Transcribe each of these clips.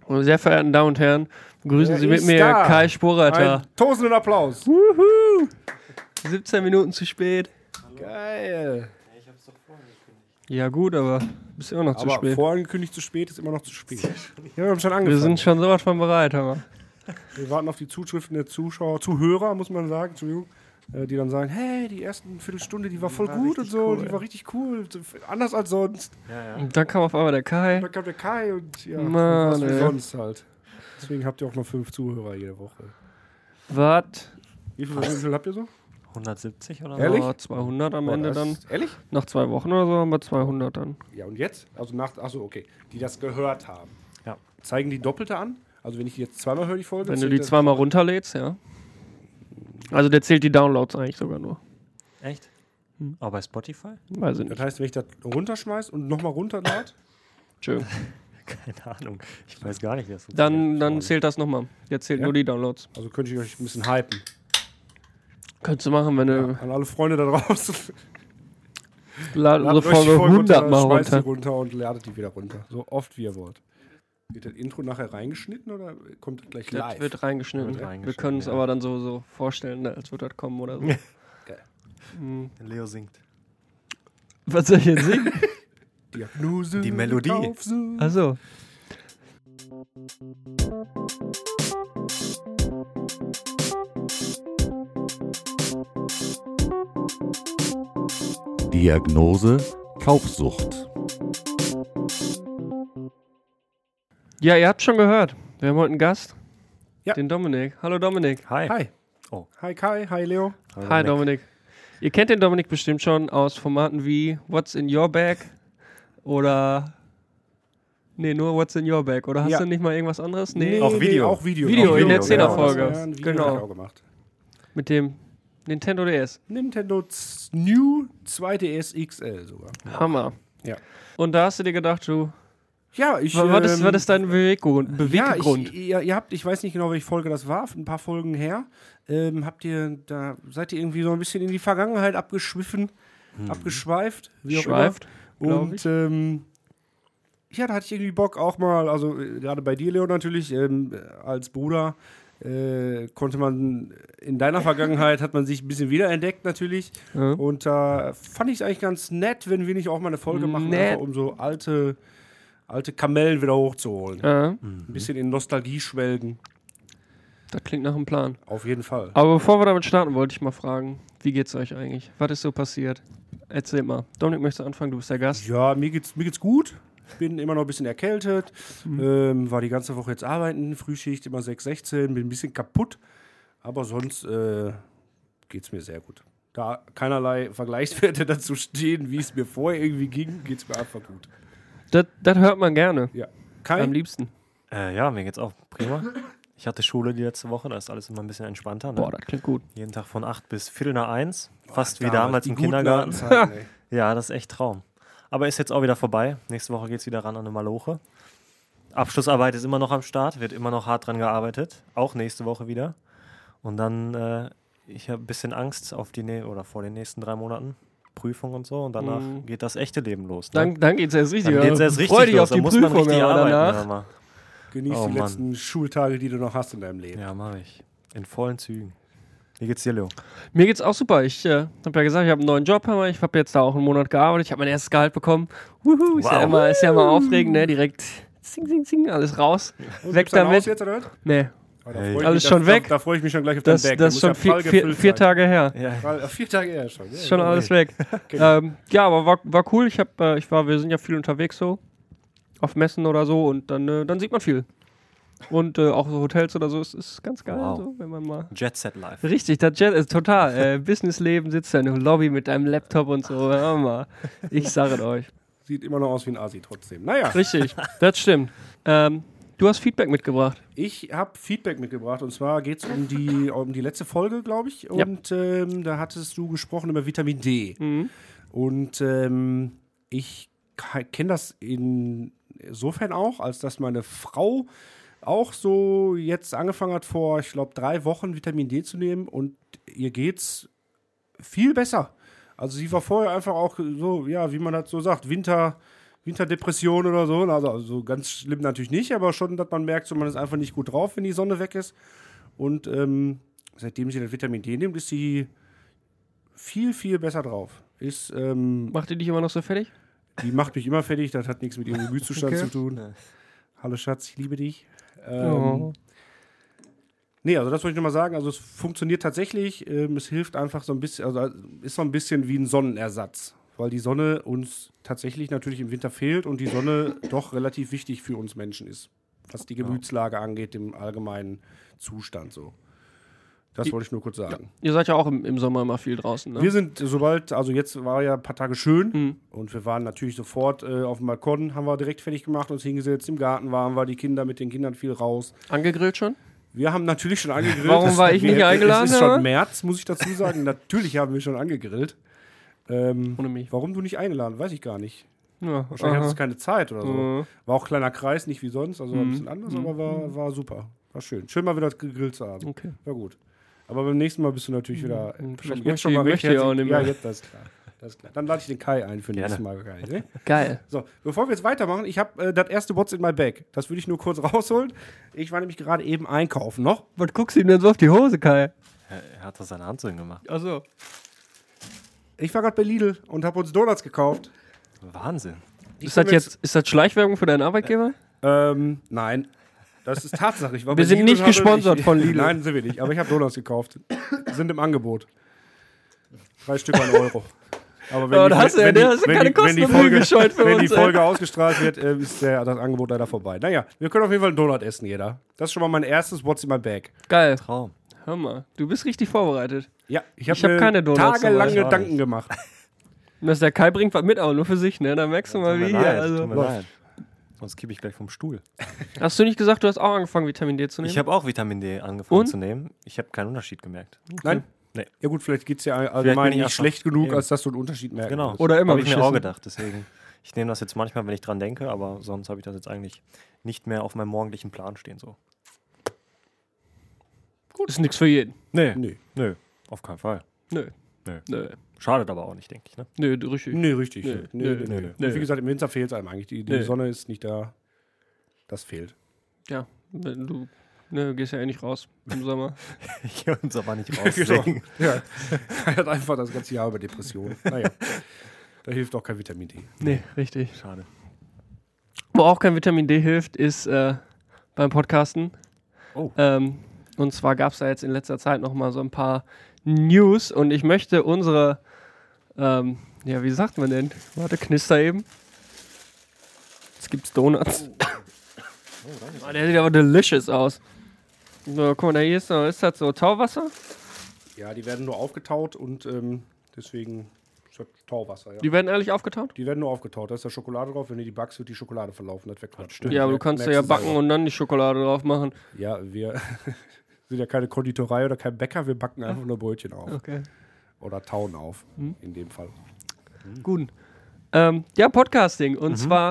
Und sehr verehrten Damen und Herren, begrüßen Sie mit mir Kai Sporreiter. Tosenden Applaus. Wuhu! 17 Minuten zu spät. Geil. Ich hab's doch vorangekündigt. Ja gut, aber bist immer noch zu spät. Vorangekündigt zu spät ist immer noch zu spät. Ja, wir haben schon angefangen. Wir sind schon sowas von bereit, aber. Wir warten auf die Zuschriften der Zuhörer, muss man sagen, Entschuldigung, die dann sagen, hey, die ersten Viertelstunde, die war voll gut und so, cool. Die war richtig cool, anders als sonst. Ja. Und dann kam auf einmal der Kai. Und dann kam der Kai und ja, Mann, was wie ey. sonst halt. Deswegen habt ihr auch noch 5 Zuhörer jede Woche. Was? Wie viel habt ihr so? 170 oder so? Ehrlich? Oh, 200 am Ende dann. Ehrlich? Nach 2 Wochen oder so haben wir 200 dann. Ja, und jetzt? Also achso, okay. Die das gehört haben. Ja. Zeigen die Doppelte an? Also wenn ich die jetzt zweimal höre, die Folge? Wenn du zählt die das- zweimal runterlädst, ja. Also der zählt die Downloads eigentlich sogar nur. Echt? Aber bei Spotify? Weiß ich Das nicht. heißt, wenn ich das runterschmeiß und nochmal runterlade, Schön. Keine Ahnung. Ich weiß gar nicht, wie das Dann zählt das nochmal. Jetzt zählt Ja? nur die Downloads. also könnte ich euch ein bisschen hypen. Könntest du machen, wenn du An alle Freunde da draußen. unsere Ladet euch die Folge 100 mal schmeißt die runter. runter und ladet die wieder runter. So oft wie ihr wollt. Wird das Intro nachher reingeschnitten oder kommt das gleich Das live? wird reingeschnitten. Wird reingeschnitten, Wir können es ja. aber dann so vorstellen, ne, als würde das kommen oder so. Geil. Mhm. Leo singt. Was soll ich jetzt singen? Diagnose. Die Melodie. Kaufsucht. Achso. Diagnose Kaufsucht. Ja, ihr habt schon gehört. Wir haben heute einen Gast. Ja. Den Dominik. Hallo Dominik. Hi. Hi. Oh. Hi Kai, hi Leo. Hi Dominik. Ihr kennt den Dominik bestimmt schon aus Formaten wie What's in Your Bag oder... Nee, nur What's in Your Bag. Oder hast Ja. du nicht mal irgendwas anderes? Nee. Auch Video. Auch Video. Video Auch in der genau. 10er-Folge. Ja, ein Video Genau. hab ich auch gemacht. Mit dem Nintendo DS. Nintendo New 2DS XL sogar. Hammer. Ja. Und da hast du dir gedacht, du... Ja, ich. Was ist dein Beweggrund? Ja, Beweggrund? ihr habt, ich weiß nicht genau, welche Folge das war, ein paar Folgen her. Seid ihr irgendwie so ein bisschen in die Vergangenheit abgeschweift? Wie auch immer. Schweift, glaub Und ja, da hatte ich irgendwie Bock auch mal, also gerade bei dir, Leo, natürlich, als Bruder konnte man in deiner Vergangenheit, hat man sich ein bisschen wiederentdeckt natürlich. Ja. Und da fand ich es eigentlich ganz nett, wenn wir nicht auch mal eine Folge machen, Nett. einfach um so alte Kamellen wieder hochzuholen. Ja, Ein bisschen in Nostalgie schwelgen. das klingt nach einem Plan. Auf jeden Fall. Aber bevor wir damit starten, wollte ich mal fragen, wie geht's euch eigentlich? Was ist so passiert? Erzähl mal. Dominik, möchtest du anfangen? Du bist der Gast. Ja, mir geht's gut. Ich bin immer noch ein bisschen erkältet. War die ganze Woche jetzt arbeiten. Frühschicht immer 6:16. Bin ein bisschen kaputt. Aber sonst geht's mir sehr gut. Da keinerlei Vergleichswerte dazu stehen, wie es mir vorher irgendwie ging, geht's mir einfach gut. Das hört man gerne. Ja. Am Kai? liebsten. Ja, mir geht's auch prima. Ich hatte Schule die letzte Woche, da ist alles immer ein bisschen entspannter. Ne? Boah, das klingt gut. Jeden Tag von 8 bis Viertel nach 1. Fast wie Damals, damals die im guten Kindergarten. alten Zeiten, ey. Ja, das ist echt Traum. Aber ist jetzt auch wieder vorbei. Nächste Woche geht's wieder ran an eine Maloche. Abschlussarbeit ist immer noch am Start, wird immer noch hart dran gearbeitet. Auch nächste Woche wieder. Und dann, ich habe ein bisschen Angst auf vor den nächsten 3 Monaten. Prüfung und so. Und danach geht das echte Leben los. Ne? Dann geht's erst richtig. Dann geht's erst richtig Freu dich los. auf die Da muss man Prüfung, richtig aber arbeiten. danach. hör mal. Genieß Oh, die Mann. letzten Schultage, die du noch hast in deinem Leben. Ja, mache ich. In vollen Zügen. Wie geht's dir, Leo? Mir geht's auch super. Ich habe ja gesagt, ich habe einen neuen Job. Ich habe jetzt da auch einen Monat gearbeitet. Ich habe mein erstes Gehalt bekommen. Wuhu, ist ja immer aufregend, ne? Direkt zing, zing, zing, alles raus. Und Weg gibt's dann damit. Aus jetzt, oder was? Nee, Ah, da Hey. freu ich Alles mich- schon weg? Da freue ich mich schon gleich auf das dein Bag. ist schon vier Tage her. Ja. 4 Tage her schon. Ja, Schon alles weg. Ja, aber war cool. Wir sind ja viel unterwegs so. Auf Messen oder so und dann sieht man viel. Und auch so Hotels oder so, ist ganz geil, Wow. so, wenn man mal. Jet Set Live. Richtig, das Jet ist total. Businessleben, sitzt da in der Lobby mit deinem Laptop und so. Hör mal. Ich sage es euch. Sieht immer noch aus wie ein Asi trotzdem. Naja, Richtig, das stimmt. Du hast Feedback mitgebracht. ich habe Feedback mitgebracht und zwar geht es um die letzte Folge, glaube ich. Und da hattest du gesprochen über Vitamin D. Mhm. Und ich kenne das insofern auch, als dass meine Frau auch so jetzt angefangen hat, vor, ich glaube, 3 Wochen Vitamin D zu nehmen und ihr geht's viel besser. Also sie war vorher einfach auch so, ja, wie man das so sagt, Winterdepression oder so. Also ganz schlimm natürlich nicht, aber schon, dass man merkt, so, man ist einfach nicht gut drauf, wenn die Sonne weg ist. Und seitdem sie das Vitamin D nimmt, ist sie viel, viel besser drauf. Macht die dich immer noch so fertig? Die macht mich immer fertig, das hat nichts mit ihrem Gemütszustand Okay. zu tun. Hallo Schatz, ich liebe dich. Oh. Nee, also das wollte ich nochmal sagen. Also es funktioniert tatsächlich. Es hilft einfach so ein bisschen, also ist so ein bisschen wie ein Sonnenersatz. Weil die Sonne uns tatsächlich natürlich im Winter fehlt und die Sonne doch relativ wichtig für uns Menschen ist. Was die Gemütslage angeht, im allgemeinen Zustand so. Das wollte ich nur kurz sagen. Ihr seid ja auch im Sommer immer viel draußen, ne? Wir sind also jetzt war ja ein paar Tage schön und wir waren natürlich sofort auf dem Balkon, haben wir direkt fertig gemacht, uns hingesetzt, im Garten waren wir, die Kinder mit den Kindern viel raus. Angegrillt schon? Wir haben natürlich schon angegrillt. Warum war ich nicht eingeladen, Es ist schon aber? März, muss ich dazu sagen. Natürlich haben wir schon angegrillt. Ohne mich. Warum du nicht eingeladen, weiß ich gar nicht. Ja, Wahrscheinlich hattest du keine Zeit oder so. Mhm. War auch kleiner Kreis, nicht wie sonst, also war ein bisschen anders, aber war super. War schön. Schön mal wieder gegrillt zu haben. Okay. War gut. Aber beim nächsten Mal bist du natürlich wieder Vielleicht jetzt schon mal möchte ich auch nicht mehr. Ja, jetzt, das ist klar. Das ist klar. Dann lade ich den Kai ein für nächstes Mal. Kai, ne? Geil. So, bevor wir jetzt weitermachen, ich habe das erste What's in my bag. Das würde ich nur kurz rausholen. Ich war nämlich gerade eben einkaufen noch. Was guckst du ihm denn so auf die Hose, Kai? Er hat das seine Hand so gemacht. Achso. Ich war gerade bei Lidl und habe uns Donuts gekauft. Wahnsinn. Die Ist das Schleichwerbung für deinen Arbeitgeber? Nein. Das ist Tatsache. Ich war Wir bei sind Lidl nicht und habe- gesponsert von Lidl. Nein, sind wir nicht. Aber ich habe Donuts gekauft. Sind im Angebot. 3 Stück an €. Aber Oh, da hast du keine Kosten und Mühen gescheut für wenn uns, die Folge ausgestrahlt wird, ist das Angebot leider vorbei. Naja, wir können auf jeden Fall einen Donut essen, jeder. Das ist schon mal mein erstes What's in my bag. Geil. Traum. Hör mal, du bist richtig vorbereitet. Ja, ich Ich hab habe keine Donuts tagelang dabei. Gedanken gemacht. Und der Kai bringt was mit, aber nur für sich, ne? Dann merkst du mal, Tut mir wie leid, hier. Also. tut mir leid. Sonst kippe ich gleich vom Stuhl. Hast du nicht gesagt, du hast auch angefangen, Vitamin D zu nehmen? Ich habe auch Vitamin D angefangen Und? zu nehmen. Ich habe keinen Unterschied gemerkt. Nein? Nee. Ja gut, vielleicht geht es ja allgemein bin ich nicht einfach- schlecht genug, Eben. als dass du einen Unterschied merken Genau. würdest. Oder immer Habe ich mir auch beschissen. gedacht. Deswegen, ich nehme das jetzt manchmal, wenn ich dran denke, aber sonst habe ich das jetzt eigentlich nicht mehr auf meinem morgendlichen Plan stehen. So. Ist nichts für jeden. Nee. Nee. Nö, auf keinen Fall. Nö. Nö. Nö. Schadet aber auch nicht, denke ich. Ne? Nö, richtig. Nee, richtig. Nee, Nee. nee, Und wie gesagt, im Winter fehlt es einem eigentlich. Die Nee. Sonne ist nicht da. Das fehlt. Ja, wenn du gehst ja eh nicht raus im Sommer. Ich kann uns aber nicht raus. Genau. Ja. Er hat einfach das ganze Jahr über Depressionen. Naja, da hilft auch kein Vitamin D. Nee, richtig. Schade. Wo auch kein Vitamin D hilft, ist beim Podcasten. Oh. Und zwar gab es da jetzt in letzter Zeit noch mal so ein paar News und ich möchte unsere, wie sagt man denn? Warte, knister eben. Jetzt gibt's Donuts. Oh, der sieht aber delicious aus. So, guck mal, hier ist das so Tauwasser? Ja, die werden nur aufgetaut und deswegen ist das Tauwasser. Ja. Die werden ehrlich aufgetaut? Die werden nur aufgetaut. Da ist da Schokolade drauf. Wenn du die backst, wird die Schokolade verlaufen. Das wäre Quatsch. Ja, aber du kannst ja backen und dann die Schokolade drauf machen. Ja, wir sind ja keine Konditorei oder kein Bäcker. Wir backen einfach nur Brötchen auf. Okay. Oder tauen auf, in dem Fall. Gut. Podcasting. Und zwar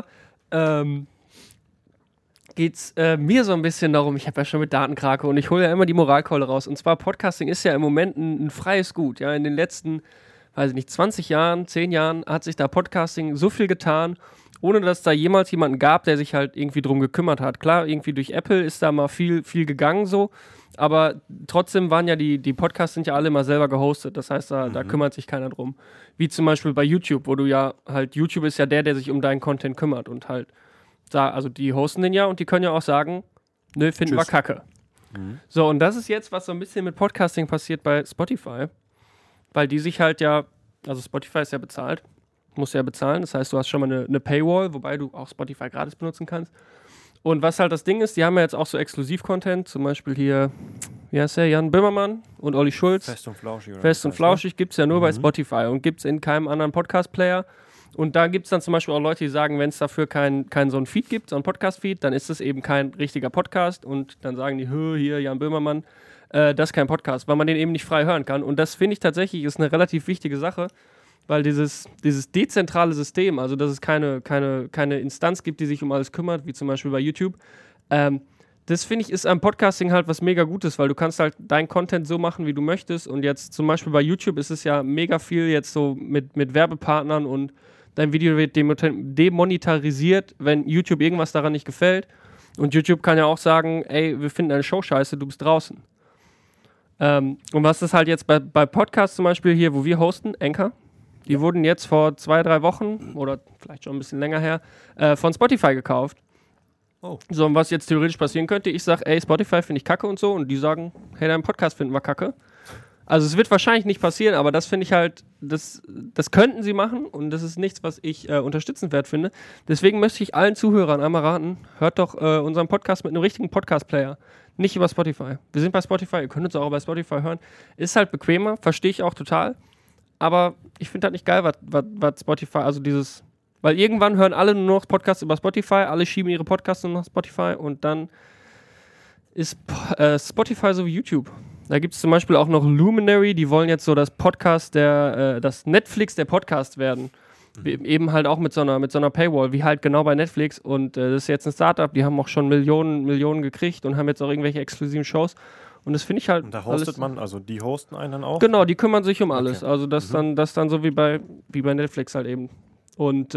geht es mir so ein bisschen darum, ich habe ja schon mit Datenkrake und ich hole ja immer die Moralkeule raus. Und zwar Podcasting ist ja im Moment ein freies Gut. Ja, in den letzten, weiß ich nicht, 20 Jahren, 10 Jahren hat sich da Podcasting so viel getan, ohne dass da jemals jemanden gab, der sich halt irgendwie drum gekümmert hat. Klar, irgendwie durch Apple ist da mal viel gegangen so, aber trotzdem waren ja die Podcasts sind ja alle mal selber gehostet. Das heißt, da kümmert sich keiner drum. Wie zum Beispiel bei YouTube, wo du ja halt, YouTube ist ja der sich um deinen Content kümmert und halt also die hosten den ja und die können ja auch sagen, nö, finden wir kacke. So, und das ist jetzt, was so ein bisschen mit Podcasting passiert bei Spotify, weil die sich halt ja, also Spotify ist ja bezahlt, musst ja bezahlen, das heißt, du hast schon mal eine Paywall, wobei du auch Spotify gratis benutzen kannst. Und was halt das Ding ist, die haben ja jetzt auch so Exklusiv-Content, zum Beispiel hier, wie heißt der, Jan Böhmermann und Olli Schulz. Fest und flauschig. Oder Fest und Flauschig gibt es ja nur bei Spotify und gibt es in keinem anderen Podcast-Player. Und da gibt es dann zum Beispiel auch Leute, die sagen, wenn es dafür kein so ein Feed gibt, so ein Podcast-Feed, dann ist es eben kein richtiger Podcast. Und dann sagen die, hier, Jan Böhmermann, das ist kein Podcast, weil man den eben nicht frei hören kann. Und das finde ich tatsächlich ist eine relativ wichtige Sache, weil dieses dezentrale System, also dass es keine Instanz gibt, die sich um alles kümmert, wie zum Beispiel bei YouTube, das finde ich ist am Podcasting halt was mega Gutes, weil du kannst halt deinen Content so machen, wie du möchtest. Und jetzt zum Beispiel bei YouTube ist es ja mega viel jetzt so mit Werbepartnern und dein Video wird demonetarisiert, wenn YouTube irgendwas daran nicht gefällt. Und YouTube kann ja auch sagen, ey, wir finden deine Show scheiße, du bist draußen. Und was ist halt jetzt bei Podcasts zum Beispiel hier, wo wir hosten, Anchor, die wurden jetzt vor 2-3 Wochen oder vielleicht schon ein bisschen länger her von Spotify gekauft. Oh. So, und was jetzt theoretisch passieren könnte, ich sage, ey, Spotify finde ich kacke und so, und die sagen, hey, deinen Podcast finden wir kacke. Also es wird wahrscheinlich nicht passieren, aber das finde ich halt, das könnten sie machen, und das ist nichts, was ich unterstützenswert finde. Deswegen möchte ich allen Zuhörern einmal raten, hört doch unseren Podcast mit einem richtigen Podcast-Player, nicht über Spotify. Wir sind bei Spotify, ihr könnt uns auch bei Spotify hören. Ist halt bequemer, verstehe ich auch total, aber ich finde halt nicht geil, was Spotify, also dieses, weil irgendwann hören alle nur noch Podcasts über Spotify, alle schieben ihre Podcasts nur nach Spotify, und dann ist Spotify so wie YouTube. Da gibt es zum Beispiel auch noch Luminary, die wollen jetzt so das das Netflix der Podcast werden. Eben halt auch mit so einer Paywall, wie halt genau bei Netflix. Und das ist jetzt ein Startup, die haben auch schon Millionen gekriegt und haben jetzt auch irgendwelche exklusiven Shows. Und das finde ich halt. Und da hostet man, also die hosten einen dann auch? Genau, die kümmern sich um alles. Okay. Also das dann so wie bei Netflix halt eben. Und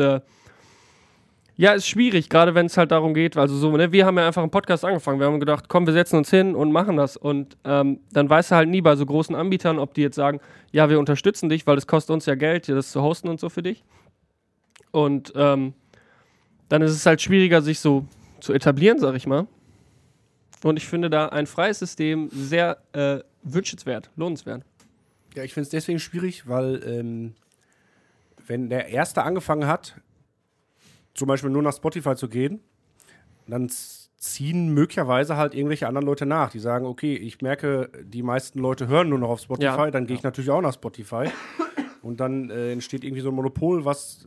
ja, ist schwierig, gerade wenn es halt darum geht, also so, ne, wir haben ja einfach einen Podcast angefangen, wir haben gedacht, komm, wir setzen uns hin und machen das, und dann weißt du halt nie bei so großen Anbietern, ob die jetzt sagen, ja, wir unterstützen dich, weil das kostet uns ja Geld, das zu hosten und so für dich, und dann ist es halt schwieriger, sich so zu etablieren, sag ich mal, und ich finde da ein freies System sehr wünschenswert, lohnenswert. Ja, ich finde es deswegen schwierig, weil wenn der Erste angefangen hat, zum Beispiel nur nach Spotify zu gehen, dann ziehen möglicherweise halt irgendwelche anderen Leute nach, die sagen, okay, ich merke, die meisten Leute hören nur noch auf Spotify, dann gehe ich natürlich auch nach Spotify, und dann entsteht irgendwie so ein Monopol, was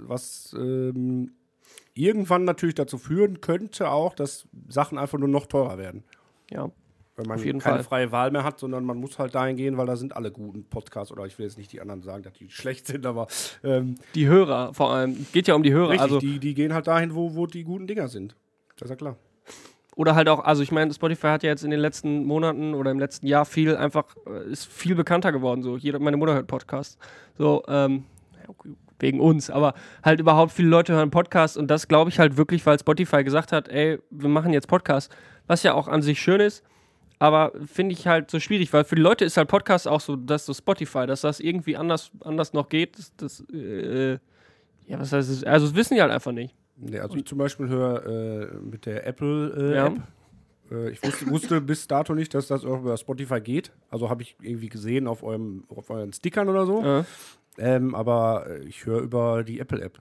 irgendwann natürlich dazu führen könnte auch, dass Sachen einfach nur noch teurer werden. Ja. Wenn man Auf jeden keine Fall. freie Wahl mehr hat, sondern man muss halt dahin gehen, weil da sind alle guten Podcasts, oder ich will jetzt nicht die anderen sagen, dass die schlecht sind, aber Die Hörer vor allem, geht ja um die Hörer, richtig, also die gehen halt dahin, wo die guten Dinger sind. Das ist ja klar. oder halt auch, also ich meine, Spotify hat ja jetzt in den letzten Monaten oder im letzten Jahr ist viel bekannter geworden. So, meine Mutter hört Podcasts. So, wegen uns, aber halt überhaupt viele Leute hören Podcasts, und das glaube ich halt wirklich, weil Spotify gesagt hat, ey, wir machen jetzt Podcasts, was ja auch an sich schön ist, aber finde ich halt so schwierig, weil für die Leute ist halt Podcast auch so, dass so Spotify, dass das irgendwie anders noch geht, ja, was heißt es? Also das wissen die halt einfach nicht. Nee, also ich zum Beispiel höre mit der Apple-App. Ich wusste bis dato nicht, dass das auch über Spotify geht. Also habe ich irgendwie gesehen auf euren Stickern oder so. Ja. Aber ich höre über die Apple-App.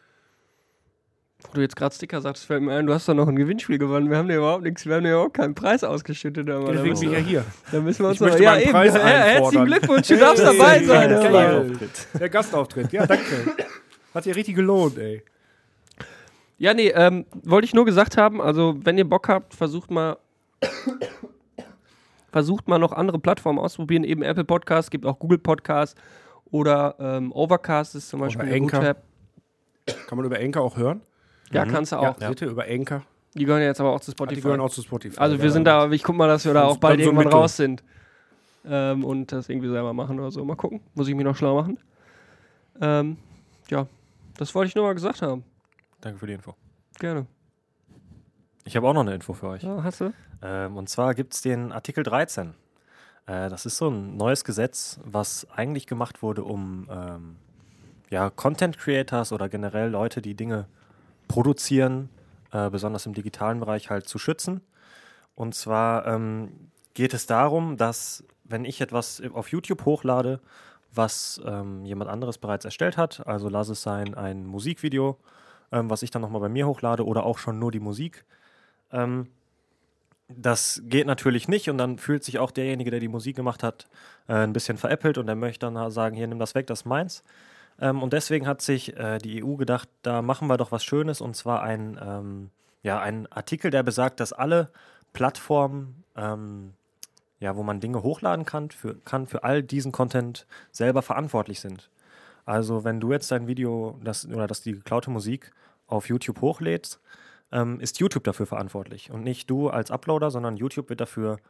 Wo du jetzt gerade Sticker sagst, fällt mir ein, du hast doch noch ein Gewinnspiel gewonnen. Wir haben dir überhaupt keinen Preis ausgeschüttet. Deswegen bin ich ja hier. Da müssen wir uns Ich möchte noch. Ja, meinen eben. Preis Herzlichen einfordern. Glückwunsch, du darfst dabei sein. Geil. Geil. Der Gastauftritt, ja, danke. Hat sich richtig gelohnt, ey. Ja, nee, wollte ich nur gesagt haben, also wenn ihr Bock habt, versucht mal noch andere Plattformen auszuprobieren, eben Apple Podcasts, gibt auch Google Podcasts oder Overcast ist zum Beispiel eine gute Anchor. App. Kann man über Anchor auch hören? Ja, kannst du auch. Ja, seht ihr, über Anchor. Die gehören jetzt aber auch zu Die Spotify. gehören auch zu Spotify. Also wir sind da, ich guck mal, dass wir da Dann auch bald so irgendwann Mittel. raus sind. Und das irgendwie selber machen oder so. Mal gucken. Muss ich mich noch schlau machen. Ja, das wollte ich nur mal gesagt haben. Danke für die Info. Gerne. Ich habe auch noch eine Info für euch. Ja, hast du? Und zwar gibt es den Artikel 13. Das ist so ein neues Gesetz, was eigentlich gemacht wurde, um Content Creators oder generell Leute, die Dinge produzieren, besonders im digitalen Bereich halt zu schützen. Und zwar geht es darum, dass wenn ich etwas auf YouTube hochlade, was jemand anderes bereits erstellt hat, also lass es sein ein Musikvideo, was ich dann nochmal bei mir hochlade oder auch schon nur die Musik, das geht natürlich nicht, und dann fühlt sich auch derjenige, der die Musik gemacht hat, ein bisschen veräppelt, und der möchte dann sagen, hier, nimm das weg, das ist meins. Und deswegen hat sich die EU gedacht, da machen wir doch was Schönes, und zwar ein Artikel, der besagt, dass alle Plattformen, wo man Dinge hochladen kann, für all diesen Content selber verantwortlich sind. Also wenn du jetzt dein Video, das die geklaute Musik auf YouTube hochlädst, ist YouTube dafür verantwortlich und nicht du als Uploader, sondern YouTube wird dafür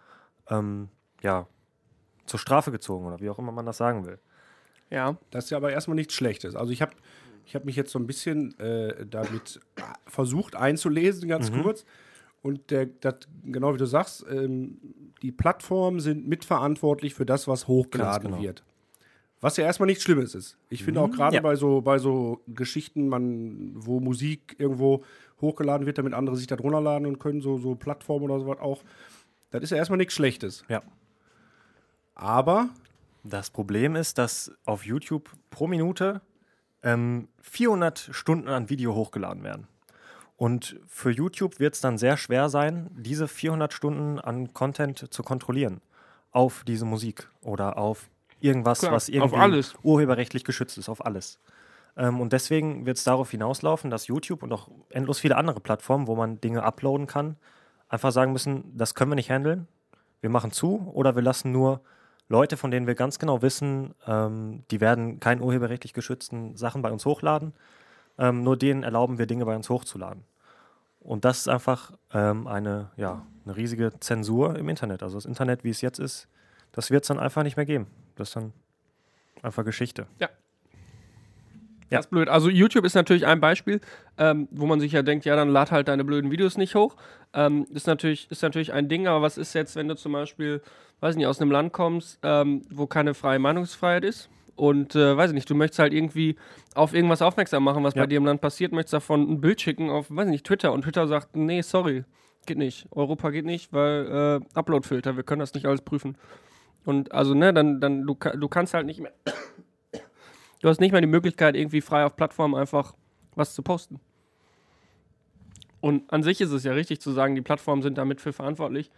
zur Strafe gezogen oder wie auch immer man das sagen will. Ja. Das ist ja aber erstmal nichts Schlechtes. Also ich Ich habe mich jetzt so ein bisschen damit versucht einzulesen, ganz kurz. Und genau wie du sagst, die Plattformen sind mitverantwortlich für das, was hochgeladen wird. Was ja erstmal nichts Schlimmes ist. Ich finde auch gerade bei so Geschichten, wo Musik irgendwo hochgeladen wird, damit andere sich da drunter laden und können, so Plattformen oder sowas auch, das ist ja erstmal nichts Schlechtes. Ja. Aber Das Problem ist, dass auf YouTube pro Minute 400 Stunden an Video hochgeladen werden. Und für YouTube wird es dann sehr schwer sein, diese 400 Stunden an Content zu kontrollieren. Auf diese Musik oder auf irgendwas, Klar, was irgendwie auf alles. urheberrechtlich geschützt ist, auf alles. Und deswegen wird es darauf hinauslaufen, dass YouTube und auch endlos viele andere Plattformen, wo man Dinge uploaden kann, einfach sagen müssen, das können wir nicht handeln, wir machen zu oder wir lassen nur Leute, von denen wir ganz genau wissen, die werden keine urheberrechtlich geschützten Sachen bei uns hochladen, nur denen erlauben wir Dinge bei uns hochzuladen. Und das ist einfach eine riesige Zensur im Internet. Also das Internet, wie es jetzt ist, das wird es dann einfach nicht mehr geben. Das ist dann einfach Geschichte. Das ist blöd. Also YouTube ist natürlich ein Beispiel, wo man sich ja denkt, ja, dann lad halt deine blöden Videos nicht hoch. Ist natürlich ein Ding, aber was ist jetzt, wenn du zum Beispiel, weiß nicht, aus einem Land kommst, wo keine freie Meinungsfreiheit ist und, weiß ich nicht, du möchtest halt irgendwie auf irgendwas aufmerksam machen, was bei dir im Land passiert, möchtest davon ein Bild schicken auf, weiß ich nicht, Twitter und Twitter sagt, nee, sorry, geht nicht. Europa geht nicht, weil Uploadfilter, wir können das nicht alles prüfen. Und also, ne, dann du kannst halt nicht mehr du hast nicht mehr die Möglichkeit, irgendwie frei auf Plattformen einfach was zu posten. Und an sich ist es ja richtig zu sagen, die Plattformen sind damit für verantwortlich.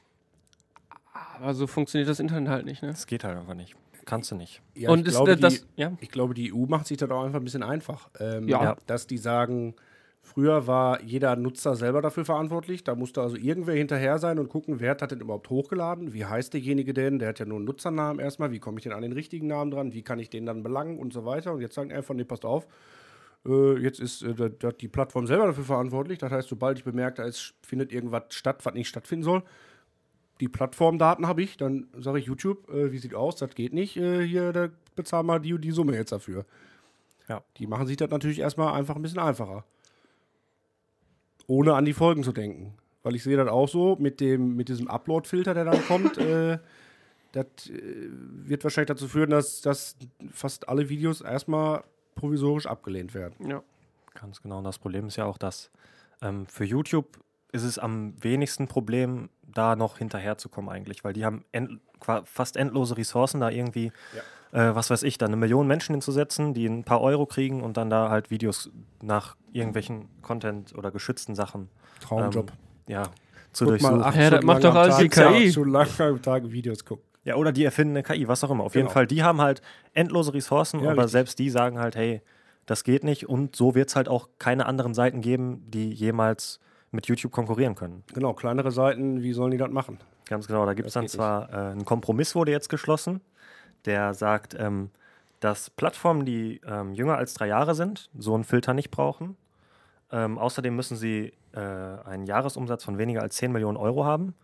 Aber so funktioniert das Internet halt nicht, ne? Das geht halt einfach nicht. Kannst du nicht. ja, Und ich glaube, die EU macht sich das auch einfach ein bisschen einfach. Ja. Dass die sagen, früher war jeder Nutzer selber dafür verantwortlich. Da musste also irgendwer hinterher sein und gucken, wer hat den überhaupt hochgeladen? Wie heißt derjenige denn? Der hat ja nur einen Nutzernamen erstmal. Wie komme ich denn an den richtigen Namen dran? Wie kann ich den dann belangen und so weiter? Und jetzt sagen die einfach, nee, passt auf. Jetzt ist die Plattform selber dafür verantwortlich. Das heißt, sobald ich bemerke, findet irgendwas statt, was nicht stattfinden soll, die Plattformdaten habe ich, dann sage ich YouTube, wie sieht aus? Das geht nicht. Hier, da bezahlen wir die Summe jetzt dafür. Ja. Die machen sich das natürlich erstmal einfach ein bisschen einfacher. Ohne an die Folgen zu denken. Weil ich sehe das auch so, mit diesem Upload-Filter, der dann kommt, das wird wahrscheinlich dazu führen, dass fast alle Videos erstmal provisorisch abgelehnt werden. Ja. Ganz genau. Und das Problem ist ja auch, dass für YouTube ist es am wenigsten Problem, da noch hinterherzukommen eigentlich, weil die haben fast endlose Ressourcen, da irgendwie, was weiß ich, da 1 Million Menschen hinzusetzen, die ein paar Euro kriegen und dann da halt Videos nach irgendwelchen Content oder geschützten Sachen Traumjob. Zu Guck durchsuchen. mal, 8 Ja, das Stunden macht lang doch am alles die Tag, KI. Zu lange am Tag Videos gucken. Ja, oder die erfinden eine KI, was auch immer. Auf jeden Genau. Fall, die haben halt endlose Ressourcen, Ja, aber richtig. selbst die sagen halt, hey, das geht nicht und so wird es halt auch keine anderen Seiten geben, die jemals mit YouTube konkurrieren können. Genau, kleinere Seiten, wie sollen die das machen? Ganz genau, da gibt es Das dann geht zwar einen Kompromiss, wurde jetzt geschlossen, der sagt, dass Plattformen, die jünger als 3 Jahre sind, so einen Filter nicht brauchen. Außerdem müssen sie einen Jahresumsatz von weniger als 10 Millionen Euro haben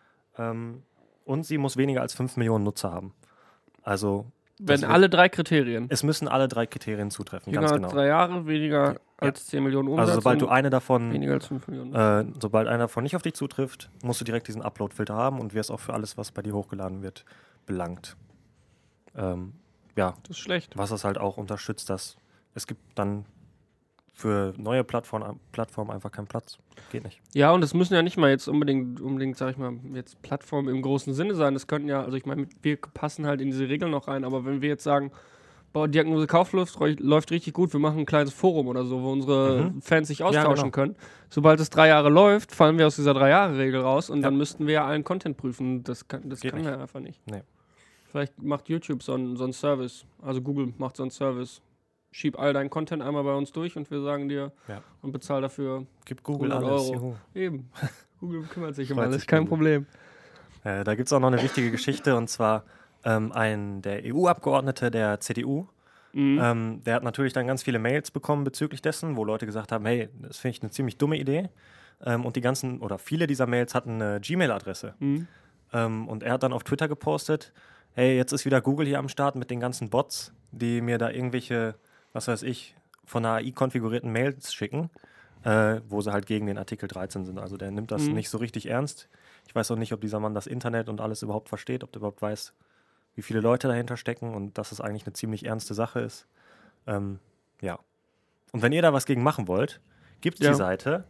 und sie muss weniger als 5 Millionen Nutzer haben. Also Wenn alle 3 Kriterien. es müssen alle 3 Kriterien zutreffen, Jünger ganz als genau. 3 Jahre, weniger als 10 Millionen Umsatz. Also sobald du und eine davon weniger als 5 Millionen. sobald einer davon nicht auf dich zutrifft, musst du direkt diesen Upload-Filter haben und wirst auch für alles, was bei dir hochgeladen wird, belangt. Das ist schlecht. Was das halt auch unterstützt, dass es gibt dann für neue Plattformen einfach keinen Platz. Geht nicht. Ja, und es müssen ja nicht mal jetzt unbedingt, sag ich mal, jetzt Plattformen im großen Sinne sein. Das könnten ja, also ich meine, wir passen halt in diese Regeln noch rein, aber wenn wir jetzt sagen, boah, Diagnose Kaufluft läuft richtig gut, wir machen ein kleines Forum oder so, wo unsere Fans sich austauschen genau. können. Sobald es 3 Jahre läuft, fallen wir aus dieser 3-Jahre-Regel raus und dann müssten wir ja allen Content prüfen. Das können wir einfach nicht. Nee. Vielleicht macht YouTube so einen Service, also Google macht so einen Service. Schieb all deinen Content einmal bei uns durch und wir sagen dir und bezahl dafür Gibt Google 100 alles. Euro. Juhu. Eben. Google kümmert sich um Freut alles, sich kein Google. Problem. Da gibt es auch noch eine wichtige Geschichte und zwar der EU-Abgeordnete der CDU, der hat natürlich dann ganz viele Mails bekommen bezüglich dessen, wo Leute gesagt haben, hey, das finde ich eine ziemlich dumme Idee. Und viele dieser Mails hatten eine Gmail-Adresse. Und er hat dann auf Twitter gepostet, hey, jetzt ist wieder Google hier am Start mit den ganzen Bots, die mir da irgendwelche, was weiß ich, von einer AI konfigurierten Mails schicken, wo sie halt gegen den Artikel 13 sind. Also der nimmt das nicht so richtig ernst. Ich weiß auch nicht, ob dieser Mann das Internet und alles überhaupt versteht, ob der überhaupt weiß, wie viele Leute dahinter stecken und dass es eigentlich eine ziemlich ernste Sache ist. Ja. Und wenn ihr da was gegen machen wollt, gibt es die Seite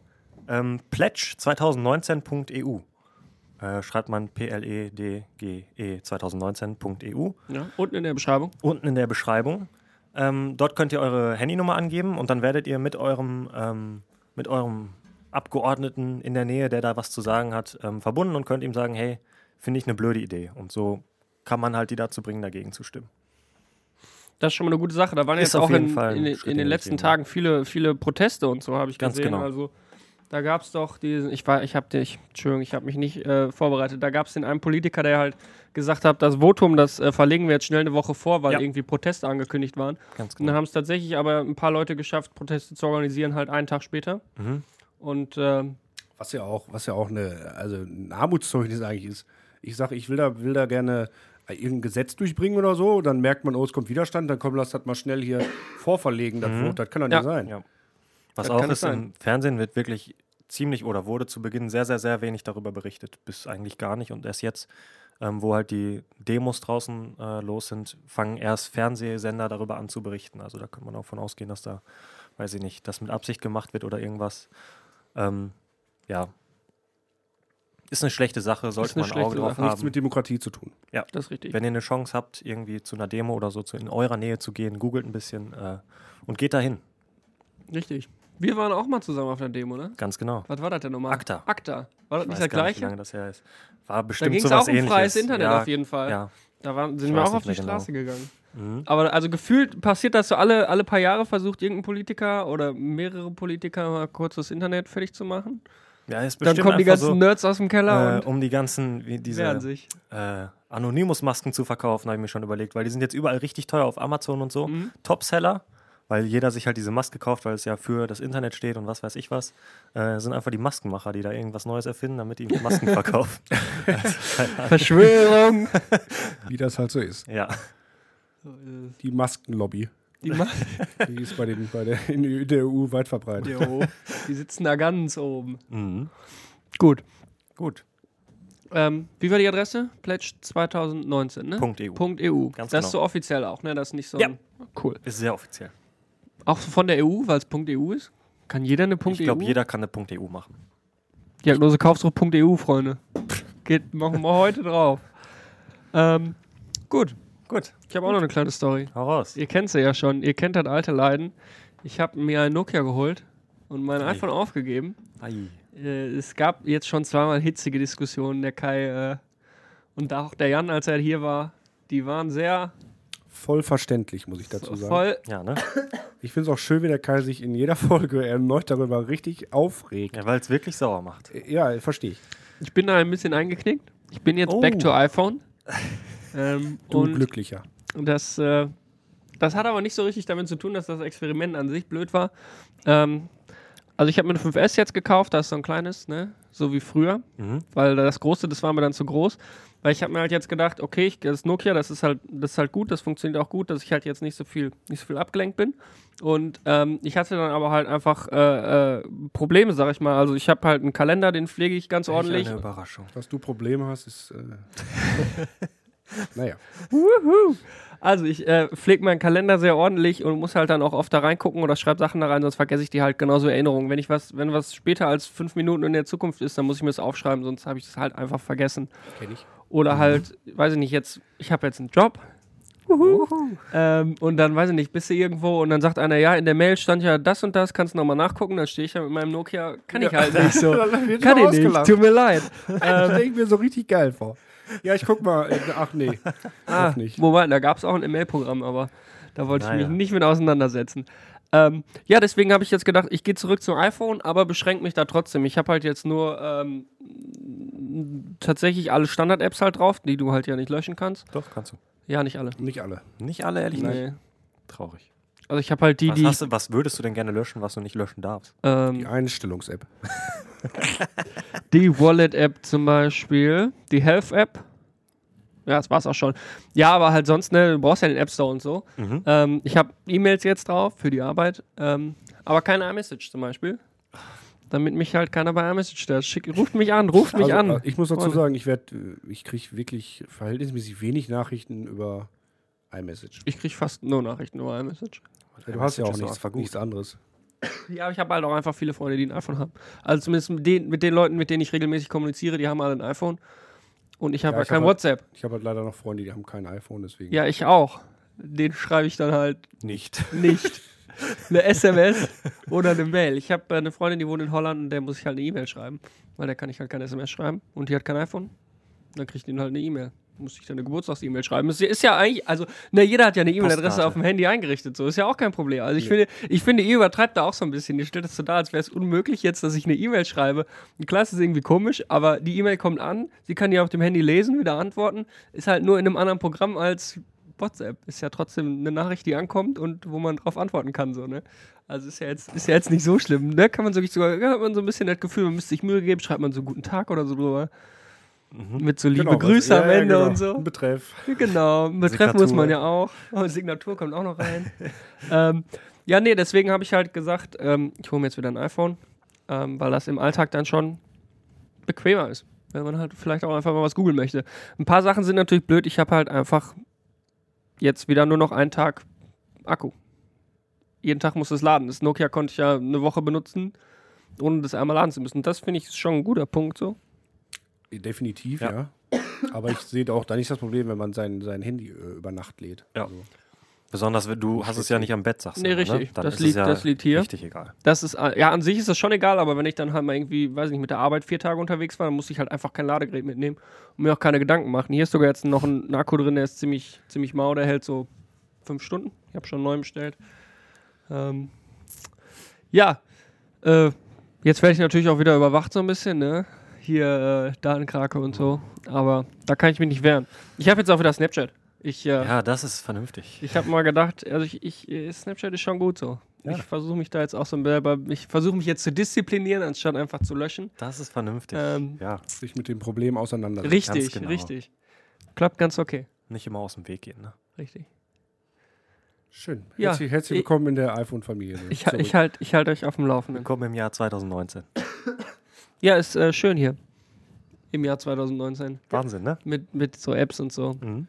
pledge2019.eu. Schreibt man PLEDGE 2019.eu. Ja, unten in der Beschreibung. Unten in der Beschreibung. Dort könnt ihr eure Handynummer angeben und dann werdet ihr mit eurem Abgeordneten in der Nähe, der da was zu sagen hat, verbunden und könnt ihm sagen, hey, finde ich eine blöde Idee. Und so kann man halt die dazu bringen, dagegen zu stimmen. Das ist schon mal eine gute Sache. Da waren Ist jetzt auf auch jeden Fall ein in Schritt den letzten Tagen viele Proteste und so, habe ich Ganz gesehen. genau. Also da gab es doch diesen, ich habe mich nicht vorbereitet. Da gab es den einen Politiker, der halt gesagt hat, das Votum, das verlegen wir jetzt schnell eine Woche vor, weil irgendwie Proteste angekündigt waren. Ganz Und genau. dann haben es tatsächlich aber ein paar Leute geschafft, Proteste zu organisieren, halt einen Tag später. Und Was ja auch ein Armutszeugnis eigentlich ist. Ich sage, ich will da gerne irgendein Gesetz durchbringen oder so, dann merkt man, oh, es kommt Widerstand, dann komm, lass das mal schnell hier vorverlegen, das Vote. Das kann doch nicht sein. Ja. Was Das auch kann ist, es sein. im Fernsehen wird wirklich wurde zu Beginn sehr, sehr, sehr wenig darüber berichtet, bis eigentlich gar nicht. Und erst jetzt, wo halt die Demos draußen los sind, fangen erst Fernsehsender darüber an zu berichten. Also da kann man auch von ausgehen, dass da, weiß ich nicht, das mit Absicht gemacht wird oder irgendwas. Ja. Ist eine schlechte Sache, sollte man ein Auge drauf Nichts haben. mit Demokratie zu tun. Ja. das ist richtig. Wenn ihr eine Chance habt, irgendwie zu einer Demo oder so in eurer Nähe zu gehen, googelt ein bisschen und geht dahin. Richtig. Wir waren auch mal zusammen auf einer Demo, ne? Ganz genau. Was war das denn nochmal? ACTA. ACTA. War das Ich nicht weiß das gar nicht, wie Gleiche? lange das her ist. War Da bestimmt ging es sowas auch um Ähnliches. freies Internet ja, auf jeden Fall. Ja. Sind Ich wir weiß auch auf nicht die mehr Straße gegangen. Mhm. Aber also gefühlt passiert das so alle paar Jahre, versucht irgendein Politiker oder mehrere Politiker mal kurz das Internet fertig zu machen. Ja, ist Dann bestimmt kommen die einfach ganzen so, Nerds aus dem Keller und um die ganzen, wie wehren diese sich. Anonymous-Masken zu verkaufen, habe ich mir schon überlegt, weil die sind jetzt überall richtig teuer auf Amazon und so. Mhm. Topseller, weil jeder sich halt diese Maske kauft, weil es ja für das Internet steht und was weiß ich was. Sind einfach die Maskenmacher, die da irgendwas Neues erfinden, damit die Masken verkaufen. Verschwörung. Wie das halt so ist. Ja. Die Maskenlobby. Die, ma Die ist in der EU weit verbreitet. die sitzen da ganz oben. Mhm. Gut. Gut. Wie war die Adresse? Pledge 2019, ne? .eu. .eu. Ganz das genau. ist so offiziell auch, ne? Das ist nicht so Ja. cool. Ist sehr offiziell. Auch von der EU, weil es .eu ist? Kann jeder eine .eu? Ich glaube, jeder kann eine .eu machen. Diagnose Kaufsucht.eu, Freunde. Machen wir heute drauf. Gut. Gut. Ich habe auch noch eine kleine Story. Hau raus. Ihr kennt sie ja schon. Ihr kennt das alte Leiden. Ich habe mir ein Nokia geholt und mein iPhone aufgegeben. Ei. Es gab jetzt schon zweimal hitzige Diskussionen. Der Kai und auch der Jan, als er hier war, die waren sehr Voll verständlich, muss ich dazu sagen. voll. Ja, ne? Ich finde es auch schön, wie der Kai sich in jeder Folge erneut darüber richtig aufregt. Ja, weil es wirklich sauer macht. Ja, verstehe ich. Ich bin da ein bisschen eingeknickt. Ich bin jetzt back to iPhone. Du und Glücklicher. das hat aber nicht so richtig damit zu tun, dass das Experiment an sich blöd war. Also ich habe mir ein 5S jetzt gekauft, das ist so ein kleines, ne? So wie früher. Weil das große, das war mir dann zu groß. Weil ich habe mir halt jetzt gedacht, okay, das Nokia, das ist halt gut, das funktioniert auch gut, dass ich halt jetzt nicht so viel abgelenkt bin. Und ich hatte dann aber halt einfach Probleme, sag ich mal. Also ich habe halt einen Kalender, den pflege ich ganz ordentlich. Eine Überraschung. Dass du Probleme hast, ist. Naja. Wuhu. Also ich pflege meinen Kalender sehr ordentlich und muss halt dann auch oft da reingucken oder schreibe Sachen da rein, sonst vergesse ich die halt, genauso Erinnerungen. Wenn was später als 5 Minuten in der Zukunft ist, dann muss ich mir das aufschreiben, sonst habe ich das halt einfach vergessen. Kenn ich. Oder halt, weiß ich nicht, ich habe jetzt einen Job. Und dann, weiß ich nicht, bist du irgendwo und dann sagt einer, ja, in der Mail stand ja das und das, kannst du nochmal nachgucken, dann stehe ich ja mit meinem Nokia, kann ich halt nicht so. Dann wird Kann schon ich nicht, ausgelacht. tut mir leid. Das stelle ich mir so richtig geil vor. Ja, ich guck mal. Ach nee, auch nicht. Wobei, da gab es auch ein ML-Programm, aber da wollte ich Naja. mich nicht mit auseinandersetzen. Ja, deswegen habe ich jetzt gedacht, ich gehe zurück zum iPhone, aber beschränke mich da trotzdem. Ich habe halt jetzt nur tatsächlich alle Standard-Apps halt drauf, die du halt ja nicht löschen kannst. Doch, kannst du. Ja, nicht alle. Nicht alle. Nicht alle, ehrlich nicht. Nee. Traurig. Also ich habe halt die, Was würdest du denn gerne löschen, was du nicht löschen darfst? Die Einstellungs-App. die Wallet-App zum Beispiel, die Health-App, Ja, das war's auch schon. Ja, aber halt sonst, ne, du brauchst ja den App Store und so. Ich habe E-Mails jetzt drauf für die Arbeit, aber keine iMessage zum Beispiel. Damit mich halt keiner bei iMessage stört. Ruft mich an. Ich muss dazu sagen, ich kriege wirklich verhältnismäßig wenig Nachrichten über iMessage. Ich kriege fast nur Nachrichten über iMessage. Ja, du hast ja auch ist nichts anderes. Ja, aber ich habe halt auch einfach viele Freunde, die ein iPhone haben. Also zumindest mit den Leuten, mit denen ich regelmäßig kommuniziere, die haben alle ein iPhone. Und ich habe halt kein WhatsApp. Ich habe halt leider noch Freunde, die haben kein iPhone, deswegen. Ja, ich auch. Den schreibe ich dann halt Nicht. nicht. Eine SMS oder eine Mail. Ich habe eine Freundin, die wohnt in Holland und der muss ich halt eine E-Mail schreiben. Weil der kann ich halt keine SMS schreiben. Und die hat kein iPhone. Dann kriegt die halt eine E-Mail. Muss ich dann eine Geburtstags-E-Mail schreiben. Das ist ja eigentlich, also, ne, jeder hat ja eine E-Mail-Adresse Postkarte. auf dem Handy eingerichtet. So ist ja auch kein Problem. Also ich finde, ihr übertreibt da auch so ein bisschen. Ihr stellt es so dar, als wäre es unmöglich jetzt, dass ich eine E-Mail schreibe. Und klar, es ist irgendwie komisch, aber die E-Mail kommt an. Sie kann die auf dem Handy lesen, wieder antworten. Ist halt nur in einem anderen Programm als WhatsApp. Ist ja trotzdem eine Nachricht, die ankommt und wo man drauf antworten kann, so, ne? Also ist ja jetzt nicht so schlimm, ne? Kann man sogar, hat man so ein bisschen das Gefühl, man müsste sich Mühe geben, schreibt man so guten Tag oder so drüber. Mit so liebe Grüße am Ende und so. Ein Betreff. Genau, ein Betreff muss man ja auch. Oh, Signatur kommt auch noch rein. Ja, nee, deswegen habe ich halt gesagt, ich hole mir jetzt wieder ein iPhone, weil das im Alltag dann schon bequemer ist. Wenn man halt vielleicht auch einfach mal was googeln möchte. Ein paar Sachen sind natürlich blöd. Ich habe halt einfach jetzt wieder nur noch einen Tag Akku. Jeden Tag muss es laden. Das Nokia konnte ich ja eine Woche benutzen, ohne das einmal laden zu müssen. Das finde ich schon ein guter Punkt so. Definitiv, ja. Aber ich sehe auch da nicht das Problem, wenn man sein Handy über Nacht lädt. Ja. Also, Besonders, wenn du hast es ja nicht am Bett, sagst du. Nee, richtig. Ne? Dann Das ist es liegt- das liegt hier. Richtig egal. Das ist, ja, an sich ist das schon egal, aber wenn ich dann halt mal irgendwie, weiß ich nicht, mit der Arbeit 4 Tage unterwegs war, dann muss ich halt einfach kein Ladegerät mitnehmen und mir auch keine Gedanken machen. Hier ist sogar jetzt noch ein Akku drin, der ist ziemlich mau, der hält so 5 Stunden. Ich habe schon einen neuen bestellt. Ja, jetzt werde ich natürlich auch wieder überwacht so ein bisschen, ne? Hier Datenkrake und so, aber da kann ich mich nicht wehren. Ich habe jetzt auch wieder Snapchat. Ja, das ist vernünftig. Ich habe mal gedacht, also Snapchat ist schon gut so. Ja. Ich versuche mich da jetzt auch ich versuche mich jetzt zu disziplinieren, anstatt einfach zu löschen. Das ist vernünftig. Ja, sich mit dem Problem auseinandersetzen. Richtig, genau. richtig. Klappt ganz okay. nicht immer aus dem Weg gehen. Ne? Richtig. Schön. Ja, Herzlich willkommen in der iPhone-Familie. Ich halt euch auf dem Laufenden. Willkommen im Jahr 2019. Ja, ist schön hier. Im Jahr 2019. Wahnsinn, ne? Mit so Apps und so. Mhm.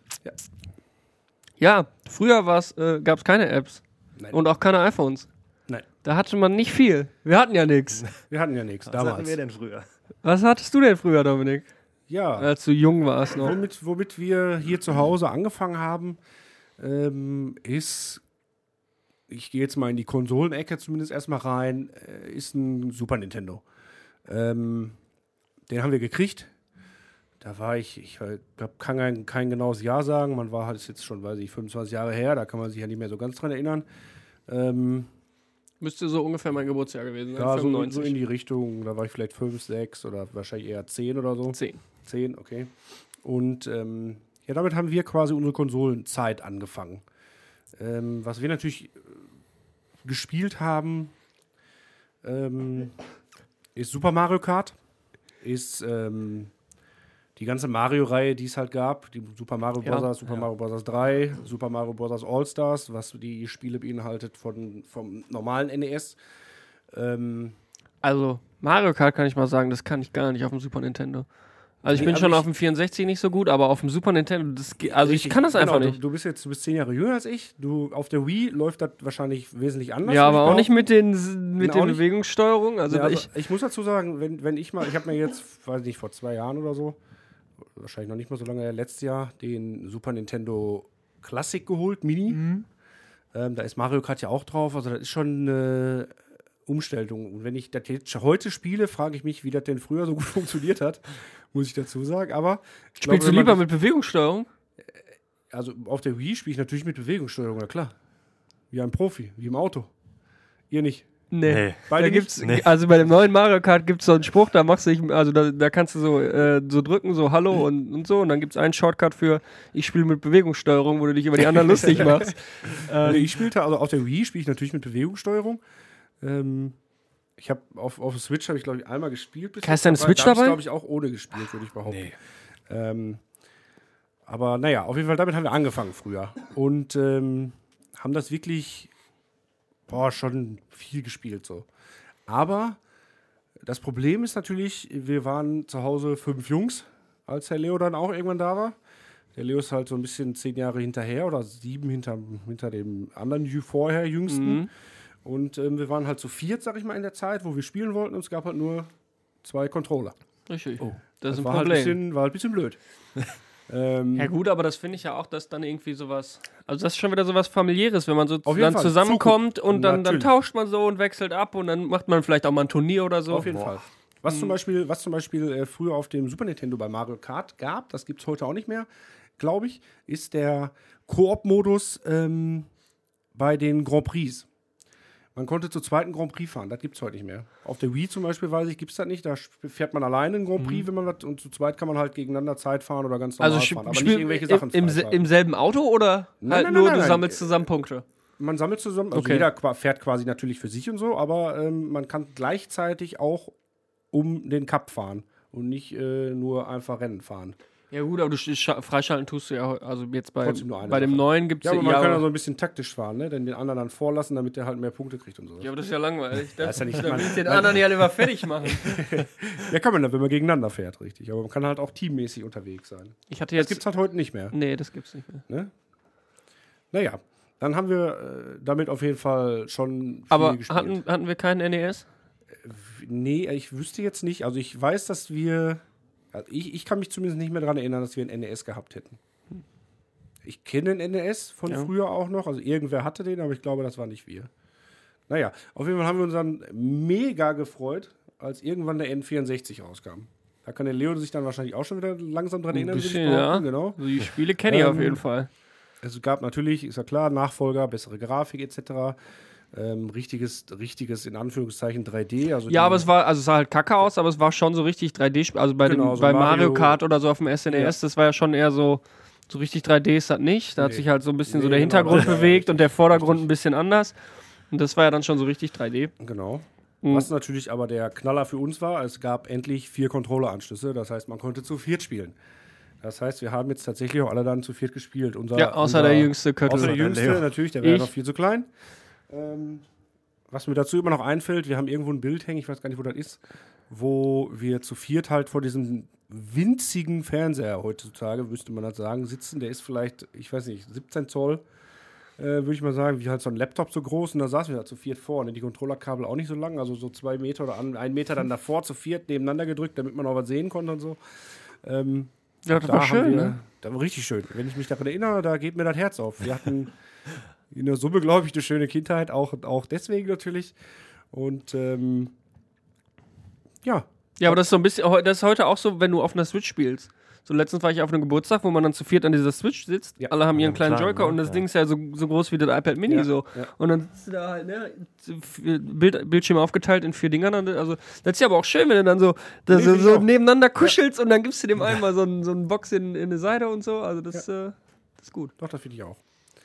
Ja, früher gab es keine Apps. Nein. Und auch keine iPhones. Nein. Da hatte man nicht viel. Wir hatten ja nichts. Wir hatten ja nichts Was hatten damals. wir denn früher? Was hattest du denn früher, Dominik? Ja, Als du jung warst noch. womit wir hier zu Hause angefangen haben, ist, ich gehe jetzt mal in die Konsolenecke zumindest erstmal rein, ist ein Super Nintendo. Den haben wir gekriegt. Da war ich kann kein genaues Jahr sagen. Man war halt jetzt schon, weiß ich, 25 Jahre her. Da kann man sich ja nicht mehr so ganz dran erinnern. Müsste so ungefähr mein Geburtsjahr gewesen sein. Ja, so 95. in die Richtung. Da war ich vielleicht 5, 6 oder wahrscheinlich eher 10 oder so. 10. 10, okay. Und ja, damit haben wir quasi unsere Konsolenzeit angefangen. Was wir natürlich gespielt haben, ist Super Mario Kart. Ist die ganze Mario-Reihe, die es halt gab. Die Super Mario Bros., Super Mario Bros. 3, Super Mario Bros. All-Stars, was die Spiele beinhaltet vom normalen NES. Also, Mario Kart kann ich mal sagen, das kann ich gar nicht auf dem Super Nintendo. Also, ich bin schon auf dem 64 nicht so gut, aber auf dem Super Nintendo, ich kann das einfach nicht. Du bist 10 Jahre jünger als ich. Auf der Wii läuft das wahrscheinlich wesentlich anders. Ja, würde aber ich auch nicht behaupten. mit den auch nicht. Bewegungssteuerungen. Also, Ja, ich muss dazu sagen, wenn ich habe mir jetzt, weiß nicht, vor 2 Jahren oder so, wahrscheinlich noch nicht mal so lange, letztes Jahr, den Super Nintendo Classic geholt, Mini. Da ist Mario Kart ja auch drauf, also das ist schon eine Umstellung. Und wenn ich das jetzt heute spiele, frage ich mich, wie das denn früher so gut funktioniert hat, muss ich dazu sagen. Aber spielst du lieber mit Bewegungssteuerung? Also auf der Wii spiele ich natürlich mit Bewegungssteuerung, na klar. Wie ein Profi, wie im Auto. Ihr nicht. Nee. Beide Da nicht? gibt's, also bei dem neuen Mario Kart gibt es so einen Spruch, da machst du da kannst du so drücken, so Hallo und so, und dann gibt es einen Shortcut für ich spiele mit Bewegungssteuerung, wo du dich über die anderen lustig machst. Nee, ich spielte, also auf der Wii spiele ich natürlich mit Bewegungssteuerung. Ich habe auf der Switch habe ich, glaube ich, einmal gespielt. Hast du eine Switch da hab dabei? glaube ich, auch ohne gespielt, würde ich behaupten. Nee. Aber naja, auf jeden Fall, damit haben wir angefangen früher. Und haben das wirklich schon viel gespielt so. Aber das Problem ist natürlich, wir waren zu Hause 5 Jungs, als Herr Leo dann auch irgendwann da war. Der Leo ist halt so ein bisschen 10 Jahre hinterher oder 7 hinter dem anderen vorher Jüngsten. Und wir waren halt zu 4, sag ich mal, in der Zeit, wo wir spielen wollten, und es gab halt nur 2 Controller. Richtig. Das ist ein war Problem. Halt ein bisschen blöd. Ja gut, aber das finde ich ja auch, dass dann irgendwie sowas, also das ist schon wieder sowas Familiäres, wenn man so Auf jeden dann Fall. zusammenkommt und dann Natürlich. tauscht man so und wechselt ab und dann macht man vielleicht auch mal ein Turnier oder so. Auf jeden Fall. Was zum Beispiel früher auf dem Super Nintendo bei Mario Kart gab, das gibt es heute auch nicht mehr, glaube ich, ist der Koop-Modus bei den Grand Prix. Man konnte zu zweiten Grand Prix fahren, das gibt es heute nicht mehr. Auf der Wii zum Beispiel, weiß ich, gibt es das nicht. Da fährt man alleine einen Grand Prix, wenn man und zu zweit kann man halt gegeneinander Zeit fahren oder ganz normal fahren. Aber nicht irgendwelche Sachen im selben Auto oder Nein, du nein. sammelst zusammen Punkte? Man sammelt zusammen, also Okay. jeder fährt quasi natürlich für sich und so, aber man kann gleichzeitig auch um den Cup fahren und nicht nur einfach Rennen fahren. Ja gut, aber du freischalten tust du ja, also jetzt bei Trotzdem nur eine dem Sache. neuen gibt es Ja, aber man kann ja so ein bisschen taktisch fahren, ne? Denn den anderen dann vorlassen, damit der halt mehr Punkte kriegt und so. Ja, aber das ist ja langweilig. ist ja nicht- da will ich den anderen ja lieber fertig machen. Ja, kann man dann, wenn man gegeneinander fährt, richtig. Aber man kann halt auch teammäßig unterwegs sein. Ich hatte Das jetzt. gibt's halt heute nicht mehr. Nee, das gibt's nicht mehr. Ne? Naja, dann haben wir damit auf jeden Fall schon viel Aber gespielt. hatten wir keinen NES? Nee, ich wüsste jetzt nicht. Also ich weiß, dass wir. Also ich kann mich zumindest nicht mehr daran erinnern, dass wir einen NES gehabt hätten. Ich kenne den NES von früher auch noch. Also irgendwer hatte den, aber ich glaube, das war nicht wir. Naja, auf jeden Fall haben wir uns dann mega gefreut, als irgendwann der N64 rauskam. Da kann der Leo sich dann wahrscheinlich auch schon wieder langsam dran erinnern. Ein würde ich bisschen, ja. behaupten, genau. Also die Spiele kenne ich auf jeden Fall. Es gab natürlich, ist ja klar, Nachfolger, bessere Grafik etc. Richtiges in Anführungszeichen 3D. Also Ja, aber es sah halt kacke aus, aber es war schon so richtig 3D, also Genau, so bei Mario Mario Kart oder so auf dem SNES, das war ja schon eher so richtig 3D ist das nicht. Da hat Nee. sich halt so ein bisschen so Nee, der genau, Hintergrund das war ja bewegt und der Vordergrund richtig. ein bisschen anders. Und das war ja dann schon so richtig 3D. Genau. Mhm. Was natürlich aber der Knaller für uns war, es gab endlich 4 Controller-Anschlüsse. Das heißt, man konnte zu 4 spielen. Das heißt, wir haben jetzt tatsächlich auch alle dann zu 4 gespielt. Außer der jüngste Köttel. Außer der Jüngste, natürlich, der wäre Ich. noch viel zu klein. Was mir dazu immer noch einfällt, wir haben irgendwo ein Bild hängen, ich weiß gar nicht, wo das ist, wo wir zu 4 halt vor diesem winzigen Fernseher heutzutage, müsste man das sagen, sitzen. Der ist vielleicht, ich weiß nicht, 17 Zoll, würde ich mal sagen, wie halt so ein Laptop so groß. Und da saßen wir da zu 4 vor. Und die Controllerkabel auch nicht so lang, also so 2 Meter oder 1 Meter dann davor zu 4 nebeneinander gedrückt, damit man auch was sehen konnte und so. Ja, das war schön, ne? Das war richtig schön. Wenn ich mich daran erinnere, da geht mir das Herz auf. Wir hatten in der Summe, glaube ich, eine schöne Kindheit, auch deswegen natürlich. Und ja. Ja, aber das ist so ein bisschen, das ist heute auch so, wenn du auf einer Switch spielst. So letztens war ich auf einem Geburtstag, wo man dann zu 4 an dieser Switch sitzt. Ja. Alle haben ihren Ja, kleinen klein, Joker ne? und das Ja. Ding ist ja so groß wie das iPad Mini Ja, so. ja. Und dann sitzt du da halt, ne, Bildschirm aufgeteilt in 4 Dingern. Also das ist ja aber auch schön, wenn du dann so finde ich auch. nebeneinander kuschelst und dann gibst du dem einmal so ein Box in eine Seite und so. Also das ist gut. Doch, das finde ich auch.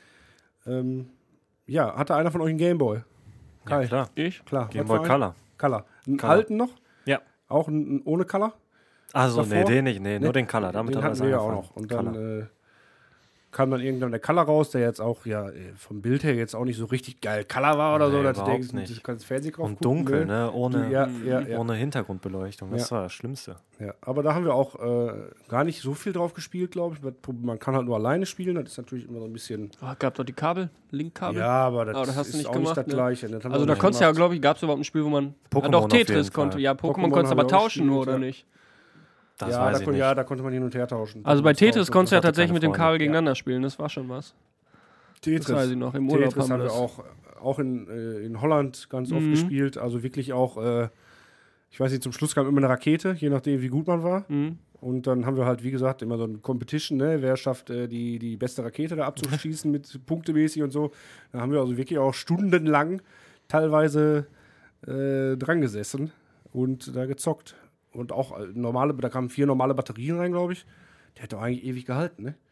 Ja, hatte einer von euch einen Gameboy? Ja, klar. Ich? Klar. Game Was Boy für ein? Color. Color. Einen Color. alten noch? Ja. Auch einen ohne Color? Also, nee, Davor? den nicht. Nee, nur den Color. Damit den hat hatten man wir ja auch angefangen. noch. Und Color. dann kam dann irgendwann der Color raus, der jetzt auch vom Bild her jetzt auch nicht so richtig geil Color war oder Nee, so. Dass du überhaupt denkst, nicht. du kannst Fernsehen drauf Und gucken, dunkel, ne? Ohne, Ja. ohne Hintergrundbeleuchtung. Das war das Schlimmste. Ja, aber da haben wir auch gar nicht so viel drauf gespielt, glaube ich. Man kann halt nur alleine spielen, das ist natürlich immer so ein bisschen. Oh, gab doch die Kabel, Linkkabel. Ja, aber das, Aber das hast ist du nicht auch gemacht, nicht das ne? Gleiche. Das haben Also wir da nicht konntest du ja, gemacht. glaube ich, gab es überhaupt ein Spiel, wo man Pokémon auch auf Tetris jeden konnte. Fall. Ja, Pokémon Pokémon konntest du haben aber wir auch tauschen, gespielt, oder ja. nicht? Das Ja, weiß ich nicht. da konnte man hin und her tauschen. Also bei Tetris Tauschen. konntest du ja hatte tatsächlich keine mit dem Freunde. Kabel gegeneinander spielen, das war schon was. Tetris. Das weiß ich noch, im Urlaub Tetris haben wir das. auch in Holland ganz oft Mhm. gespielt. Also wirklich auch, ich weiß nicht, zum Schluss kam immer eine Rakete, je nachdem, wie gut man war. Mhm. Und dann haben wir halt, wie gesagt, immer so ein Competition, ne? Wer schafft, die beste Rakete da abzuschießen mit punktemäßig und so. Da haben wir also wirklich auch stundenlang teilweise dran gesessen und da gezockt. Und auch da kamen 4 normale Batterien rein, glaube ich. Der hat doch eigentlich ewig gehalten, ne?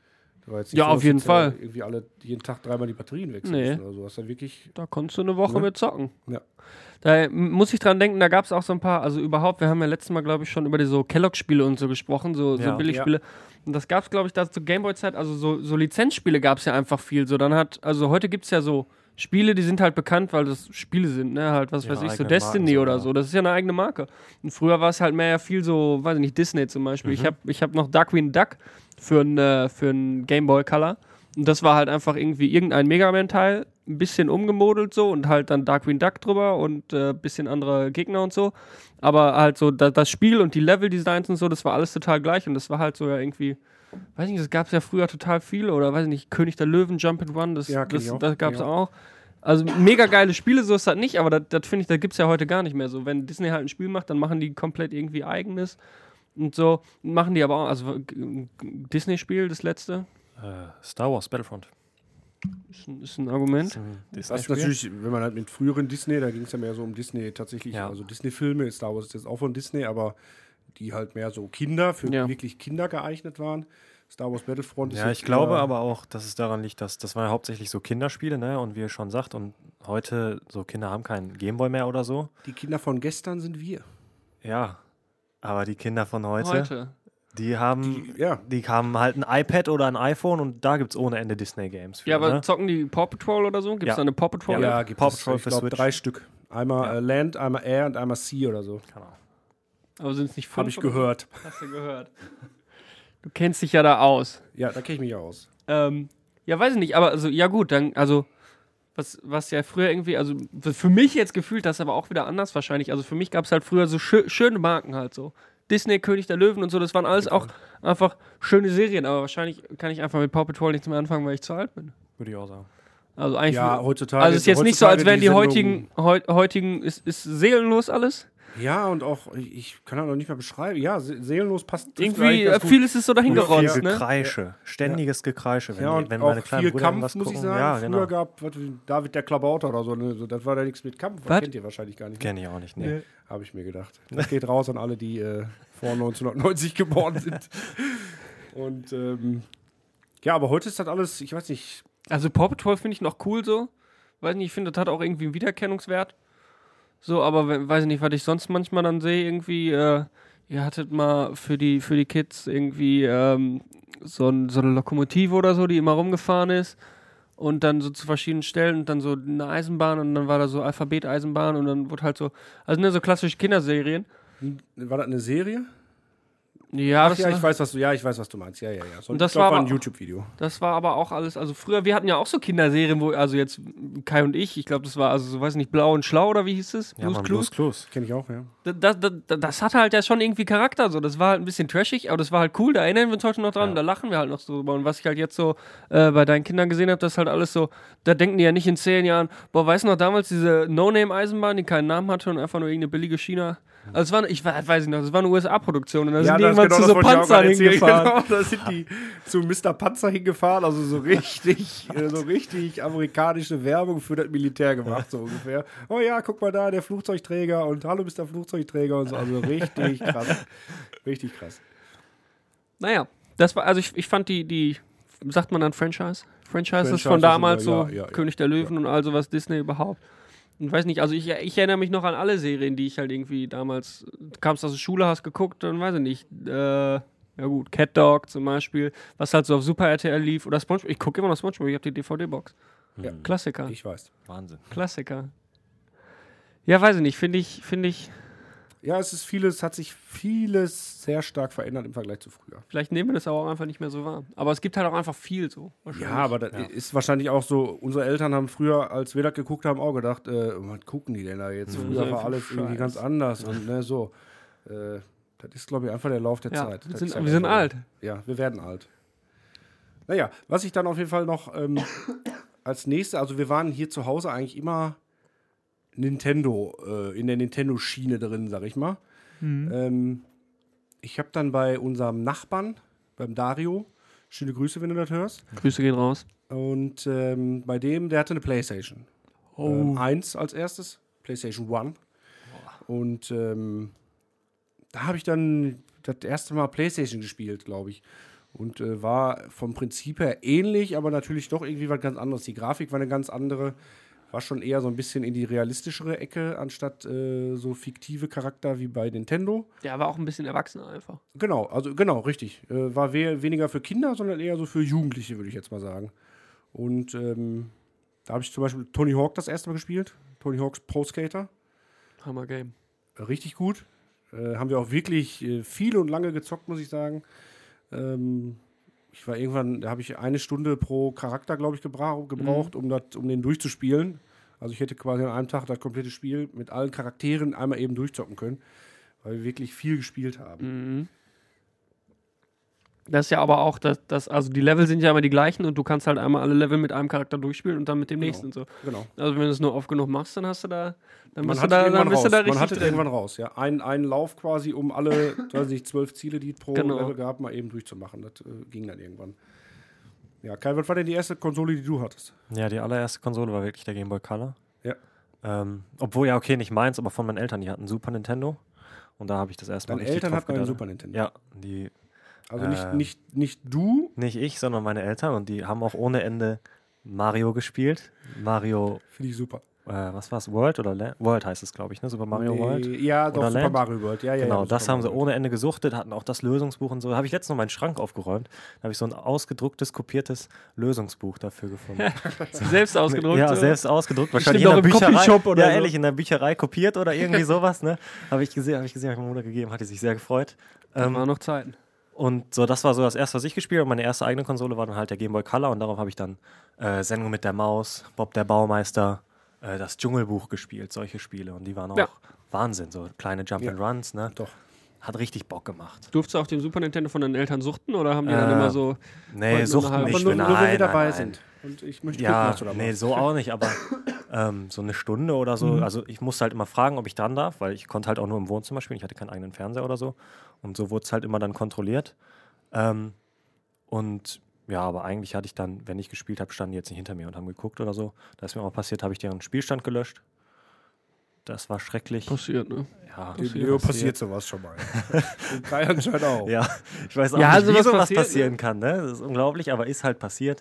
Da war jetzt nicht Ja, so, auf dass jeden jetzt, Fall. irgendwie jeden Tag 3-mal die Batterien wechseln Nee. müssen oder so. Das ist wirklich. Da konntest du eine Woche Ne? mit zocken. Ja. Da muss ich dran denken, da gab es auch so ein paar, also überhaupt, wir haben ja letztes Mal, glaube ich, schon über die so Kellogg-Spiele und so gesprochen, so Ja. Billigspiele. Und das gab es, glaube ich, da zur Gameboy-Zeit, also so Lizenzspiele gab es ja einfach viel. So, also heute gibt es ja so Spiele, die sind halt bekannt, weil das Spiele sind, ne, halt, was Ja, weiß ich, so eigene Destiny Marken so, oder ja. so. Das ist ja eine eigene Marke. Und früher war es halt mehr ja viel so, weiß ich nicht, Disney zum Beispiel. Ich hab noch Darkwing Duck für ein Game Boy Color. Und das war halt einfach irgendwie irgendein Mega Man-Teil, ein bisschen umgemodelt so und halt dann Darkwing Duck drüber und bisschen andere Gegner und so. Aber halt so das Spiel und die Level-Designs und so, das war alles total gleich und das war halt so ja irgendwie, weiß nicht, das gab es ja früher total viele oder weiß ich nicht, König der Löwen, Jump and Run, das gab es auch. Also mega geile Spiele, so ist das nicht, aber das finde ich, das gibt es ja heute gar nicht mehr so. Wenn Disney halt ein Spiel macht, dann machen die komplett irgendwie eigenes und so. Machen die aber auch, also Disney-Spiel, das letzte, Star Wars Battlefront. ist ein Argument. Was natürlich, wenn man halt mit früheren Disney, da ging es ja mehr so um Disney tatsächlich, Ja. also Disney-Filme, Star Wars ist jetzt auch von Disney, aber die halt mehr so für wirklich Kinder geeignet waren. Star Wars Battlefront ist Ja, jetzt ich glaube eher- aber auch, dass es daran liegt, dass das waren ja hauptsächlich so Kinderspiele, ne? Und wie ihr schon sagt, und heute so Kinder haben keinen Gameboy mehr oder so. Die Kinder von gestern sind wir. Ja, aber die Kinder von heute. Die haben halt ein iPad oder ein iPhone und da gibt es ohne Ende Disney-Games. Ja, aber ne? zocken die Paw Patrol oder so? Gibt es Ja. da eine Paw Patrol? Ja. Ja, gibt Paw es, Patrol ich für glaube, Switch. 3 Stück. Einmal Land, einmal Air und einmal Sea oder so. Genau. Aber sind es nicht 5? Habe ich gehört. Hast du gehört. Du kennst dich ja da aus. Ja, da kenne ich mich aus. Ja, weiß ich nicht, aber also, ja gut, dann, also, was ja früher irgendwie, also für mich jetzt gefühlt, das ist aber auch wieder anders wahrscheinlich. Also für mich gab es halt früher so schöne Marken halt so. Disney, König der Löwen und so, das waren alles auch einfach schöne Serien, aber wahrscheinlich kann ich einfach mit Paw Patrol nichts mehr anfangen, weil ich zu alt bin. Würde ich auch sagen. Also eigentlich. Ja, heutzutage. Also es ist jetzt nicht so, als wären die Sendungen- heutigen ist seelenlos alles. Ja, und auch, ich kann das noch nicht mal beschreiben. Ja, seelenlos passt. trifft Irgendwie, eigentlich ganz gut. vieles ist so dahingerotzt, Viel ne? Gekreische, ständiges Gekreische. Ja, und wenn auch meine kleinen viel Brüder Kampf, irgendwas muss ich gucken. sagen. Ja, Früher genau. gab David der Klabauter oder so, ne? So, das war da nichts mit Kampf. Was? Das kennt ihr wahrscheinlich gar nicht. Kenne ich auch nicht, ne. Habe ich mir gedacht. Das geht raus an alle, die vor 1990 geboren sind. Und ja, aber heute ist das alles, ich weiß nicht. Also Paw Patrol finde ich noch cool so. Weiß nicht, ich finde, das hat auch irgendwie einen Wiedererkennungswert. So, aber weiß ich nicht, was ich sonst manchmal dann sehe, irgendwie, ihr hattet mal für die Kids irgendwie so eine Lokomotive oder so, die immer rumgefahren ist und dann so zu verschiedenen Stellen und dann so eine Eisenbahn und dann war da so Alphabet-Eisenbahn und dann wurde halt so, also ne, so klassische Kinderserien. War das eine Serie? Ja, Ach, ja, ich weiß, was du meinst. Ja. So, Und das ich glaub, war ein aber- YouTube-Video. Das war aber auch alles, also früher, wir hatten ja auch so Kinderserien, wo, also jetzt Kai und ich glaube, das war, also so, weiß ich nicht, Blau und Schlau oder wie hieß es? Ja, man, Blues Clues. Kenne ich auch, ja. Das hatte halt ja schon irgendwie Charakter, so. Das war halt ein bisschen trashig, aber das war halt cool, da erinnern wir uns heute noch dran, da lachen wir halt noch so drüber. Und was ich halt jetzt so bei deinen Kindern gesehen habe, das ist halt alles so, da denken die ja nicht in 10 Jahren, boah, weißt du noch damals diese No-Name-Eisenbahn, die keinen Namen hatte und einfach nur irgendeine billige China. Also es war, weiß ich noch, das war eine USA-Produktion und da sind die irgendwann zu so Panzern hingefahren. Genau, da sind die zu Mr. Panzer hingefahren, also so richtig amerikanische Werbung für das Militär gemacht, so ungefähr. Oh ja, guck mal da, der Flugzeugträger und hallo Mr. Flugzeugträger und so, also richtig krass. Richtig krass. Naja, das war, also ich fand die sagt man dann Franchises Franchise von damals ist so, immer, ja. König der Löwen und all sowas, Disney überhaupt. Und weiß nicht, also ich erinnere mich noch an alle Serien, die ich halt irgendwie damals, du kamst aus der Schule, hast geguckt, dann weiß ich nicht, ja gut, Cat Dog zum Beispiel, was halt so auf Super RTL lief, oder SpongeBob, ich gucke immer noch SpongeBob, ich habe die DVD-Box. Ja. Klassiker, Ich weiß. Wahnsinn. Klassiker. Ja, weiß ich nicht, finde ich, Ja, hat sich vieles sehr stark verändert im Vergleich zu früher. vielleicht nehmen wir das aber auch einfach nicht mehr so wahr. Aber es gibt halt auch einfach viel so. Ja, aber das ist wahrscheinlich auch so, unsere Eltern haben früher, als wir das geguckt haben, auch gedacht, was gucken die denn da jetzt? Früher war alles irgendwie ganz anders und ne, so. Das ist, glaube ich, einfach der Lauf der Ja, Zeit. wir Das ist sind einfach so. alt. Ja, wir werden alt. Naja, was ich dann auf jeden Fall noch als nächstes, also wir waren hier zu Hause eigentlich immer Nintendo, in der Nintendo-Schiene drin, sag ich mal. Ich habe dann bei unserem Nachbarn, beim Dario, schöne Grüße, wenn du das hörst, Grüße gehen raus. und bei dem, der hatte eine Playstation. 1 als erstes, Playstation 1. Und da habe ich dann das erste Mal Playstation gespielt, glaube ich. Und war vom Prinzip her ähnlich, aber natürlich doch irgendwie was ganz anderes. Die Grafik war eine ganz andere. War schon eher so ein bisschen in die realistischere Ecke, anstatt so fiktive Charakter wie bei Nintendo. Der war auch ein bisschen erwachsener einfach. Genau, richtig. War weniger für Kinder, sondern eher so für Jugendliche, würde ich jetzt mal sagen. Und da habe ich zum Beispiel Tony Hawk das erste Mal gespielt. Tony Hawk's Pro Skater. Hammer Game. Richtig gut. Haben wir auch wirklich viel und lange gezockt, muss ich sagen. Ich war irgendwann, da habe ich 1 Stunde pro Charakter, glaube ich, gebraucht, um den durchzuspielen. Also ich hätte quasi an einem Tag das komplette Spiel mit allen Charakteren einmal eben durchzocken können, weil wir wirklich viel gespielt haben. Mhm. Das ist ja aber auch, also die Level sind ja immer die gleichen und du kannst halt einmal alle Level mit einem Charakter durchspielen und dann mit dem nächsten so. Genau. Also wenn du es nur oft genug machst, dann hast du da, dann Man bist du da richtig Man hat es drin. irgendwann raus, ja. Einen Lauf quasi, um alle, weiß nicht, 12 Ziele, die es pro Genau. Level gab, mal eben durchzumachen. Das ging dann irgendwann. Ja, Kai, was war denn die erste Konsole, die du hattest? Ja, die allererste Konsole war wirklich der Game Boy Color. Ja. Obwohl, ja, okay, nicht meins, aber von meinen Eltern. Die hatten Super Nintendo. Und da habe ich das erste Mal Deine richtig Eltern drauf hatten einen gedacht. Super Nintendo. Ja, die Also nicht du. nicht ich, sondern meine Eltern. Und die haben auch ohne Ende Mario gespielt. Mario, Finde ich super. was war's? World oder World heißt es, glaube ich, ne? Super Mario World. Ja, doch, Oder Super Land? Mario World. Ja, Genau, ja, das Super haben sie Mario ohne Ende gesuchtet, hatten auch das Lösungsbuch und so. Da habe ich letztens noch meinen Schrank aufgeräumt. Da habe ich so ein ausgedrucktes, kopiertes Lösungsbuch dafür gefunden. Selbst ausgedruckt. Ja, so. selbst ausgedruckt. Wahrscheinlich Bestimmt in der auch im Bücherei. Copyshop oder ja, so. ehrlich, in der Bücherei kopiert oder irgendwie sowas, ne? Habe ich gesehen, habe ich meiner Mutter gegeben, hat die sich sehr gefreut. Da waren noch Zeiten. Und so, das war so das erste, was ich gespielt habe. Meine erste eigene Konsole war dann halt der Game Boy Color und darauf habe ich dann Sendung mit der Maus, Bob der Baumeister, das Dschungelbuch gespielt, solche Spiele. Und die waren auch Wahnsinn, so kleine Jump'n'Runs, ne? Doch. Hat richtig Bock gemacht. Durftest du auch den Super Nintendo von deinen Eltern suchten oder haben die dann immer so. Nee, wollten suchten nur nicht. Aber nur wenn wir nein, dabei nein. sind. Und ich möchte Ja, gucken, was du da nee, machst. so auch nicht, aber so eine Stunde oder so. Also ich musste halt immer fragen, ob ich dran darf, weil ich konnte halt auch nur im Wohnzimmer spielen. Ich hatte keinen eigenen Fernseher oder so. Und so wurde es halt immer dann kontrolliert. Und ja, aber eigentlich hatte ich dann, wenn ich gespielt habe, standen die jetzt nicht hinter mir und haben geguckt oder so. Da ist mir auch passiert, habe ich deren Spielstand gelöscht. Das war schrecklich. Passiert, ne? Ja, Leo passiert sowas schon mal. Und Kai anscheinend auch. Ja, ich weiß auch Ja, nicht, wie sowas sowas passiert, passieren kann. Ne? Das ist unglaublich, aber ist halt passiert.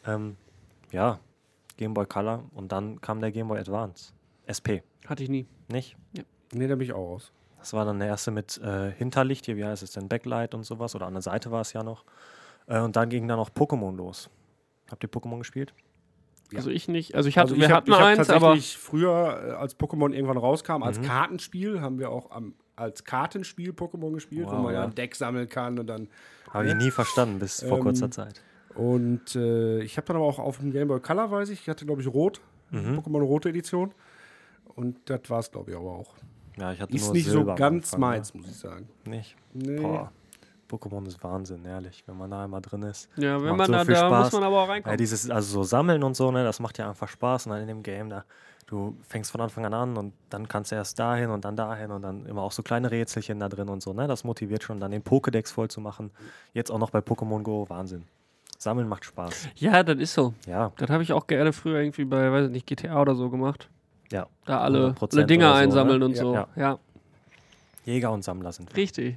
Ja, Game Boy Color und dann kam der Game Boy Advance. SP, Hatte ich nie. nicht? Nee, da bin ich auch aus. Das war dann der erste mit Hinterlicht, hier, wie heißt es denn, Backlight und sowas. Oder an der Seite war es ja noch. Und dann ging dann auch Pokémon los. Habt ihr Pokémon gespielt? Ja. Also ich nicht. Also wir Ich hatten hab eins, aber. tatsächlich früher, als Pokémon irgendwann rauskam, als Kartenspiel, haben wir auch als Kartenspiel Pokémon gespielt, wo Wow, man ja ja. ein Deck sammeln kann und dann. Habe ich nie verstanden bis vor kurzer Zeit. Und ich habe dann aber auch auf dem Game Boy Color, weiß ich hatte, glaube ich, Rot, Pokémon Rote Edition. Und das war es, glaube ich, aber auch. Ja, ich hatte Ist nur nicht so Silber am ganz Anfang, meins, muss ich sagen. Ne? Nicht? Nee. Boah. Pokémon ist Wahnsinn, ehrlich, wenn man da einmal drin ist. Ja, wenn Macht man so viel da Spaß. muss man aber auch Ja, reinkommen. dieses, also so Sammeln und so, ne, das macht ja einfach Spaß. Und dann in dem Game, da, du fängst von Anfang an und dann kannst du erst dahin und dann immer auch so kleine Rätselchen da drin und so, ne? Das motiviert schon, dann den Pokédex voll zu machen. Jetzt auch noch bei Pokémon Go, Wahnsinn. Sammeln macht Spaß. Ja, das ist so. Ja, Das habe ich auch gerne früher irgendwie bei, weiß ich nicht, GTA oder so gemacht. ja. Da alle 100% Dinger oder so, einsammeln ne? und so. Ja. Ja, Jäger und Sammler sind wir. richtig.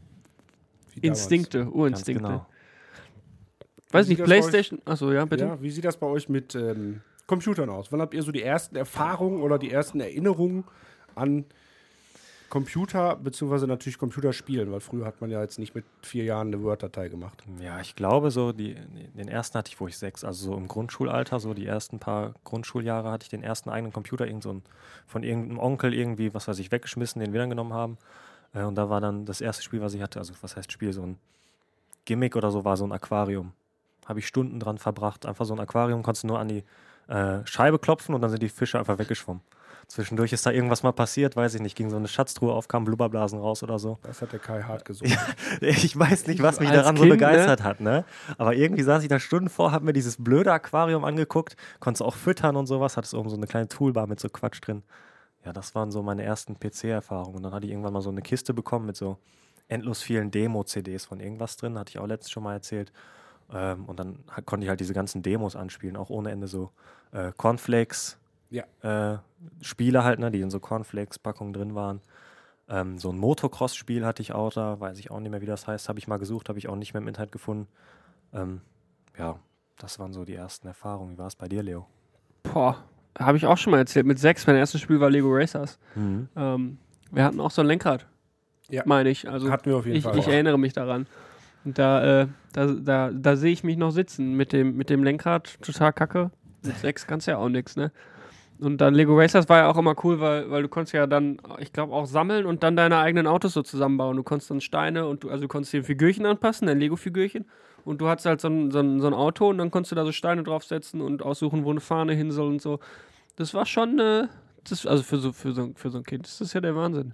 Wie damals. Instinkte, Ganz Urinstinkte. genau. Weiß Wie nicht, sieht das bei euch- Playstation. Achso, ja, bitte. Ja, wie sieht das bei euch mit Computern aus? Wann habt ihr so die ersten Erfahrungen oder die ersten Erinnerungen an Computer, beziehungsweise natürlich Computerspielen? Weil früher hat man ja jetzt nicht mit 4 Jahren eine Word-Datei gemacht. Ja, ich glaube so, den ersten hatte ich, wo ich 6, also so im Grundschulalter, so die ersten paar Grundschuljahre hatte ich den ersten eigenen Computer, von irgendeinem Onkel irgendwie, was weiß ich, weggeschmissen, den wir dann genommen haben. Und da war dann das erste Spiel, was ich hatte, also was heißt Spiel, so ein Gimmick oder so, war so ein Aquarium. Habe ich Stunden dran verbracht, einfach so ein Aquarium, konntest du nur an die Scheibe klopfen und dann sind die Fische einfach weggeschwommen. Zwischendurch ist da irgendwas mal passiert, weiß ich nicht, ging so eine Schatztruhe auf, kamen Blubberblasen raus oder so. Das hat der Kai hart gesungen. Ich weiß nicht, was mich Als daran so Kind, begeistert hat, ne? Aber irgendwie saß ich da Stunden vor, hab mir dieses blöde Aquarium angeguckt, konntest auch füttern und sowas, hattest oben so eine kleine Toolbar mit so Quatsch drin. Ja, das waren so meine ersten PC-Erfahrungen. Und dann hatte ich irgendwann mal so eine Kiste bekommen mit so endlos vielen Demo-CDs von irgendwas drin, hatte ich auch letztens schon mal erzählt. Und dann konnte ich halt diese ganzen Demos anspielen, auch ohne Ende so Cornflakes, Ja. Spiele halt, ne, die in so Cornflakes-Packungen drin waren. So ein Motocross-Spiel hatte ich auch da, weiß ich auch nicht mehr, wie das heißt, habe ich mal gesucht, habe ich auch nicht mehr im Internet gefunden. Ja, das waren so die ersten Erfahrungen. Wie war es bei dir, Leo? Boah, habe ich auch schon mal erzählt. Mit 6, mein erstes Spiel war Lego Racers. Wir hatten auch so ein Lenkrad, Ja. meine ich. Also Hatten wir auf jeden Fall. Ich erinnere mich daran. Und da sehe ich mich noch sitzen mit dem Lenkrad, total kacke. Mit 6 kannst du ja auch nichts, ne? Und dann Lego Racers war ja auch immer cool, weil du konntest ja dann, ich glaube, auch sammeln und dann deine eigenen Autos so zusammenbauen. Du konntest dann Steine und du konntest dir Figürchen anpassen, dein Lego-Figürchen. Und du hattest halt so ein Auto und dann konntest du da so Steine draufsetzen und aussuchen, wo eine Fahne hin soll und so. Das war schon, also für so ein Kind ist das ja der Wahnsinn.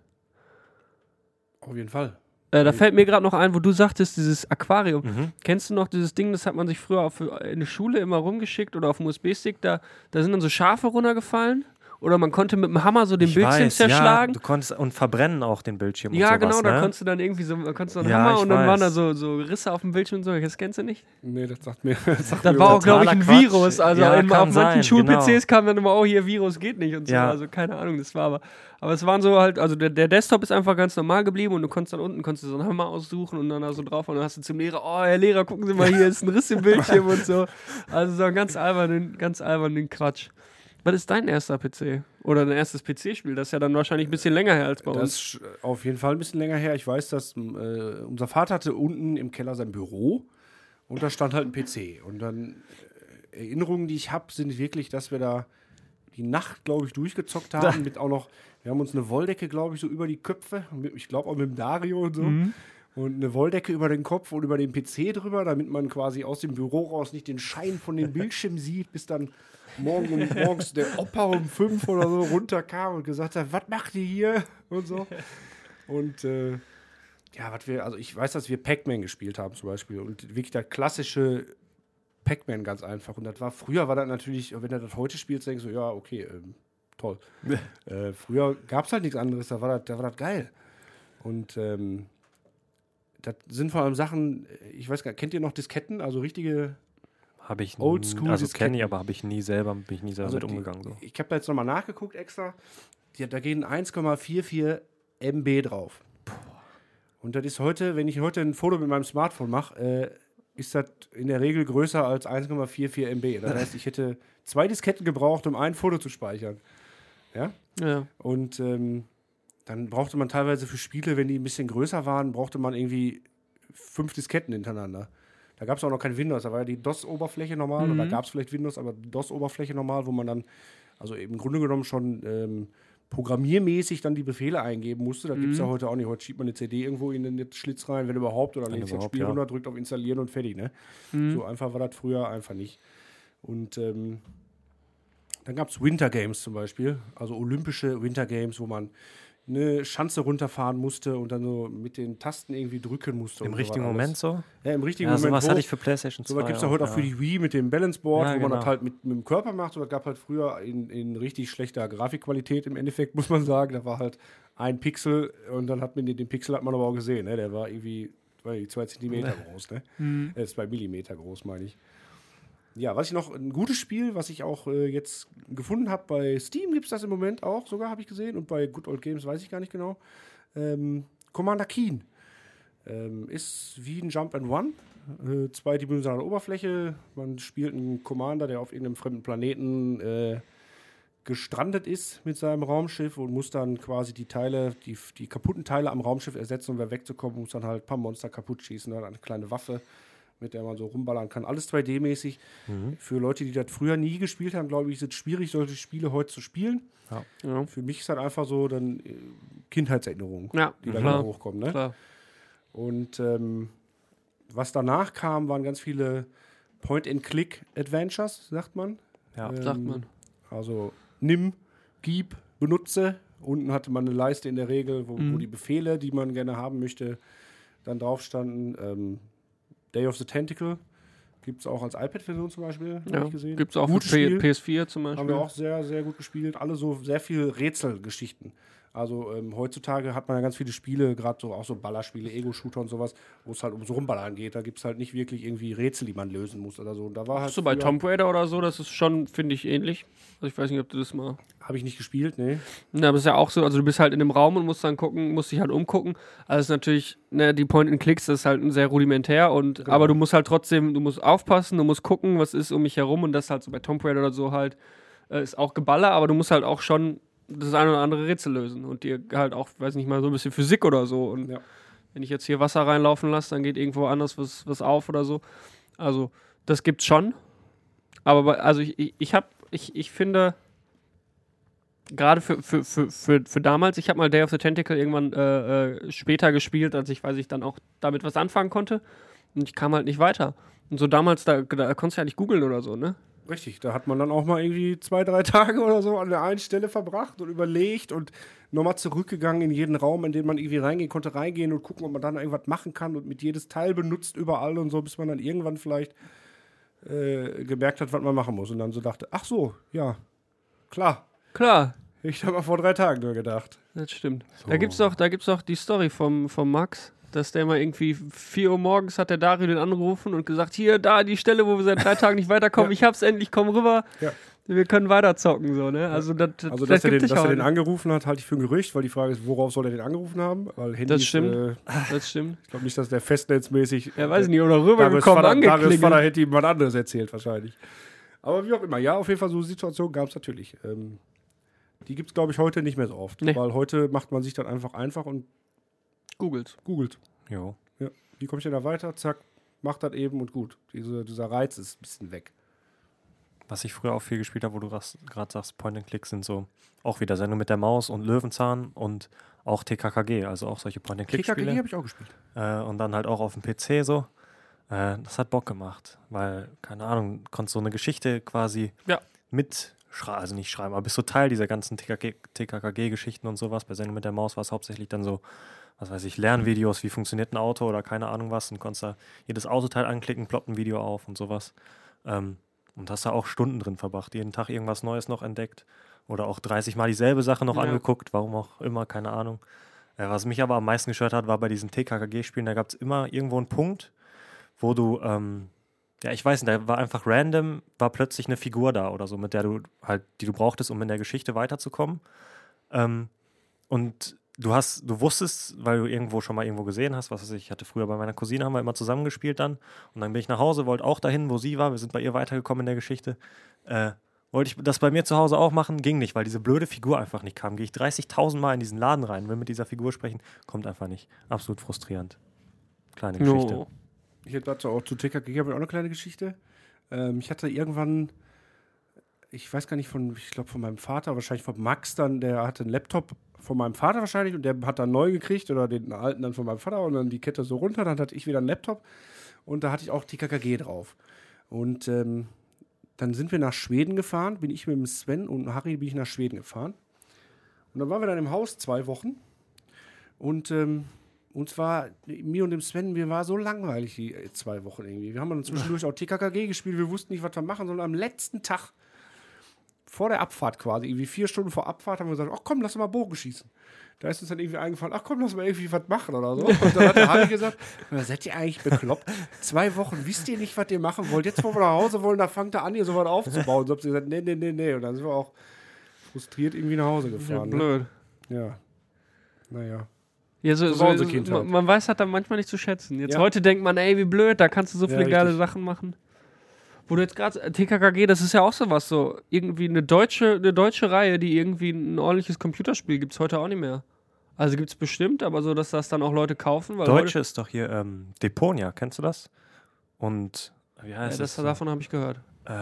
Auf jeden Fall. Da fällt mir gerade noch ein, wo du sagtest, dieses Aquarium. Kennst du noch dieses Ding, das hat man sich früher in der Schule immer rumgeschickt oder auf dem USB-Stick, da sind dann so Schafe runtergefallen oder man konnte mit dem Hammer so den Bildschirm zerschlagen. Ja, du konntest und verbrennen auch den Bildschirm und ja, sowas, genau, ne? da konntest du dann irgendwie so, einen Ja, Hammer ich und dann weiß. waren da so Risse auf dem Bildschirm und so. Das kennst du nicht? Nee, das sagt mir. Das war auch, glaube ich, ein totaler Virus. Also Ja, auf kann manchen sein, Schul-PCs genau. kam dann immer, hier, Virus geht nicht und so. Ja. Also keine Ahnung, das war aber es waren so halt, also der Desktop ist einfach ganz normal geblieben und du konntest dann unten so einen Hammer aussuchen und dann da so drauf und dann hast du zum Lehrer, oh, Herr Lehrer, gucken Sie mal, hier ist ein Riss im Bildschirm und so. Also so einen ganz albernen Quatsch. Was ist dein erster PC? Oder dein erstes PC-Spiel? Das ist ja dann wahrscheinlich ein bisschen länger her als bei uns. Das ist auf jeden Fall ein bisschen länger her. Ich weiß, dass unser Vater hatte unten im Keller sein Büro und da stand halt ein PC. Und dann Erinnerungen, die ich habe, sind wirklich, dass wir da die Nacht, glaube ich, durchgezockt haben. Mit auch noch, wir haben uns eine Wolldecke, glaube ich, so über die Köpfe. Ich glaube auch mit dem Dario und so. Und eine Wolldecke über den Kopf und über den PC drüber, damit man quasi aus dem Büro raus nicht den Schein von dem Bildschirm sieht, bis dann morgens der Opa um 5 oder so runterkam und gesagt hat, was macht ihr hier? Und so. Und also ich weiß, dass wir Pac-Man gespielt haben zum Beispiel und wirklich der klassische Pac-Man ganz einfach. Und früher war das natürlich, wenn du das heute spielst, denkst du, ja, okay, toll. Früher gab es halt nichts anderes, da war das geil. Und das sind vor allem Sachen, ich weiß gar nicht, kennt ihr noch Disketten, also richtige Habe ich Oldschool also Disketten. kenne ich, aber bin ich nie selber mit umgegangen. So. Ich habe da jetzt nochmal nachgeguckt extra. Da gehen 1,44 MB drauf. Und das ist heute, wenn ich heute ein Foto mit meinem Smartphone mache, ist das in der Regel größer als 1,44 MB. Das heißt, ich hätte 2 Disketten gebraucht, um ein Foto zu speichern. Ja. Und dann brauchte man teilweise für Spiele, wenn die ein bisschen größer waren, brauchte man irgendwie 5 Disketten hintereinander. Da gab es auch noch kein Windows, da war ja die DOS-Oberfläche normal, oder gab es vielleicht Windows, aber die DOS-Oberfläche normal, wo man dann, also im Grunde genommen schon programmiermäßig dann die Befehle eingeben musste. Das gibt es ja heute auch nicht. Heute schiebt man eine CD irgendwo in den Schlitz rein, wenn überhaupt, oder legt das Spiel runter, drückt auf Installieren und fertig. Ne? So einfach war das früher einfach nicht. Und dann gab es Winter Games zum Beispiel, also olympische Winter Games, wo man eine Schanze runterfahren musste und dann so mit den Tasten irgendwie drücken musste. Im richtigen Moment so? Ja, im richtigen Ja, Moment. sowas hatte ich für PlayStation 2. So was gibt es ja heute auch für die Wii mit dem Balance Board, Ja, wo man genau. das halt mit dem Körper macht. Und das gab halt früher in richtig schlechter Grafikqualität im Endeffekt, muss man sagen. Da war halt ein Pixel und dann hat man den Pixel hat man aber auch gesehen. Ne? Der war irgendwie 2 Zentimeter groß. Ne? 2 Millimeter groß, meine ich. Ja, ein gutes Spiel, was ich auch jetzt gefunden habe, bei Steam gibt es das im Moment auch, sogar habe ich gesehen, und bei Good Old Games weiß ich gar nicht genau. Commander Keen. Ist wie ein Jump and Run. 2-dimensionale Oberfläche. Man spielt einen Commander, der auf irgendeinem fremden Planeten gestrandet ist mit seinem Raumschiff und muss dann quasi die kaputten Teile am Raumschiff ersetzen, um wegzukommen, muss dann halt ein paar Monster kaputt schießen, dann eine kleine Waffe, mit der man so rumballern kann. Alles 2D-mäßig. Für Leute, die das früher nie gespielt haben, glaube ich, ist es schwierig, solche Spiele heute zu spielen. Ja. Für mich ist das einfach so dann Kindheitserinnerungen, die da wieder hochkommen. Ne? Klar. Und was danach kam, waren ganz viele Point-and-Click-Adventures, sagt man. Ja. Sagt man. Also nimm, gib, benutze. Unten hatte man eine Leiste in der Regel, wo die Befehle, die man gerne haben möchte, dann drauf standen. Day of the Tentacle gibt es auch als iPad-Version zum Beispiel, habe ich gesehen. Gibt es auch Gutes für Spiel. PS4 zum Beispiel. Haben wir auch sehr, sehr gut gespielt. Alle so sehr viel Rätselgeschichten. Also heutzutage hat man ja ganz viele Spiele, gerade so auch so Ballerspiele, Ego-Shooter und sowas, wo es halt ums Rumballern geht. Da gibt es halt nicht wirklich irgendwie Rätsel, die man lösen muss oder so. Und da war halt So bei Tomb Raider oder so, das ist schon, finde ich, ähnlich. Also ich weiß nicht, ob du das mal... Habe ich nicht gespielt, nee. Na, aber es ist ja auch so, also du bist halt in dem Raum und musst dann gucken, musst dich halt umgucken. Also es ist natürlich, ne, die Point-and-Clicks, das ist halt sehr rudimentär und aber du musst halt trotzdem, du musst aufpassen, du musst gucken, was ist um mich herum und das halt so bei Tomb Raider oder so halt ist auch Geballer, aber du musst halt auch schon das eine oder andere Rätsel lösen und dir halt auch, weiß nicht mal, so ein bisschen Physik oder so und wenn ich jetzt hier Wasser reinlaufen lasse, dann geht irgendwo anders was auf oder so. Also das gibt's schon, aber also ich finde gerade für damals, ich habe mal Day of the Tentacle irgendwann später gespielt, als ich, weiß ich, dann auch damit was anfangen konnte. Und ich kam halt nicht weiter. Und so damals, da konntest du ja nicht googeln oder so, ne? Richtig, da hat man dann auch mal irgendwie 2-3 Tage oder so an der einen Stelle verbracht und überlegt und nochmal zurückgegangen in jeden Raum, in den man irgendwie reingehen konnte, und gucken, ob man dann irgendwas machen kann und mit jedes Teil benutzt überall und so, bis man dann irgendwann vielleicht gemerkt hat, was man machen muss. Und dann so dachte, ach so, ja, klar. Ich habe mal vor 3 Tagen nur gedacht. Das stimmt. So. Da gibt's auch die Story vom Max, dass der mal irgendwie 4 Uhr morgens hat der Dario den angerufen und gesagt, hier, da, die Stelle, wo wir seit 3 Tagen nicht weiterkommen, ich hab's endlich, komm rüber. Ja. Wir können weiter zocken, so, ne? Also, dass er den angerufen hat, halte ich für ein Gerücht, weil die Frage ist, worauf soll er den angerufen haben? Weil Handys, das stimmt. Das stimmt. Ich glaube nicht, dass der festnetzmäßig. Ja, weiß ich nicht, oder rübergekommen, angeklingelt. Darius Vater hätte ihm was anderes erzählt, wahrscheinlich. Aber wie auch immer, ja, auf jeden Fall so eine Situation gab es natürlich. Die gibt es, glaube ich, heute nicht mehr so oft. Nee. Weil heute macht man sich dann einfach und googelt. Jo. Ja. Wie komme ich denn da weiter? Zack, macht das eben und gut. Dieser Reiz ist ein bisschen weg. Was ich früher auch viel gespielt habe, wo du gerade sagst, Point-and-Click sind so auch wieder Sendung mit der Maus und Löwenzahn und auch TKKG, also auch solche Point-and-Click-Spiele. TKKG habe ich auch gespielt. Und dann halt auch auf dem PC so. Das hat Bock gemacht, weil, keine Ahnung, konntest so eine Geschichte quasi also nicht schreiben, aber bist so Teil dieser ganzen TKKG-Geschichten und sowas. Bei Sendung mit der Maus war es hauptsächlich dann so, was weiß ich, Lernvideos, wie funktioniert ein Auto oder keine Ahnung was, und konntest da jedes Autoteil anklicken, ploppt ein Video auf und sowas. Und hast da auch Stunden drin verbracht, jeden Tag irgendwas Neues noch entdeckt oder auch 30 Mal dieselbe Sache noch angeguckt, warum auch immer, keine Ahnung. Was mich aber am meisten gestört hat, war bei diesen TKKG-Spielen, da gab es immer irgendwo einen Punkt, wo du, ich weiß nicht, da war einfach random, war plötzlich eine Figur da oder so, mit der du halt, die du brauchtest, um in der Geschichte weiterzukommen. Und du wusstest, weil du irgendwo schon mal irgendwo gesehen hast, was weiß ich hatte früher bei meiner Cousine, haben wir immer zusammengespielt dann. Und dann bin ich nach Hause, wollte auch dahin, wo sie war. Wir sind bei ihr weitergekommen in der Geschichte. Wollte ich das bei mir zu Hause auch machen? Ging nicht, weil diese blöde Figur einfach nicht kam. Gehe ich 30.000 Mal in diesen Laden rein, will mit dieser Figur sprechen, kommt einfach nicht. Absolut frustrierend. Kleine Geschichte. No. Ich hätte dazu auch zu TKKG habe ich auch eine kleine Geschichte. Ich hatte irgendwann, ich weiß gar nicht ich glaube von meinem Vater, wahrscheinlich von Max dann, der hatte einen Laptop von meinem Vater wahrscheinlich und der hat dann neu gekriegt oder den alten dann von meinem Vater und dann die Kette so runter, dann hatte ich wieder einen Laptop und da hatte ich auch TKKG drauf. Und dann sind wir nach Schweden gefahren, bin ich mit dem Sven und Harry bin ich nach Schweden gefahren. Und dann waren wir dann im Haus 2 Wochen und uns war, mir und dem Sven, mir war so langweilig die 2 Wochen irgendwie. Wir haben dann zwischendurch auch TKKG gespielt, wir wussten nicht, was wir machen, sondern am letzten Tag vor der Abfahrt quasi, irgendwie 4 Stunden vor Abfahrt, haben wir gesagt, ach komm, lass mal Bogen schießen. Da ist uns dann irgendwie eingefallen, ach komm, lass mal irgendwie was machen oder so. Und dann hat der Harry gesagt, seid ihr eigentlich bekloppt? 2 Wochen, wisst ihr nicht, was ihr machen wollt? Jetzt, wo wir nach Hause wollen, da fangt ihr an, hier sowas aufzubauen. So habt ihr gesagt, nee. Und dann sind wir auch frustriert irgendwie nach Hause gefahren. Ja, blöd. Ne? Ja. Naja. Ja, man weiß halt dann manchmal nicht zu schätzen. Jetzt heute denkt man, ey, wie blöd, da kannst du so viele geile Sachen machen. Wo du jetzt gerade, TKKG, das ist ja auch sowas, so irgendwie eine deutsche Reihe, die irgendwie ein ordentliches Computerspiel gibt's heute auch nicht mehr. Also gibt's bestimmt, aber so, dass das dann auch Leute kaufen. Weil Deutsche ist doch hier Deponia, kennst du das? Und wie heißt das? Davon habe ich gehört.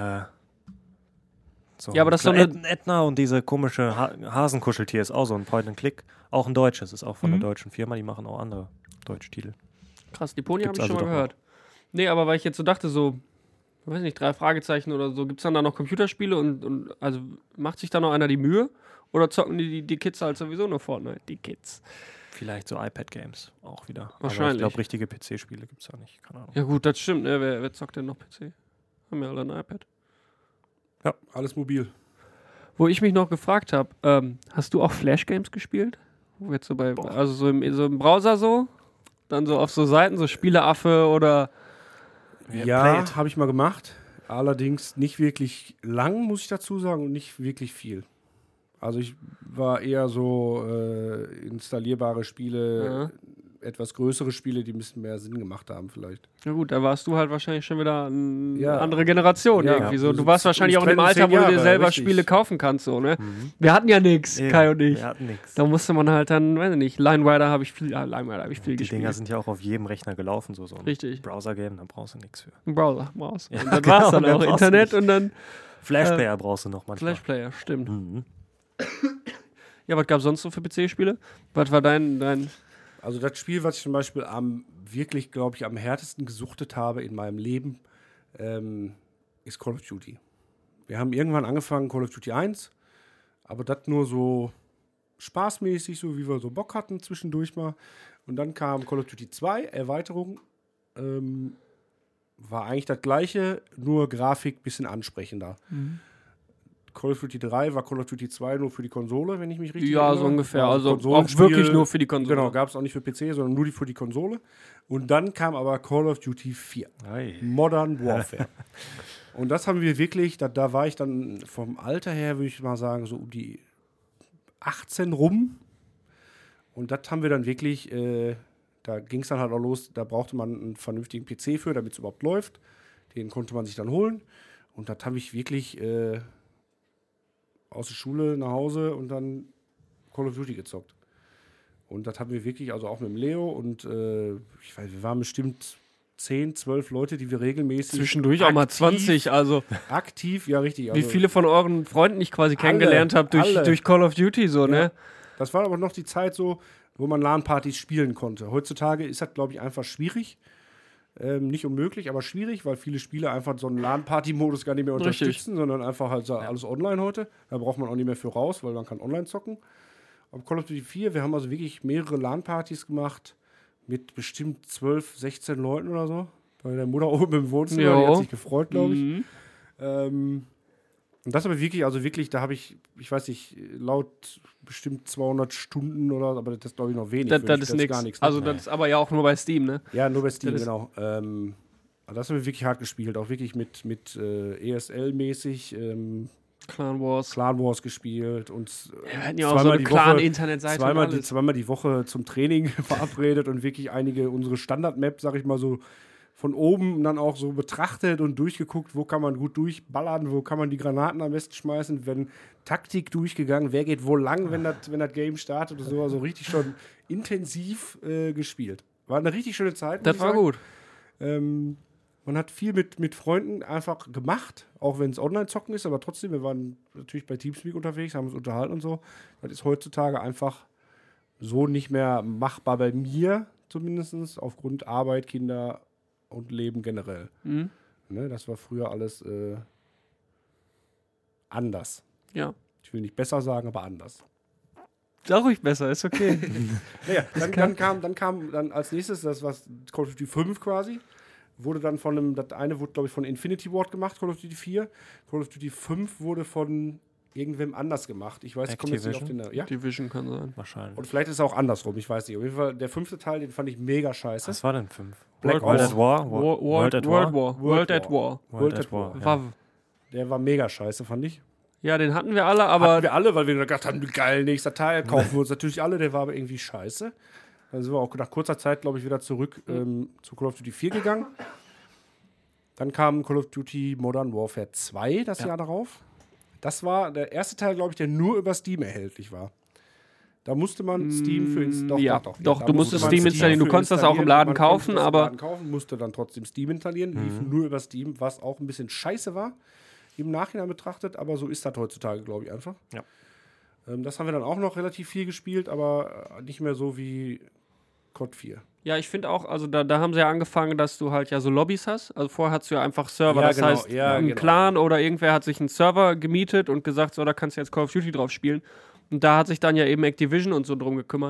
So ja, aber das ist so eine Edna und diese komische Hasenkuscheltier ist auch so ein Point-and-Click. Auch ein deutsches, ist auch von einer deutschen Firma, die machen auch andere deutsche Titel. Krass, Deponia habe ich schon mal gehört. Nee, aber weil ich jetzt so dachte, so, ich weiß nicht, 3 Fragezeichen oder so, gibt's dann da noch Computerspiele und also macht sich da noch einer die Mühe? Oder zocken die Kids halt sowieso nur Fortnite? Die Kids. Vielleicht so iPad-Games auch wieder. Wahrscheinlich. Aber ich glaube, richtige PC-Spiele gibt's da nicht, keine Ahnung. Ja gut, das stimmt, ne? Wer zockt denn noch PC? Haben ja alle ein iPad. Ja, alles mobil. Wo ich mich noch gefragt habe, hast du auch Flash-Games gespielt? Wo jetzt so also so im Browser so? Dann so auf so Seiten, so Spieleaffe oder... Ja, habe ich mal gemacht. Allerdings nicht wirklich lang, muss ich dazu sagen, und nicht wirklich viel. Also ich war eher so installierbare Spiele, etwas größere Spiele, die ein bisschen mehr Sinn gemacht haben vielleicht. Na gut, da warst du halt wahrscheinlich schon wieder eine Ja. andere Generation Ja. irgendwie so. Du So warst wahrscheinlich auch in dem 10 Alter, wo du dir Jahre, selber richtig. Spiele kaufen kannst, so, ne? Wir hatten ja nichts, Kai und ich. Wir hatten nichts. Da musste man halt dann, weiß ich nicht, Line Rider habe ich viel Die gespielt. Dinger sind ja auch auf jedem Rechner gelaufen, so ein Richtig. Browser-Game, da brauchst du nichts für. Ein Browser brauchst. Ja, Und dann genau, war's dann mehr auch brauchst du Internet nicht. und dann Flashplayer brauchst du noch manchmal. Flashplayer, stimmt. Mhm. Ja, was gab es sonst so für PC-Spiele? Was war dein Also das Spiel, was ich zum Beispiel wirklich, glaube ich, am härtesten gesuchtet habe in meinem Leben, ist Call of Duty. Wir haben irgendwann angefangen, Call of Duty 1, aber das nur so spaßmäßig, so wie wir so Bock hatten zwischendurch mal. Und dann kam Call of Duty 2, Erweiterung, war eigentlich das gleiche, nur Grafik ein bisschen ansprechender. Call of Duty 3 war Call of Duty 2 nur für die Konsole, wenn ich mich richtig Ja, erinnere. so ungefähr. War Also auch Konsolenspiel. wirklich nur für die Konsole. Genau, gab es auch nicht für PC, sondern nur für die Konsole. Und dann kam aber Call of Duty 4. Ei. Modern Warfare. Und das haben wir wirklich, da war ich dann vom Alter her, würde ich mal sagen, so um die 18 rum. Und das haben wir dann wirklich, da ging es dann halt auch los, da brauchte man einen vernünftigen PC für, damit es überhaupt läuft. Den konnte man sich dann holen. Und das habe ich wirklich aus der Schule nach Hause und dann Call of Duty gezockt. Und das haben wir wirklich, also auch mit dem Leo und ich weiß, wir waren bestimmt 10, 12 Leute, die wir regelmäßig Zwischendurch auch mal 20, also aktiv, ja richtig. Also, wie viele von euren Freunden ich quasi kennengelernt habe alle. durch Call of Duty, so, ne? Das war aber noch die Zeit so, wo man LAN-Partys spielen konnte. Heutzutage ist das, glaube ich, einfach schwierig. Nicht unmöglich, aber schwierig, weil viele Spiele einfach so einen LAN-Party-Modus gar nicht mehr Richtig. unterstützen, sondern einfach halt so alles online heute. Da braucht man auch nicht mehr für raus, weil man kann online zocken. Aber Call of Duty 4, wir haben also wirklich mehrere LAN-Partys gemacht mit bestimmt 12, 16 Leuten oder so. Bei der Mutter oben im Wohnzimmer, Jo. die hat sich gefreut, glaube ich. Mhm. Und das aber wirklich, also wirklich, da habe ich weiß nicht, laut bestimmt 200 Stunden oder, aber das ist glaube ich noch wenig. Das für mich, ist nix. gar nichts. Ne? Also das ist aber ja auch nur bei Steam, ne? Ja, nur bei Steam, Das ist- genau. Also das haben wir wirklich hart gespielt, auch wirklich mit ESL-mäßig, Clan Wars. Clan Wars gespielt und Wir hatten ja auch so zweimal eine die Woche- Clan-Internetseite und zweimal alles. die Woche zum Training verabredet und wirklich einige unsere Standard-Maps, sag ich mal so, von oben dann auch so betrachtet und durchgeguckt, wo kann man gut durchballern, wo kann man die Granaten am besten schmeißen, wenn Taktik durchgegangen, wer geht wo lang, wenn das Game startet und so, also richtig schon intensiv gespielt. War eine richtig schöne Zeit. muss Das ich war sagen. gut. Man hat viel mit Freunden einfach gemacht, auch wenn es Online-Zocken ist, aber trotzdem, wir waren natürlich bei Teamspeak unterwegs, haben uns unterhalten und so. Das ist heutzutage einfach so nicht mehr machbar bei mir zumindest, aufgrund Arbeit, Kinder und Leben generell. Mhm. Ne, das war früher alles anders. Ja. Ich will nicht besser sagen, aber anders. Sag ruhig besser, ist okay. Naja, dann kam als nächstes das, was Call of Duty 5 quasi. Wurde dann das eine wurde, glaube ich, von Infinity Ward gemacht, Call of Duty 4. Call of Duty 5 wurde von irgendwem anders gemacht. Ich weiß, ich komme jetzt nicht auf den Namen. Ja? Division kann sein. Wahrscheinlich. Und vielleicht ist es auch andersrum, ich weiß nicht. Auf jeden Fall, der 5. Teil, den fand ich mega scheiße. Was war denn 5? Black World Ops. at War? World at War. World at War. World at War. War- Der war mega scheiße, fand ich. Ja, den hatten wir alle, aber Hatten wir alle, weil wir gedacht haben, geil, nächster Teil, kaufen wir uns natürlich alle. Der war aber irgendwie scheiße. Dann sind wir auch nach kurzer Zeit, glaube ich, wieder zurück zu Call of Duty 4 gegangen. Dann kam Call of Duty Modern Warfare 2 das Jahr darauf. Das war der erste Teil, glaube ich, der nur über Steam erhältlich war. Da musste man Steam für Doch, Da du musste musstest man Steam installieren. Du für konntest das auch im Laden Man konnte kaufen, das im aber Laden kaufen, musste dann trotzdem Steam installieren. Lief nur über Steam, was auch ein bisschen scheiße war, im Nachhinein betrachtet. Aber so ist das heutzutage, glaube ich, einfach. Ja. Das haben wir dann auch noch relativ viel gespielt, aber nicht mehr so wie COD 4. ja, ich finde auch, also da haben sie ja angefangen, dass du halt ja so Lobbys hast. Also vorher hattest du ja einfach Server, Ja, das genau, heißt, ja, ein genau. Clan oder irgendwer hat sich einen Server gemietet und gesagt, so, da kannst du jetzt Call of Duty drauf spielen. Und da hat sich dann ja eben Activision und so drum gekümmert.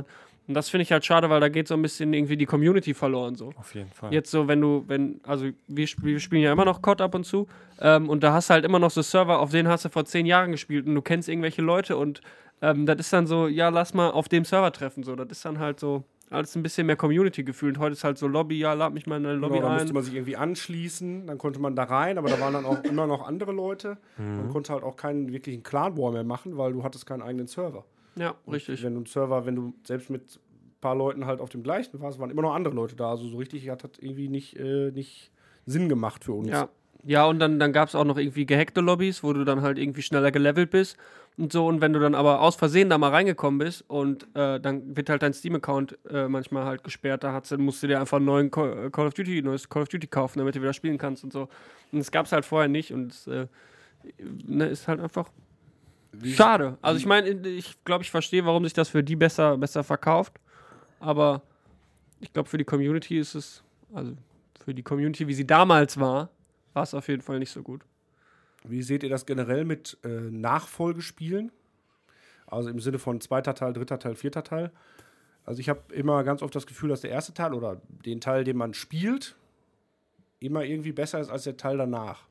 Und das finde ich halt schade, weil da geht so ein bisschen irgendwie die Community verloren. So. Auf jeden Fall. Jetzt so, also wir spielen ja immer noch COD ab und zu und da hast du halt immer noch so Server, auf denen hast du vor 10 Jahren gespielt und du kennst irgendwelche Leute und das ist dann so, ja, lass mal auf dem Server treffen. So. Das ist dann halt so alles ein bisschen mehr Community-Gefühl. Und heute ist halt so Lobby, ja, lad mich mal in deine Lobby Genau, da ein. musste man sich irgendwie anschließen, dann konnte man da rein, aber da waren dann auch immer noch andere Leute. Man konnte halt auch keinen wirklichen Clan-War mehr machen, weil du hattest keinen eigenen Server. Ja, richtig. Wenn du selbst mit ein paar Leuten halt auf dem gleichen warst, waren immer noch andere Leute da. Also so richtig hat das irgendwie nicht Sinn gemacht für uns. Ja, und dann gab es auch noch irgendwie gehackte Lobbys, wo du dann halt irgendwie schneller gelevelt bist und so. Und wenn du dann aber aus Versehen da mal reingekommen bist und dann wird halt dein Steam-Account manchmal halt gesperrt, musst du dir einfach einen neuen neues Call of Duty kaufen, damit du wieder spielen kannst und so. Und das gab es halt vorher nicht und es ist halt einfach schade. Also ich meine, ich glaube, ich verstehe, warum sich das für die besser verkauft, aber ich glaube, für die Community ist es, also für die Community, wie sie damals war es auf jeden Fall nicht so gut. Wie seht ihr das generell mit Nachfolgespielen? Also im Sinne von 2. Teil, 3. Teil, 4. Teil. Also ich habe immer ganz oft das Gefühl, dass der erste Teil oder den Teil, den man spielt, immer irgendwie besser ist als der Teil danach.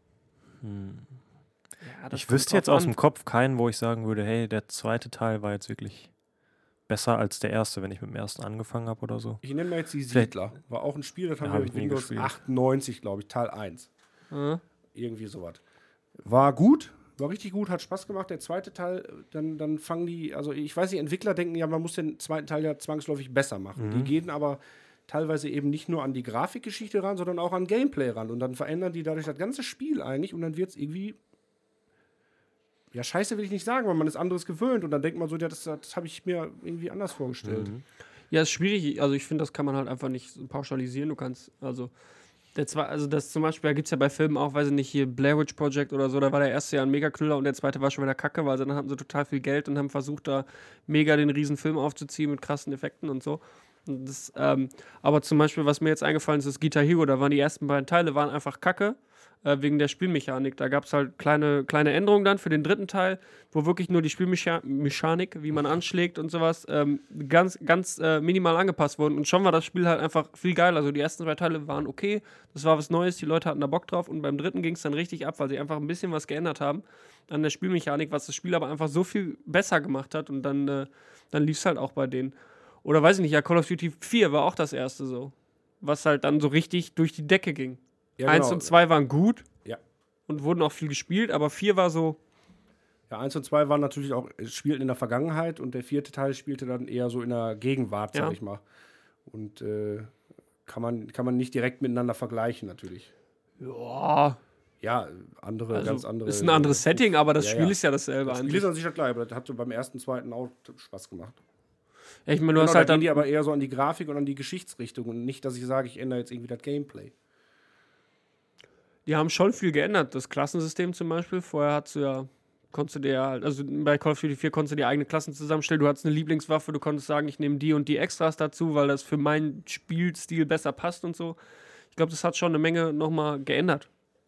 Ja, Ich wüsste jetzt aus dem Kopf keinen, wo ich sagen würde, hey, der 2. Teil war jetzt wirklich besser als der erste, wenn ich mit dem ersten angefangen habe oder so. Ich nenne mal jetzt die Siedler. War auch ein Spiel, das haben wir mit Windows 98, glaube ich, Teil 1. Irgendwie sowas. War gut, war richtig gut, hat Spaß gemacht. Der zweite Teil, dann fangen die, also ich weiß nicht, Entwickler denken ja, man muss den zweiten Teil ja zwangsläufig besser machen. Die gehen aber teilweise eben nicht nur an die Grafikgeschichte ran, sondern auch an Gameplay ran. Und dann verändern die dadurch das ganze Spiel eigentlich und dann wird es irgendwie, ja, scheiße will ich nicht sagen, weil man ist anderes gewöhnt und dann denkt man so, ja, das habe ich mir irgendwie anders vorgestellt. Ja, ist schwierig. Also ich finde, das kann man halt einfach nicht so pauschalisieren. Du kannst, das zum Beispiel, da gibt es ja bei Filmen auch, weiß ich nicht, hier Blair Witch Project oder so, da war der erste ja ein Mega-Knüller und der zweite war schon wieder kacke, weil dann hatten sie total viel Geld und haben versucht, da mega den riesen Film aufzuziehen mit krassen Effekten und so. Und das, aber zum Beispiel, was mir jetzt eingefallen ist, ist Guitar Hero, da waren die ersten beiden Teile, waren einfach kacke, wegen der Spielmechanik. Da gab es halt kleine Änderungen dann für den dritten Teil, wo wirklich nur die Spielmechanik, wie man anschlägt und sowas, ganz minimal angepasst wurden. Und schon war das Spiel halt einfach viel geiler. Also die ersten 2 Teile waren okay, das war was Neues, die Leute hatten da Bock drauf. Und beim dritten ging es dann richtig ab, weil sie einfach ein bisschen was geändert haben an der Spielmechanik, was das Spiel aber einfach so viel besser gemacht hat. Und dann lief es halt auch bei denen. Oder weiß ich nicht, ja, Call of Duty 4 war auch das erste so, was halt dann so richtig durch die Decke ging. Ja, 1 genau. und 2 waren gut und wurden auch viel gespielt, aber 4 war so. Ja, 1 und 2 waren natürlich auch, spielten in der Vergangenheit und der 4. Teil spielte dann eher so in der Gegenwart, sag ich mal. Und kann man nicht direkt miteinander vergleichen, natürlich. Ja. Ja, ganz andere. Ist ein anderes Setting, aber das Spiel ist ja dasselbe. Das Spiel ist an sich ja gleich, aber das hat so beim ersten, zweiten auch Spaß gemacht. Ja, ich meine, du hast Da halt gehen dann. die aber eher so an die Grafik und an die Geschichtsrichtung und nicht, dass ich sage, ich ändere jetzt irgendwie das Gameplay. Die haben schon viel geändert. Das Klassensystem zum Beispiel. Vorher konntest du dir halt, also bei Call of Duty 4 konntest du dir eigene Klassen zusammenstellen. Du hattest eine Lieblingswaffe, du konntest sagen, ich nehme die und die Extras dazu, weil das für meinen Spielstil besser passt und so. Ich glaube, das hat schon eine Menge nochmal geändert.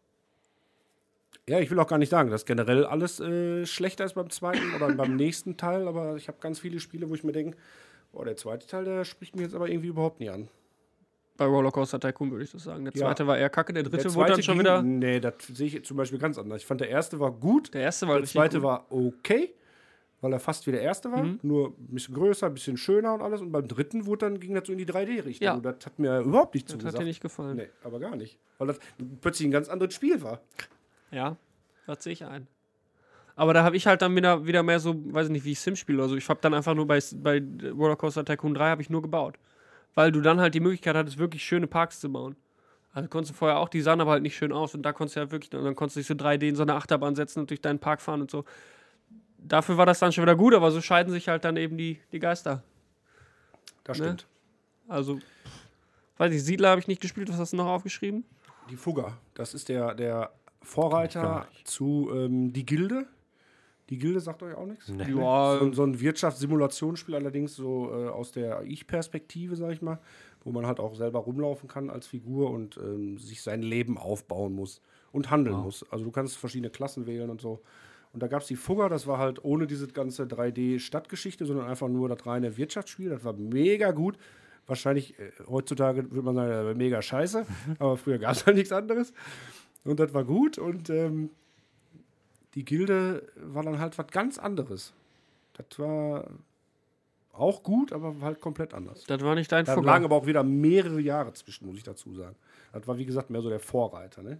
Ja, ich will auch gar nicht sagen, dass generell alles schlechter ist beim zweiten oder beim nächsten Teil, aber ich habe ganz viele Spiele, wo ich mir denke, boah, der zweite Teil, der spricht mir jetzt aber irgendwie überhaupt nicht an. Bei Rollercoaster Tycoon würde ich das sagen. Der zweite war eher kacke, der dritte Der wurde dann schon wieder. Nee, das sehe ich zum Beispiel ganz anders. Ich fand, der erste war gut, Der erste war der zweite war okay, weil er fast wie der erste war, nur ein bisschen größer, ein bisschen schöner und alles. Und beim dritten ging das so in die 3D-Richtung. Ja. Und das hat mir überhaupt nicht Das zugesagt. hat dir nicht gefallen. Nee, aber gar nicht. Weil das plötzlich ein ganz anderes Spiel war. Ja, das sehe ich ein. Aber da habe ich halt dann wieder mehr so, weiß ich nicht, wie ich Sims spiele oder so. Ich habe dann einfach nur bei Rollercoaster Tycoon 3 habe ich nur gebaut. Weil du dann halt die Möglichkeit hattest, wirklich schöne Parks zu bauen. Also konntest du vorher auch, die sahen aber halt nicht schön aus und da konntest du ja wirklich, und dann konntest du dich so 3D in so eine Achterbahn setzen und durch deinen Park fahren und so. Dafür war das dann schon wieder gut, aber so scheiden sich halt dann eben die Geister. Das Ne? stimmt. Also, weiß ich, Siedler habe ich nicht gespielt, was hast du noch aufgeschrieben? Die Fugger, das ist der Vorreiter zu Die Gilde. Die Gilde sagt euch auch nichts? Nee. Ja, So ein Wirtschaftssimulationsspiel, allerdings so aus der Ich-Perspektive, sag ich mal, wo man halt auch selber rumlaufen kann als Figur und sich sein Leben aufbauen muss und handeln muss. Also du kannst verschiedene Klassen wählen und so. Und da gab es die Fugger, das war halt ohne diese ganze 3D-Stadtgeschichte, sondern einfach nur das reine Wirtschaftsspiel. Das war mega gut. Wahrscheinlich, heutzutage würde man sagen, mega scheiße, aber früher gab es halt nichts anderes. Und das war gut und die Gilde war dann halt was ganz anderes. Das war auch gut, aber halt komplett anders. Das war nicht dein Da Fugger. lagen aber auch wieder mehrere Jahre zwischen, muss ich dazu sagen. Das war, wie gesagt, mehr so der Vorreiter, ne?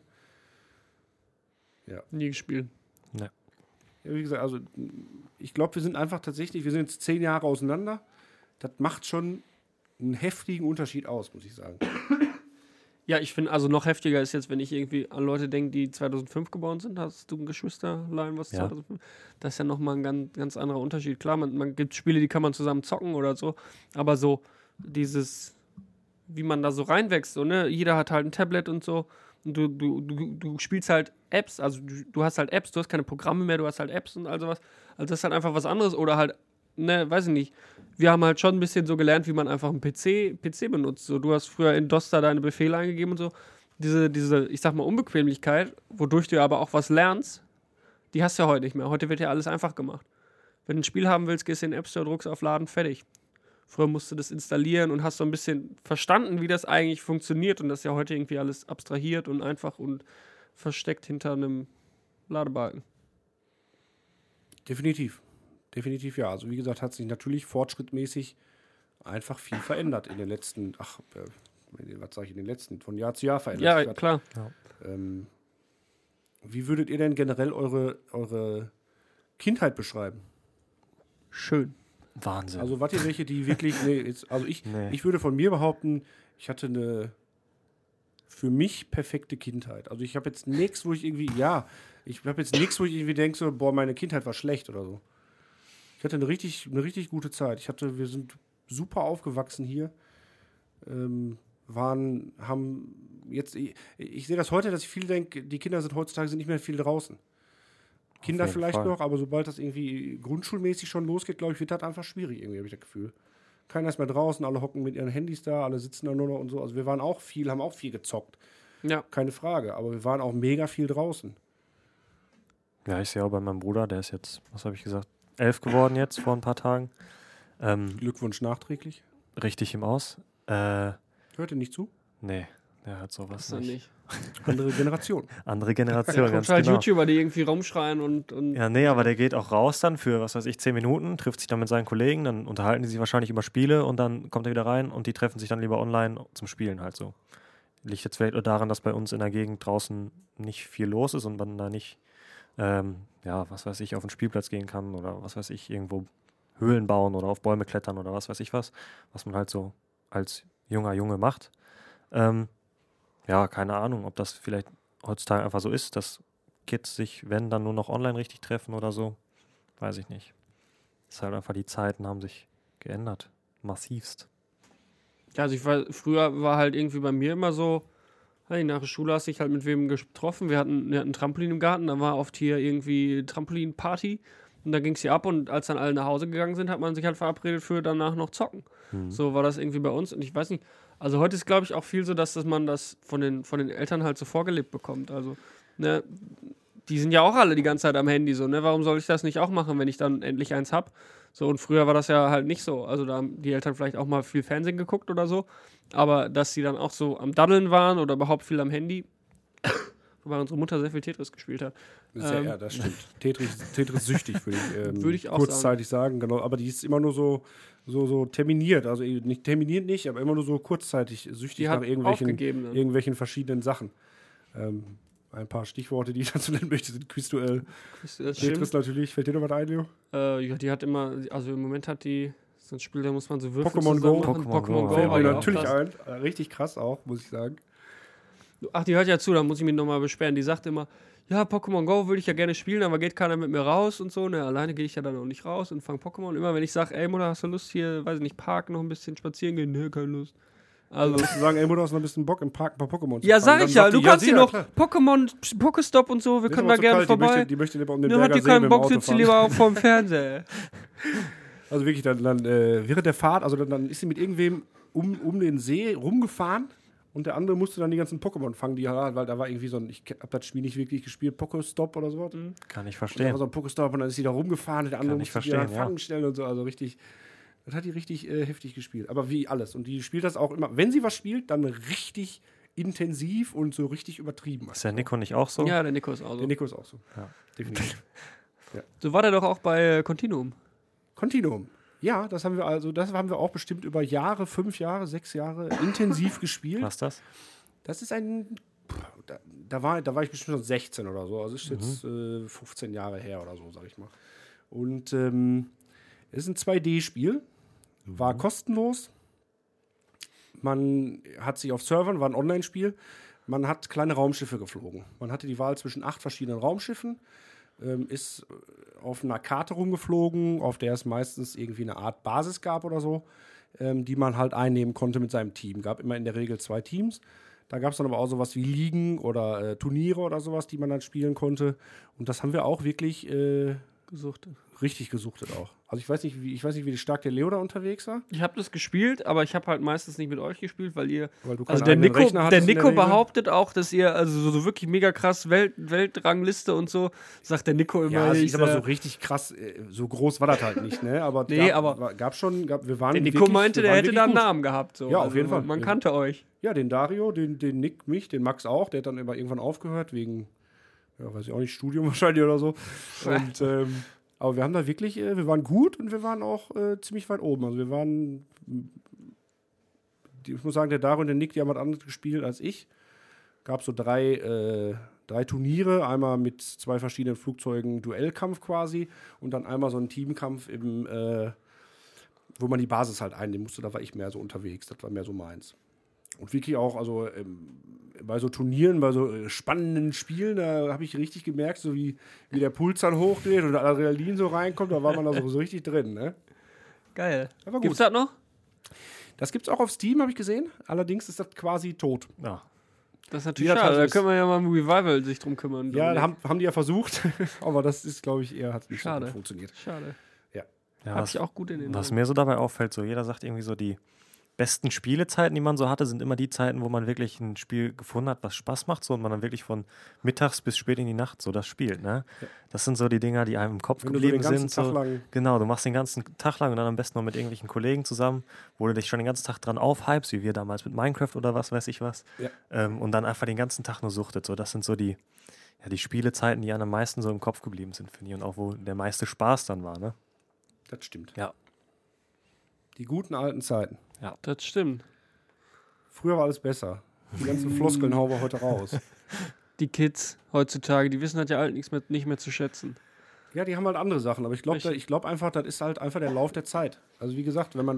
Nie gespielt. Ja, wie gesagt, also ich glaube, wir sind jetzt 10 Jahre auseinander. Das macht schon einen heftigen Unterschied aus, muss ich sagen. Ja, ich finde, also noch heftiger ist jetzt, wenn ich irgendwie an Leute denke, die 2005 geboren sind. Hast du ein Geschwisterlein, was Ja. 2005? Das ist ja nochmal ein ganz, ganz anderer Unterschied. Klar, man gibt Spiele, die kann man zusammen zocken oder so, aber so dieses, wie man da so reinwächst, so, ne? Jeder hat halt ein Tablet und so. Und du spielst halt Apps, also du hast halt Apps, du hast keine Programme mehr, du hast halt Apps und all sowas. Also das ist halt einfach was anderes. Oder halt, ne, weiß ich nicht. Wir haben halt schon ein bisschen so gelernt, wie man einfach einen PC benutzt. So, du hast früher in DOS da deine Befehle eingegeben und so. Diese, ich sag mal, Unbequemlichkeit, wodurch du aber auch was lernst, die hast du ja heute nicht mehr. Heute wird ja alles einfach gemacht. Wenn du ein Spiel haben willst, gehst du in den App Store, druckst auf Laden, fertig. Früher musst du das installieren und hast so ein bisschen verstanden, wie das eigentlich funktioniert. Und das ist ja heute irgendwie alles abstrahiert und einfach und versteckt hinter einem Ladebalken. Definitiv. Definitiv ja. Also wie gesagt, hat sich natürlich fortschrittmäßig einfach viel verändert in den letzten, was sage ich, in den letzten, von Jahr zu Jahr verändert. Ja, sich. klar. Wie würdet ihr denn generell eure Kindheit beschreiben? Schön. Wahnsinn. Also wart ihr welche, die wirklich, Nee. ich würde von mir behaupten, ich hatte eine für mich perfekte Kindheit. Also ich habe jetzt nichts, wo ich irgendwie denke, so, boah, meine Kindheit war schlecht oder so. Ich hatte eine richtig gute Zeit. Wir sind super aufgewachsen hier. Ich sehe das heute, dass ich viel denke, die Kinder sind heutzutage nicht mehr viel draußen. Kinder jeden vielleicht Fall. noch, aber sobald das irgendwie grundschulmäßig schon losgeht, glaube ich, wird das einfach schwierig irgendwie, habe ich das Gefühl. Keiner ist mehr draußen, alle hocken mit ihren Handys da, alle sitzen da nur noch und so. Also wir haben auch viel gezockt. Ja. Keine Frage, aber wir waren auch mega viel draußen. Ja, ich sehe auch bei meinem Bruder, der ist jetzt, was habe ich gesagt, 11 geworden jetzt vor ein paar Tagen. Glückwunsch nachträglich. Richtig im Aus. Hört ihr nicht zu? Nee, der hat sowas Das dann nicht. nicht. Andere Generation. Andere Generation, Da ganz kommt halt genau. YouTuber, die irgendwie rumschreien und Ja, nee, aber der geht auch raus dann für, was weiß ich, 10 Minuten, trifft sich dann mit seinen Kollegen, dann unterhalten die sich wahrscheinlich über Spiele und dann kommt er wieder rein und die treffen sich dann lieber online zum Spielen halt so. Liegt jetzt vielleicht auch daran, dass bei uns in der Gegend draußen nicht viel los ist und man da nicht, was weiß ich, auf den Spielplatz gehen kann oder was weiß ich, irgendwo Höhlen bauen oder auf Bäume klettern oder was weiß ich was man halt so als junger Junge macht. Ja, keine Ahnung, ob das vielleicht heutzutage einfach so ist, dass Kids sich, wenn, dann nur noch online richtig treffen oder so. Weiß ich nicht. Es ist halt einfach, die Zeiten haben sich geändert. Massivst. ja, also früher war halt irgendwie bei mir immer so, hey, nach der Schule hast du dich halt mit wem getroffen. Wir hatten ein Trampolin im Garten, da war oft hier irgendwie Trampolin-Party und da ging es hier ab und als dann alle nach Hause gegangen sind, hat man sich halt verabredet für danach noch zocken. So war das irgendwie bei uns und ich weiß nicht, also heute ist glaube ich auch viel so, dass man das von den Eltern halt so vorgelebt bekommt. Also, ne, die sind ja auch alle die ganze Zeit am Handy so, ne? Warum soll ich das nicht auch machen, wenn ich dann endlich eins hab? So, und früher war das ja halt nicht so. Also da haben die Eltern vielleicht auch mal viel Fernsehen geguckt oder so, aber dass sie dann auch so am Daddeln waren oder überhaupt viel am Handy, wobei unsere Mutter sehr viel Tetris gespielt hat. Ja, das stimmt. Tetris süchtig, Würde ich auch kurzzeitig sagen. Genau, aber die ist immer nur so terminiert, also nicht terminiert nicht, aber immer nur so kurzzeitig süchtig Die nach hat aufgegeben dann. irgendwelchen verschiedenen Sachen. Ein paar Stichworte, die ich dazu nennen möchte, sind Quizduell. Das Tetris stimmt. natürlich. Fällt dir noch was ein, Leo? Ja, die hat immer, also im Moment hat die so ein Spiel, da muss man so Würfel Pokémon zusammen Go. machen. Pokémon Go, Fällt war mir die auch natürlich krass. ein. Richtig krass auch, muss ich sagen. Ach, die hört ja zu, da muss ich mich nochmal beschweren. Die sagt immer, ja, Pokémon Go würde ich ja gerne spielen, aber geht keiner mit mir raus und so. Ne, alleine gehe ich ja dann auch nicht raus und fange Pokémon. Immer wenn ich sage, ey Mutter, hast du Lust hier, weiß ich nicht, Park noch ein bisschen spazieren gehen? Ne, keine Lust. Also, Also, musst du sagen, ey, Mutter, hast du noch ein bisschen Bock im Park ein paar Pokémon zu ja, fangen? sag Dann ich ja, sagt du die, kannst hier sicher, noch klar. Pokémon, Pokestop und so, wir Ist können aber da zu gerne kalt, vorbei. Die möchte lieber um den Ne, hat Berger die See keinen mit dem Bock, Auto sitzt sie fahren. lieber auch vorm Fernseher. Also wirklich, dann während der Fahrt, also dann ist sie mit irgendwem um den See rumgefahren und der andere musste dann die ganzen Pokémon fangen, weil da war irgendwie so ein, ich habe das Spiel nicht wirklich gespielt, Pokestop oder sowas. Kann ich Da verstehen. war so ein Pokestop und dann ist sie da rumgefahren und der andere Kann ich musste die dann verstehen, ja. fangen stellen und so, also richtig, das hat die richtig heftig gespielt, aber wie alles und die spielt das auch immer, wenn sie was spielt, dann richtig intensiv und so richtig übertrieben. Ist der Nico nicht auch so? Ja, der Nico ist auch so. Der Nico ist auch so, Ja. definitiv. So war der doch auch bei Continuum. Continuum. Ja, das haben wir auch bestimmt über Jahre, 5 Jahre, 6 Jahre intensiv gespielt. Was ist das? Das ist da war ich bestimmt schon 16 oder so. Also ist jetzt 15 Jahre her oder so, sag ich mal. Und es ist ein 2D-Spiel. War kostenlos. Man hat sich auf Servern, war ein Online-Spiel. Man hat kleine Raumschiffe geflogen. Man hatte die Wahl zwischen 8 verschiedenen Raumschiffen. Ist auf einer Karte rumgeflogen, auf der es meistens irgendwie eine Art Basis gab oder so, die man halt einnehmen konnte mit seinem Team. Gab immer in der Regel 2 Teams. Da gab es dann aber auch sowas wie Ligen oder Turniere oder sowas, die man dann spielen konnte. Und das haben wir auch wirklich Gesuchtet. richtig gesuchtet auch. Also ich weiß nicht, wie stark der Leo da unterwegs war. Ich habe das gespielt, aber ich habe halt meistens nicht mit euch gespielt, weil ihr. Weil du Also keinen der eigenen Nico, Rechner der hattest in Nico Regel. behauptet auch, dass ihr, also so wirklich mega krass Weltrangliste und so, sagt der Nico immer. Ja, also ich sag mal, so richtig krass, so groß war das halt nicht, ne? Aber Nee, wir waren der Nico wirklich, meinte, wir der waren hätte wirklich da einen gut. Namen gehabt. So. Ja, auf jeden Fall. Man kannte euch. Ja, den Dario, den Nick, mich, den Max auch. Der hat dann immer irgendwann aufgehört, wegen, ja, weiß ich auch nicht, Studium wahrscheinlich oder so. Und, aber wir haben da wirklich, wir waren gut und wir waren auch ziemlich weit oben. Also wir waren, ich muss sagen, der Dario und der Nick, die haben was anderes gespielt als ich. Gab so 3 Turniere, einmal mit 2 verschiedenen Flugzeugen Duellkampf quasi und dann einmal so ein Teamkampf wo man die Basis halt einnehmen musste. Da war ich mehr so unterwegs, das war mehr so meins. Und wirklich auch, also bei so Turnieren, bei so spannenden Spielen, da habe ich richtig gemerkt, so wie der Puls dann hochgeht und der Adrenalin so reinkommt, da war man da so richtig drin, ne? Geil. Aber gut. Gibt's das noch? Das gibt's auch auf Steam, habe ich gesehen. Allerdings ist das quasi tot. Ja. Das ist natürlich Ja, schade. Da das ist- können wir ja mal im Revival sich drum kümmern. Ja, Dominik. haben die ja versucht, aber das ist, glaube ich, hat nicht so Schade. gut funktioniert. Schade. Ja, Hab ich auch gut in den was mir so dabei auffällt, so jeder sagt irgendwie so, die besten Spielezeiten, die man so hatte, sind immer die Zeiten, wo man wirklich ein Spiel gefunden hat, was Spaß macht, so und man dann wirklich von mittags bis spät in die Nacht so das spielt, ne? Ja. Das sind so die Dinger, die einem im Kopf Wenn du so geblieben den ganzen sind. Tag So. lang Genau, du machst den ganzen Tag lang und dann am besten noch mit irgendwelchen Kollegen zusammen, wo du dich schon den ganzen Tag dran aufhypst, wie wir damals mit Minecraft oder was weiß ich was. Ja. Und dann einfach den ganzen Tag nur suchtet. So, das sind so die Spielezeiten, die einem am meisten so im Kopf geblieben sind, finde ich. Und auch wo der meiste Spaß dann war, ne? Das stimmt. Ja. Die guten alten Zeiten. Das stimmt. Früher war alles besser. Die ganzen Floskeln hauen wir heute raus. Die Kids heutzutage, die wissen halt ja alt nicht mehr zu schätzen. Ja, die haben halt andere Sachen, aber ich glaube einfach, das ist halt einfach der Lauf der Zeit. Also wie gesagt, wenn man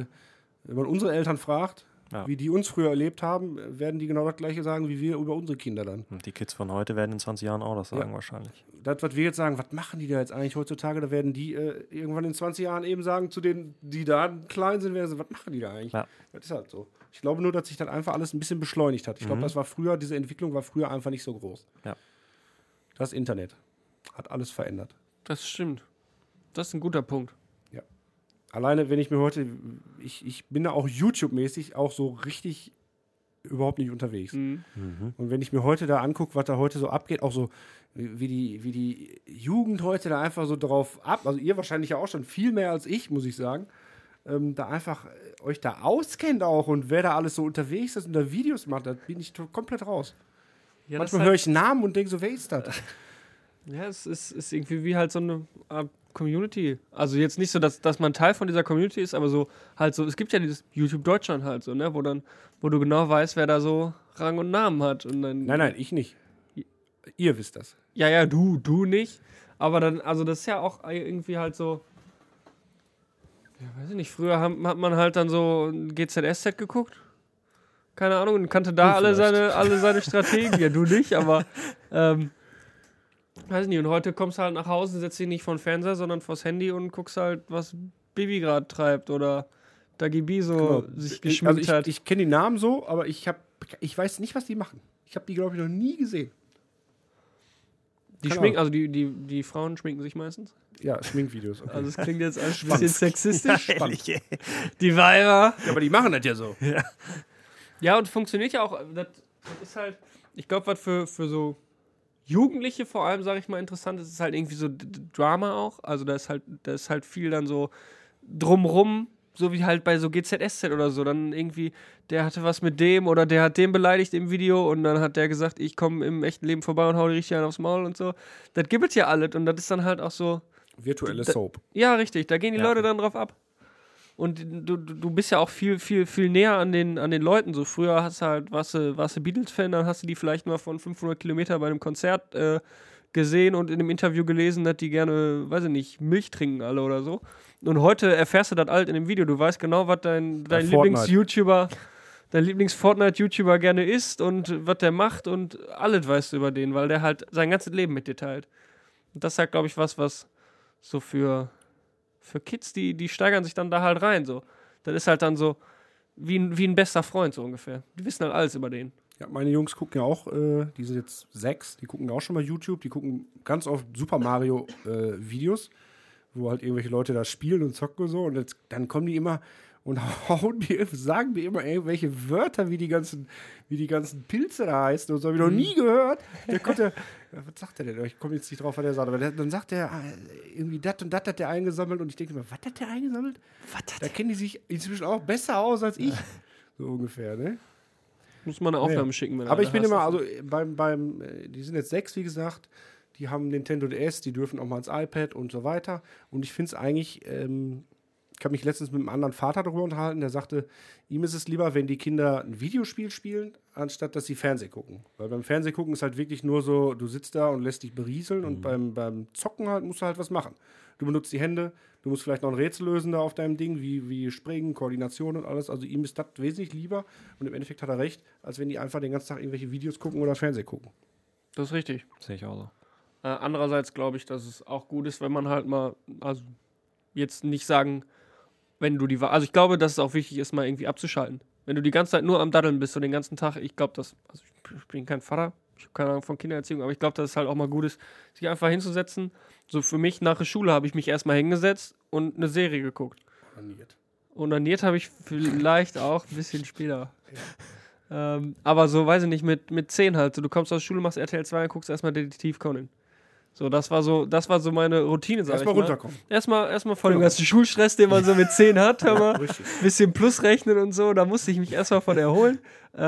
unsere Eltern fragt, Ja. wie die uns früher erlebt haben, werden die genau das Gleiche sagen, wie wir über unsere Kinder dann. Und die Kids von heute werden in 20 Jahren auch das sagen, Ja. wahrscheinlich. Das, was wir jetzt sagen, was machen die da jetzt eigentlich heutzutage, da werden die irgendwann in 20 Jahren eben sagen, zu denen, die da klein sind, werden sie, was machen die da eigentlich? Ja. Das ist halt so. Ich glaube nur, dass sich dann einfach alles ein bisschen beschleunigt hat. Ich glaube, diese Entwicklung war früher einfach nicht so groß. Ja. Das Internet hat alles verändert. Das stimmt. Das ist ein guter Punkt. Alleine, wenn ich mir heute, ich bin da auch YouTube-mäßig auch so richtig überhaupt nicht unterwegs. Mhm. Und wenn ich mir heute da angucke, was da heute so abgeht, auch so wie die Jugend heute da einfach so drauf also ihr wahrscheinlich ja auch schon viel mehr als ich, muss ich sagen, da einfach euch da auskennt auch und wer da alles so unterwegs ist und da Videos macht, da bin ich komplett raus. Ja, Manchmal höre ich Namen und denke so, wer ist das? Ja, es ist irgendwie wie halt so eine Art Community. Also jetzt nicht so, dass man Teil von dieser Community ist, aber so halt so, es gibt ja dieses YouTube Deutschland halt so, ne, wo du genau weißt, wer da so Rang und Namen hat. Und dann, Nein, ich nicht. Ihr wisst das. Ja, du nicht. Aber dann, also das ist ja auch irgendwie halt so, ja, weiß ich nicht, früher hat man halt dann so ein GZSZ geguckt. Keine Ahnung, und kannte da alle seine Strategien. Ja, du nicht, aber weiß nicht, und heute kommst du halt nach Hause, setzt dich nicht vor den Fernseher, sondern vors Handy und guckst halt, was Bibi gerade treibt oder Dagi so sich geschminkt hat. Ich kenne die Namen so, aber ich weiß nicht, was die machen. Ich habe die, glaube ich, noch nie gesehen. Die keine schminken, also die Frauen schminken sich meistens. Ja, Schminkvideos. Okay. Also es klingt jetzt ein bisschen sexistisch. Ehrlich, ey. Die Weiber. Ja, aber die machen das ja so. Ja, und funktioniert ja auch. Das ist halt, ich glaube, was für so Jugendliche vor allem, sage ich mal, interessant ist, ist halt irgendwie so Drama auch. Also da ist halt viel dann so drumrum, so wie halt bei so GZSZ oder so. Dann irgendwie, der hatte was mit dem oder der hat den beleidigt im Video und dann hat der gesagt, ich komme im echten Leben vorbei und hau dir richtig einen aufs Maul und so. Das gibt es ja alles und das ist dann halt auch so. Virtuelle Soap. Ja, richtig, da gehen die Leute dann drauf ab. Und du bist ja auch viel näher an den Leuten. So früher warst du Beatles-Fan, dann hast du die vielleicht mal von 500 Kilometer bei einem Konzert gesehen und in einem Interview gelesen, dass die gerne, weiß ich nicht, Milch trinken alle oder so. Und heute erfährst du das alt in dem Video. Du weißt genau, was dein Lieblings-Fortnite-YouTuber gerne isst und was der macht und alles weißt du über den, weil der halt sein ganzes Leben mit dir teilt. Und das ist halt, glaube ich, was so für Kids, die steigern sich dann da halt rein, so. Das ist halt dann so wie ein bester Freund, so ungefähr. Die wissen halt alles über den. Ja, meine Jungs gucken ja auch, die sind jetzt 6, die gucken auch schon mal YouTube, die gucken ganz oft Super Mario Videos, wo halt irgendwelche Leute da spielen und zocken und so und dann kommen die immer und sagen mir immer irgendwelche Wörter, wie die ganzen Pilze da heißen und so, habe ich noch nie gehört. Was sagt der denn? Ich komme jetzt nicht drauf, was der sagt, aber dann sagt der, irgendwie das und das hat der eingesammelt und ich denke mir, was hat der eingesammelt? Da kennen die sich inzwischen auch besser aus als ich. So ungefähr, ne? Muss man eine Aufnahme schicken. Wenn aber ich bin immer, also die sind jetzt 6, wie gesagt, die haben Nintendo DS, die dürfen auch mal ins iPad und so weiter und ich finde es eigentlich, ich habe mich letztens mit einem anderen Vater darüber unterhalten, der sagte, ihm ist es lieber, wenn die Kinder ein Videospiel spielen, anstatt dass sie Fernsehen gucken. Weil beim Fernsehen gucken ist halt wirklich nur so, du sitzt da und lässt dich berieseln und beim Zocken halt musst du halt was machen. Du benutzt die Hände, du musst vielleicht noch ein Rätsel lösen da auf deinem Ding, wie Springen, Koordination und alles. Also ihm ist das wesentlich lieber und im Endeffekt hat er recht, als wenn die einfach den ganzen Tag irgendwelche Videos gucken oder Fernsehen gucken. Das ist richtig. Sehe ich auch so. Andererseits glaube ich, dass es auch gut ist, wenn man halt mal, also jetzt nicht sagen, also ich glaube, dass es auch wichtig ist, mal irgendwie abzuschalten. Wenn du die ganze Zeit nur am Daddeln bist und den ganzen Tag, ich glaube, also ich bin kein Vater, ich habe keine Ahnung von Kindererziehung, aber ich glaube, dass es halt auch mal gut ist, sich einfach hinzusetzen. So für mich nach der Schule habe ich mich erstmal hingesetzt und eine Serie geguckt. Onaniert habe ich vielleicht auch ein bisschen später. Ja. Aber so, weiß ich nicht, mit 10 halt. So, du kommst aus der Schule, machst RTL 2 und guckst erstmal Detektiv Conan. So, das war so meine Routine, sag ich mal. Erstmal vor dem ganzen Schulstress, den man so mit 10 hat, hör mal, bisschen Plus rechnen und so, da musste ich mich erstmal von erholen.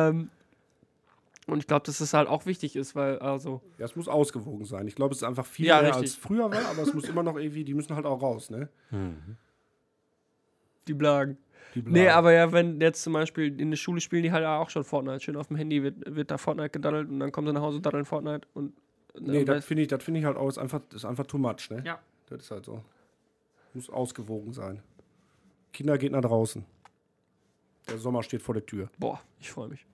Und ich glaube, dass das halt auch wichtig ist, weil, also... Ja, es muss ausgewogen sein. Ich glaube, es ist einfach viel mehr als früher war, aber es muss immer noch irgendwie, die müssen halt auch raus, ne? Die Blagen. Nee, aber ja, wenn jetzt zum Beispiel in der Schule spielen die halt auch schon Fortnite. Schön auf dem Handy wird da Fortnite gedaddelt und dann kommen sie nach Hause, daddeln Fortnite und... Nee, das finde ich halt auch, ist einfach too much, ne? Ja. Das ist halt so. Muss ausgewogen sein. Kinder, geht nach draußen. Der Sommer steht vor der Tür. Boah, ich freue mich.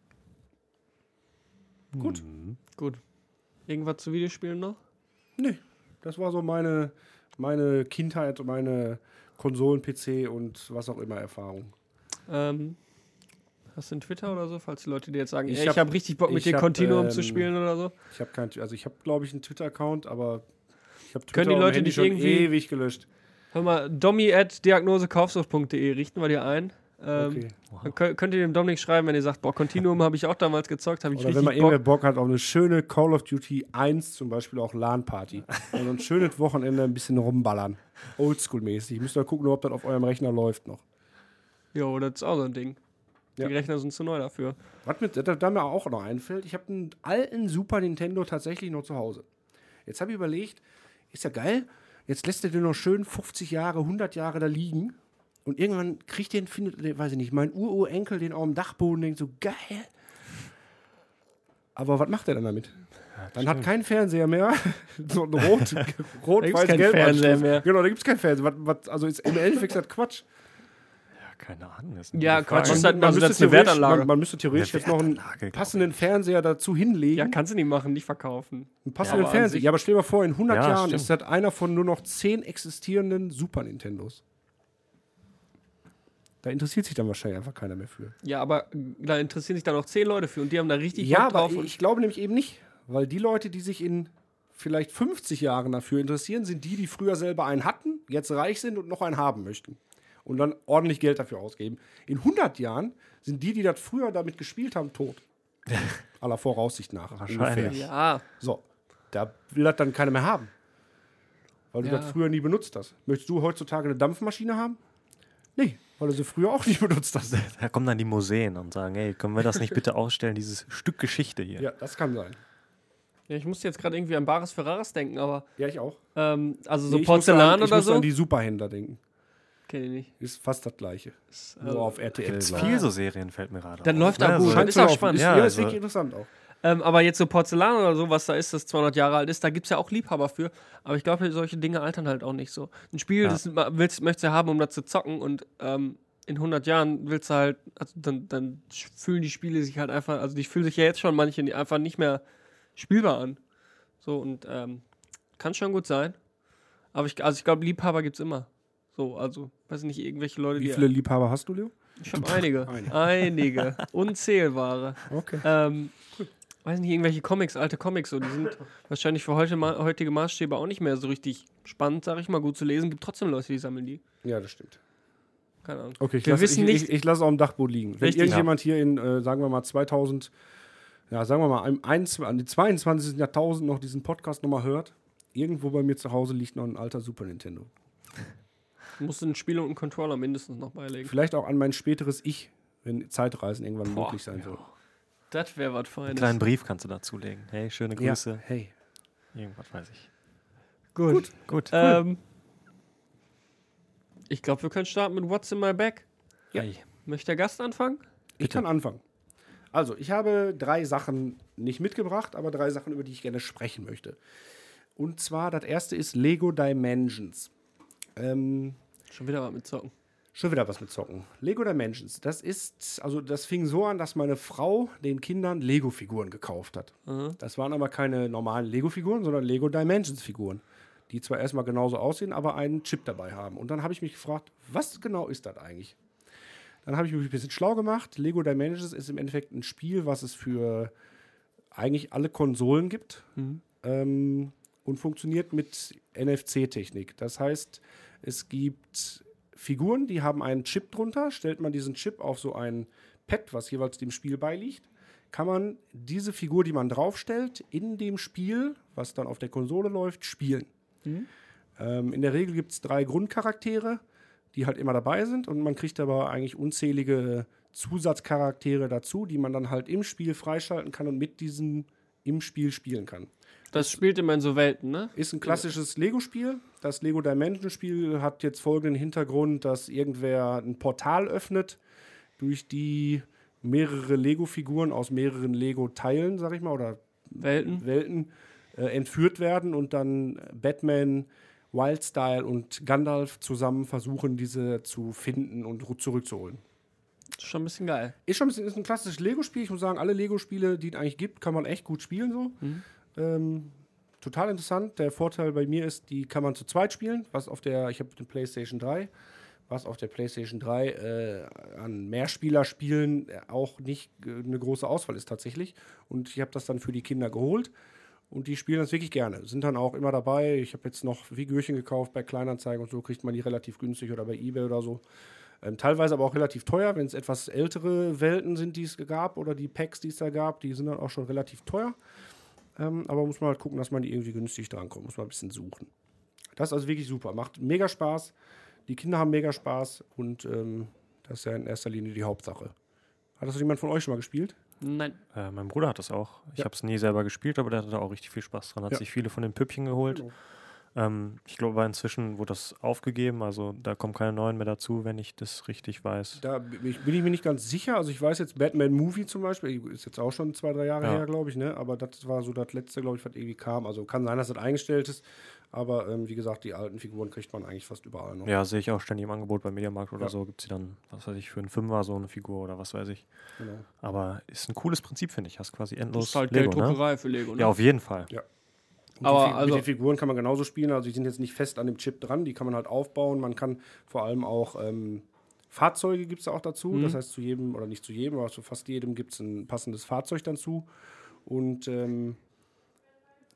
Gut. Gut. Irgendwas zu Videospielen noch? Nee, das war so meine Kindheit, meine Konsolen-PC und was auch immer Erfahrung. Hast du einen Twitter oder so, falls die Leute dir jetzt sagen, ich habe richtig Bock mit dir Continuum zu spielen oder so? Ich habe glaube ich einen Twitter-Account, aber ich habe Twitter können die Leute nicht schon irgendwie ewig gelöscht. Hör mal, domi@diagnosekaufsucht.de richten wir dir ein. Okay. Dann könnt ihr dem Dominik schreiben, wenn ihr sagt, boah, Continuum habe ich auch damals gezockt, habe ich oder richtig wenn man irgendwer Bock hat auf eine schöne Call of Duty 1 zum Beispiel, auch LAN-Party. Also ein schönes Wochenende ein bisschen rumballern. Oldschool-mäßig. Müsst ihr gucken, ob das auf eurem Rechner läuft noch. Jo, das ist auch so ein Ding. Ja. Die Rechner sind zu neu dafür. Was da mir auch noch einfällt, ich habe einen alten Super Nintendo tatsächlich noch zu Hause. Jetzt habe ich überlegt, ist ja geil, jetzt lässt er den noch schön 50 Jahre, 100 Jahre da liegen und irgendwann findet, weiß ich nicht, mein Urenkel den auf dem Dachboden, denkt so, geil. Aber was macht er dann damit? Ja, dann hat kein Fernseher mehr, so ein rot-weiß-gelb Fernseher mehr. Genau, da gibt es keinen Fernseher. Also ist im Endeffekt das Quatsch. Keine Ahnung. Ja, Quatsch, ist halt eine Wertanlage. Man müsste theoretisch jetzt noch einen passenden Fernseher dazu hinlegen. Ja, kannst du nicht machen, nicht verkaufen. Einen passenden Fernseher. Ja, aber stell dir mal vor, in 100 Jahren stimmt. ist das einer von nur noch 10 existierenden Super Nintendos. Da interessiert sich dann wahrscheinlich einfach keiner mehr für. Ja, aber da interessieren sich dann noch 10 Leute für und die haben da richtig Bock drauf. Ja, aber ich glaube nämlich eben nicht. Weil die Leute, die sich in vielleicht 50 Jahren dafür interessieren, sind die früher selber einen hatten, jetzt reich sind und noch einen haben möchten. und dann ordentlich Geld dafür ausgeben. In 100 Jahren sind die das früher damit gespielt haben, tot. Aller Voraussicht nach. Wahrscheinlich. Ungefähr. Ja, So, da will das dann keiner mehr haben. Weil du Ja. das früher nie benutzt hast. Möchtest du heutzutage eine Dampfmaschine haben? Nee, weil du sie früher auch nicht benutzt hast. Da kommen dann die Museen und sagen, hey, können wir das nicht bitte ausstellen, dieses Stück Geschichte hier? Ja, das kann sein. ja, ich musste jetzt gerade irgendwie an Bares Ferraris denken, aber Ja, ich auch. also so Nee, Porzellan ich oder muss so. an die Superhändler denken. Kenn ich nicht. Ist fast das Gleiche. Ist, Nur auf RTL. Gibt's glaub ich. viel so Serien, fällt mir gerade Dann auf. läuft auch Ne? gut. So, Scheint- ist auch zu spannend. Ist, Ja, ist also- wirklich interessant auch. aber jetzt so Porzellan oder so, was da ist, das 200 Jahre alt ist, da gibt es ja auch Liebhaber für. Aber ich glaube, solche Dinge altern halt auch nicht so. Ein Spiel, Ja. das möchtest du haben, um das zu zocken und in 100 Jahren willst du halt, also dann fühlen die Spiele sich halt einfach, also die fühlen sich ja jetzt schon manche einfach nicht mehr spielbar an. So und kann schon gut sein. Aber ich glaube, Liebhaber gibt es immer. So, also, weiß nicht, irgendwelche Leute, Wie die. viele Liebhaber hast du, Leo? Ich habe einige. Einige. Einige. Unzählbare. Okay. Weiß nicht, irgendwelche Comics, alte Comics, so, die sind wahrscheinlich für heutige Maßstäbe auch nicht mehr so richtig spannend, sag ich mal, gut zu lesen. Gibt trotzdem Leute, die sammeln die. Ja, das stimmt. Keine Ahnung. Okay, Wir wissen nicht- ich lasse auch im Dachboden liegen. Wenn Richtig. irgendjemand hier in, sagen wir mal, 2000, ja, sagen wir mal, an die 22. Jahrtausend noch diesen Podcast nochmal hört, irgendwo bei mir zu Hause liegt noch ein alter Super Nintendo. Du musst ein Spiel und einen Controller mindestens noch beilegen. Vielleicht auch an mein späteres Ich, wenn Zeitreisen irgendwann Boah, möglich sein soll. Das wäre was Einen Feines. kleinen Brief kannst du dazulegen. Hey, schöne Grüße. Ja, hey. Irgendwas weiß ich. Gut. Gut. Ich glaube, wir können starten mit What's in my bag. Ja. Ei. Möchte der Gast anfangen? Ich kann anfangen. Also, ich habe 3 Sachen nicht mitgebracht, aber 3 Sachen, über die ich gerne sprechen möchte. Und zwar, das erste ist Lego Dimensions. Schon wieder was mit Zocken. Schon wieder was mit Zocken. Lego Dimensions. Das fing so an, dass meine Frau den Kindern Lego-Figuren gekauft hat. Das waren aber keine normalen Lego-Figuren, sondern Lego Dimensions-Figuren. Die zwar erstmal genauso aussehen, aber einen Chip dabei haben. Und dann habe ich mich gefragt, was genau ist das eigentlich? Dann habe ich mich ein bisschen schlau gemacht. Lego Dimensions ist im Endeffekt ein Spiel, was es für eigentlich alle Konsolen gibt. Und funktioniert mit NFC-Technik. Das heißt, es gibt Figuren, die haben einen Chip drunter. Stellt man diesen Chip auf so ein Pad, was jeweils dem Spiel beiliegt, kann man diese Figur, die man draufstellt, in dem Spiel, was dann auf der Konsole läuft, spielen. In der Regel gibt es 3 Grundcharaktere, die halt immer dabei sind, und man kriegt aber eigentlich unzählige Zusatzcharaktere dazu, die man dann halt im Spiel freischalten kann und mit diesen im Spiel spielen kann. Das spielt immer in so Welten, ne? Ist ein klassisches Lego-Spiel. Das Lego Dimension-Spiel hat jetzt folgenden Hintergrund, dass irgendwer ein Portal öffnet, durch die mehrere Lego-Figuren aus mehreren Lego-Teilen, sag ich mal, oder Welten entführt werden und dann Batman, Wildstyle und Gandalf zusammen versuchen, diese zu finden und zurückzuholen. Das ist schon ein bisschen geil. Ist ein klassisches Lego-Spiel. Ich muss sagen, alle Lego-Spiele, die es eigentlich gibt, kann man echt gut spielen so. Total interessant. Der Vorteil bei mir ist, die kann man zu zweit spielen, ich habe eine PlayStation 3, was auf der PlayStation 3 an Mehrspielerspielen auch nicht eine große Auswahl ist tatsächlich. Und ich habe das dann für die Kinder geholt und die spielen das wirklich gerne. Sind dann auch immer dabei. Ich habe jetzt noch Figürchen gekauft bei Kleinanzeigen und so, kriegt man die relativ günstig oder bei eBay oder so. Teilweise aber auch relativ teuer, wenn es etwas ältere Welten sind, die es gab, oder die Packs, die es da gab, die sind dann auch schon relativ teuer. Aber muss man halt gucken, dass man die irgendwie günstig drankommt. Muss man ein bisschen suchen. Das ist also wirklich super. Macht mega Spaß. Die Kinder haben mega Spaß. Und das ist ja in erster Linie die Hauptsache. Hat das jemand von euch schon mal gespielt? Nein. Mein Bruder hat das auch. Ich Ja. habe es nie selber gespielt, aber der hatte da auch richtig viel Spaß dran. Hat Ja. sich viele von den Püppchen geholt. Genau. Ich glaube, inzwischen wurde das aufgegeben. Also da kommen keine neuen mehr dazu, wenn ich das richtig weiß. Da bin ich mir nicht ganz sicher. Also ich weiß jetzt, Batman Movie zum Beispiel, ist jetzt auch schon 2-3 Jahre Ja. her, glaube ich, ne? Aber das war so das letzte, glaube ich, was irgendwie kam. Also kann sein, dass das eingestellt ist. Aber wie gesagt, die alten Figuren kriegt man eigentlich fast überall noch. Ja, sehe ich auch ständig im Angebot beim Mediamarkt oder Ja. so. Gibt es dann, was weiß ich, für einen Fünfer so eine Figur oder was weiß ich. Genau. Aber ist ein cooles Prinzip, finde ich. Hast quasi Das endlos ist halt Lego, ne? Gelddruckerei für Lego, ne? Ja, auf jeden Fall. Und Aber mit also- den Figuren kann man genauso spielen. Also die sind jetzt nicht fest an dem Chip dran. Die kann man halt aufbauen. Man kann vor allem auch Fahrzeuge gibt es auch dazu. Das heißt, zu jedem, oder nicht zu jedem, aber zu fast jedem gibt es ein passendes Fahrzeug dazu. Und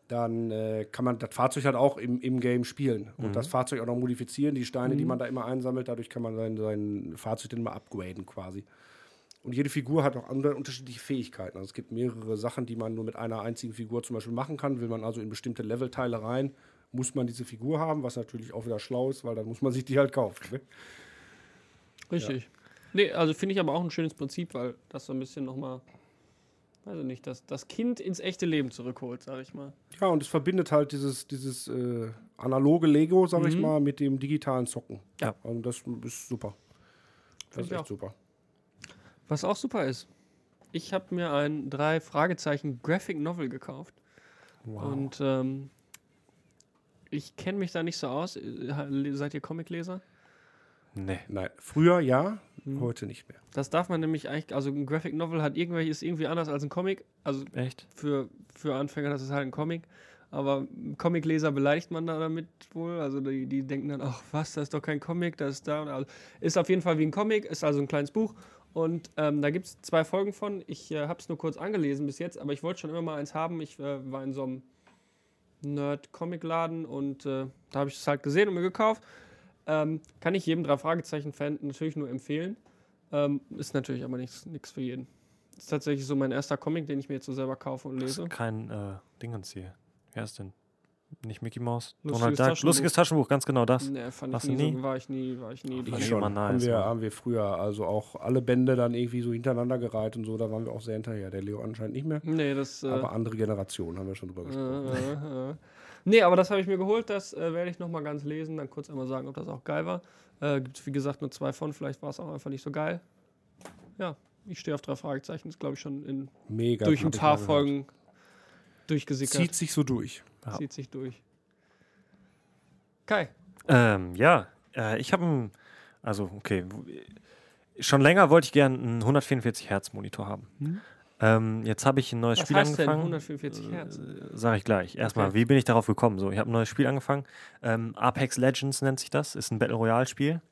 dann kann man das Fahrzeug halt auch im Game spielen und das Fahrzeug auch noch modifizieren, die Steine, die man da immer einsammelt, dadurch kann man sein Fahrzeug dann mal upgraden quasi. Und jede Figur hat auch andere unterschiedliche Fähigkeiten. Also es gibt mehrere Sachen, die man nur mit einer einzigen Figur zum Beispiel machen kann. Will man also in bestimmte Levelteile rein, muss man diese Figur haben, was natürlich auch wieder schlau ist, weil dann muss man sich die halt kaufen. Ne? Richtig. Ja. Nee, also finde ich aber auch ein schönes Prinzip, weil das so ein bisschen nochmal, weiß ich nicht, das Kind ins echte Leben zurückholt, sag ich mal. Ja, und es verbindet halt dieses analoge Lego, sag ich mal, mit dem digitalen Zocken. Ja. Und das ist super. Das ist echt super. Was auch super ist, ich habe mir ein 3 Fragezeichen Graphic Novel gekauft. Wow. Und ich kenne mich da nicht so aus. Seid ihr Comicleser? Nee. Nein, früher ja, heute nicht mehr. Das darf man nämlich eigentlich, also ein Graphic Novel ist irgendwie anders als ein Comic. Also echt? Für Anfänger, das ist halt ein Comic. Aber Comicleser beleidigt man da damit wohl. Also die denken dann, ach was, das ist doch kein Comic, das ist da. Also, ist auf jeden Fall wie ein Comic, ist also ein kleines Buch. Und da gibt es 2 Folgen von. Ich habe es nur kurz angelesen bis jetzt, aber ich wollte schon immer mal eins haben. Ich war in so einem Nerd-Comic-Laden und da habe ich es halt gesehen und mir gekauft. Kann ich jedem 3-Fragezeichen-Fan natürlich nur empfehlen. Ist natürlich aber nichts für jeden. Ist tatsächlich so mein erster Comic, den ich mir jetzt so selber kaufe und lese. Das ist kein Dingens hier. Wer ist denn? Nicht Mickey Mouse? Donald Duck. Lustiges Taschenbuch, ganz genau das. Nee, fand ich nie. So, war ich nie. Ich schon. Haben wir früher also auch alle Bände dann irgendwie so hintereinander gereiht und so, da waren wir auch sehr hinterher. Der Leo anscheinend nicht mehr. Nee, das... aber andere Generationen haben wir schon drüber gesprochen. Nee, aber das habe ich mir geholt, das werde ich nochmal ganz lesen, dann kurz einmal sagen, ob das auch geil war. Gibt es wie gesagt nur 2 von, vielleicht war es auch einfach nicht so geil. Ja, ich stehe auf 3 Fragezeichen, ist glaube ich schon durch ein paar Folgen durchgesickert. Zieht sich so durch. Ja. Zieht sich durch. Kai. Ich habe schon länger wollte ich gerne einen 144 Hertz Monitor haben. Jetzt habe ich ein neues Spiel angefangen. Was heißt denn 144 Hertz? Sag ich gleich. Erstmal, Wie bin ich darauf gekommen? So, ich habe ein neues Spiel angefangen. Apex Legends nennt sich das. Ist ein Battle Royale Spiel.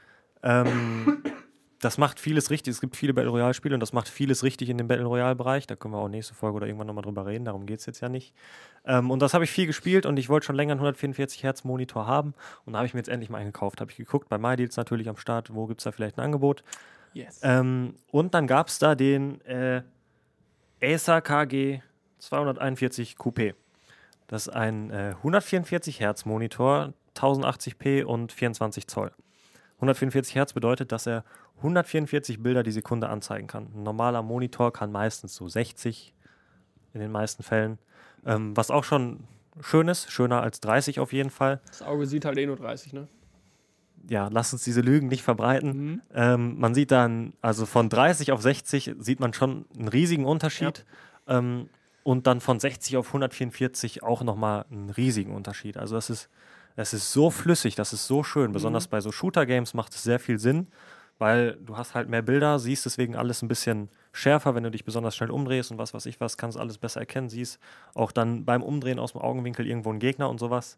Das macht vieles richtig. Es gibt viele Battle Royale Spiele und das macht vieles richtig in dem Battle Royale Bereich. Da können wir auch nächste Folge oder irgendwann nochmal drüber reden. Darum geht es jetzt ja nicht. Und das habe ich viel gespielt und ich wollte schon länger einen 144 Hertz Monitor haben. Und da habe ich mir jetzt endlich mal einen gekauft. Habe ich geguckt, bei MyDeals natürlich am Start. Wo gibt es da vielleicht ein Angebot? Yes. Und dann gab es da den Acer KG 241 Coupé. Das ist ein 144 Hertz Monitor, 1080p und 24 Zoll. 144 Hertz bedeutet, dass er 144 Bilder die Sekunde anzeigen kann. Ein normaler Monitor kann meistens so 60 in den meisten Fällen. Was auch schon schön ist, schöner als 30 auf jeden Fall. Das Auge sieht halt nur 30, ne? Ja, lasst uns diese Lügen nicht verbreiten. Man sieht dann, also von 30 auf 60 sieht man schon einen riesigen Unterschied. Ja. Und dann von 60 auf 144 auch nochmal einen riesigen Unterschied. Also es ist so flüssig, das ist so schön. Besonders bei so Shooter-Games macht es sehr viel Sinn, weil du hast halt mehr Bilder, siehst deswegen alles ein bisschen schärfer, wenn du dich besonders schnell umdrehst und was weiß ich was, kannst alles besser erkennen, siehst auch dann beim Umdrehen aus dem Augenwinkel irgendwo einen Gegner und sowas.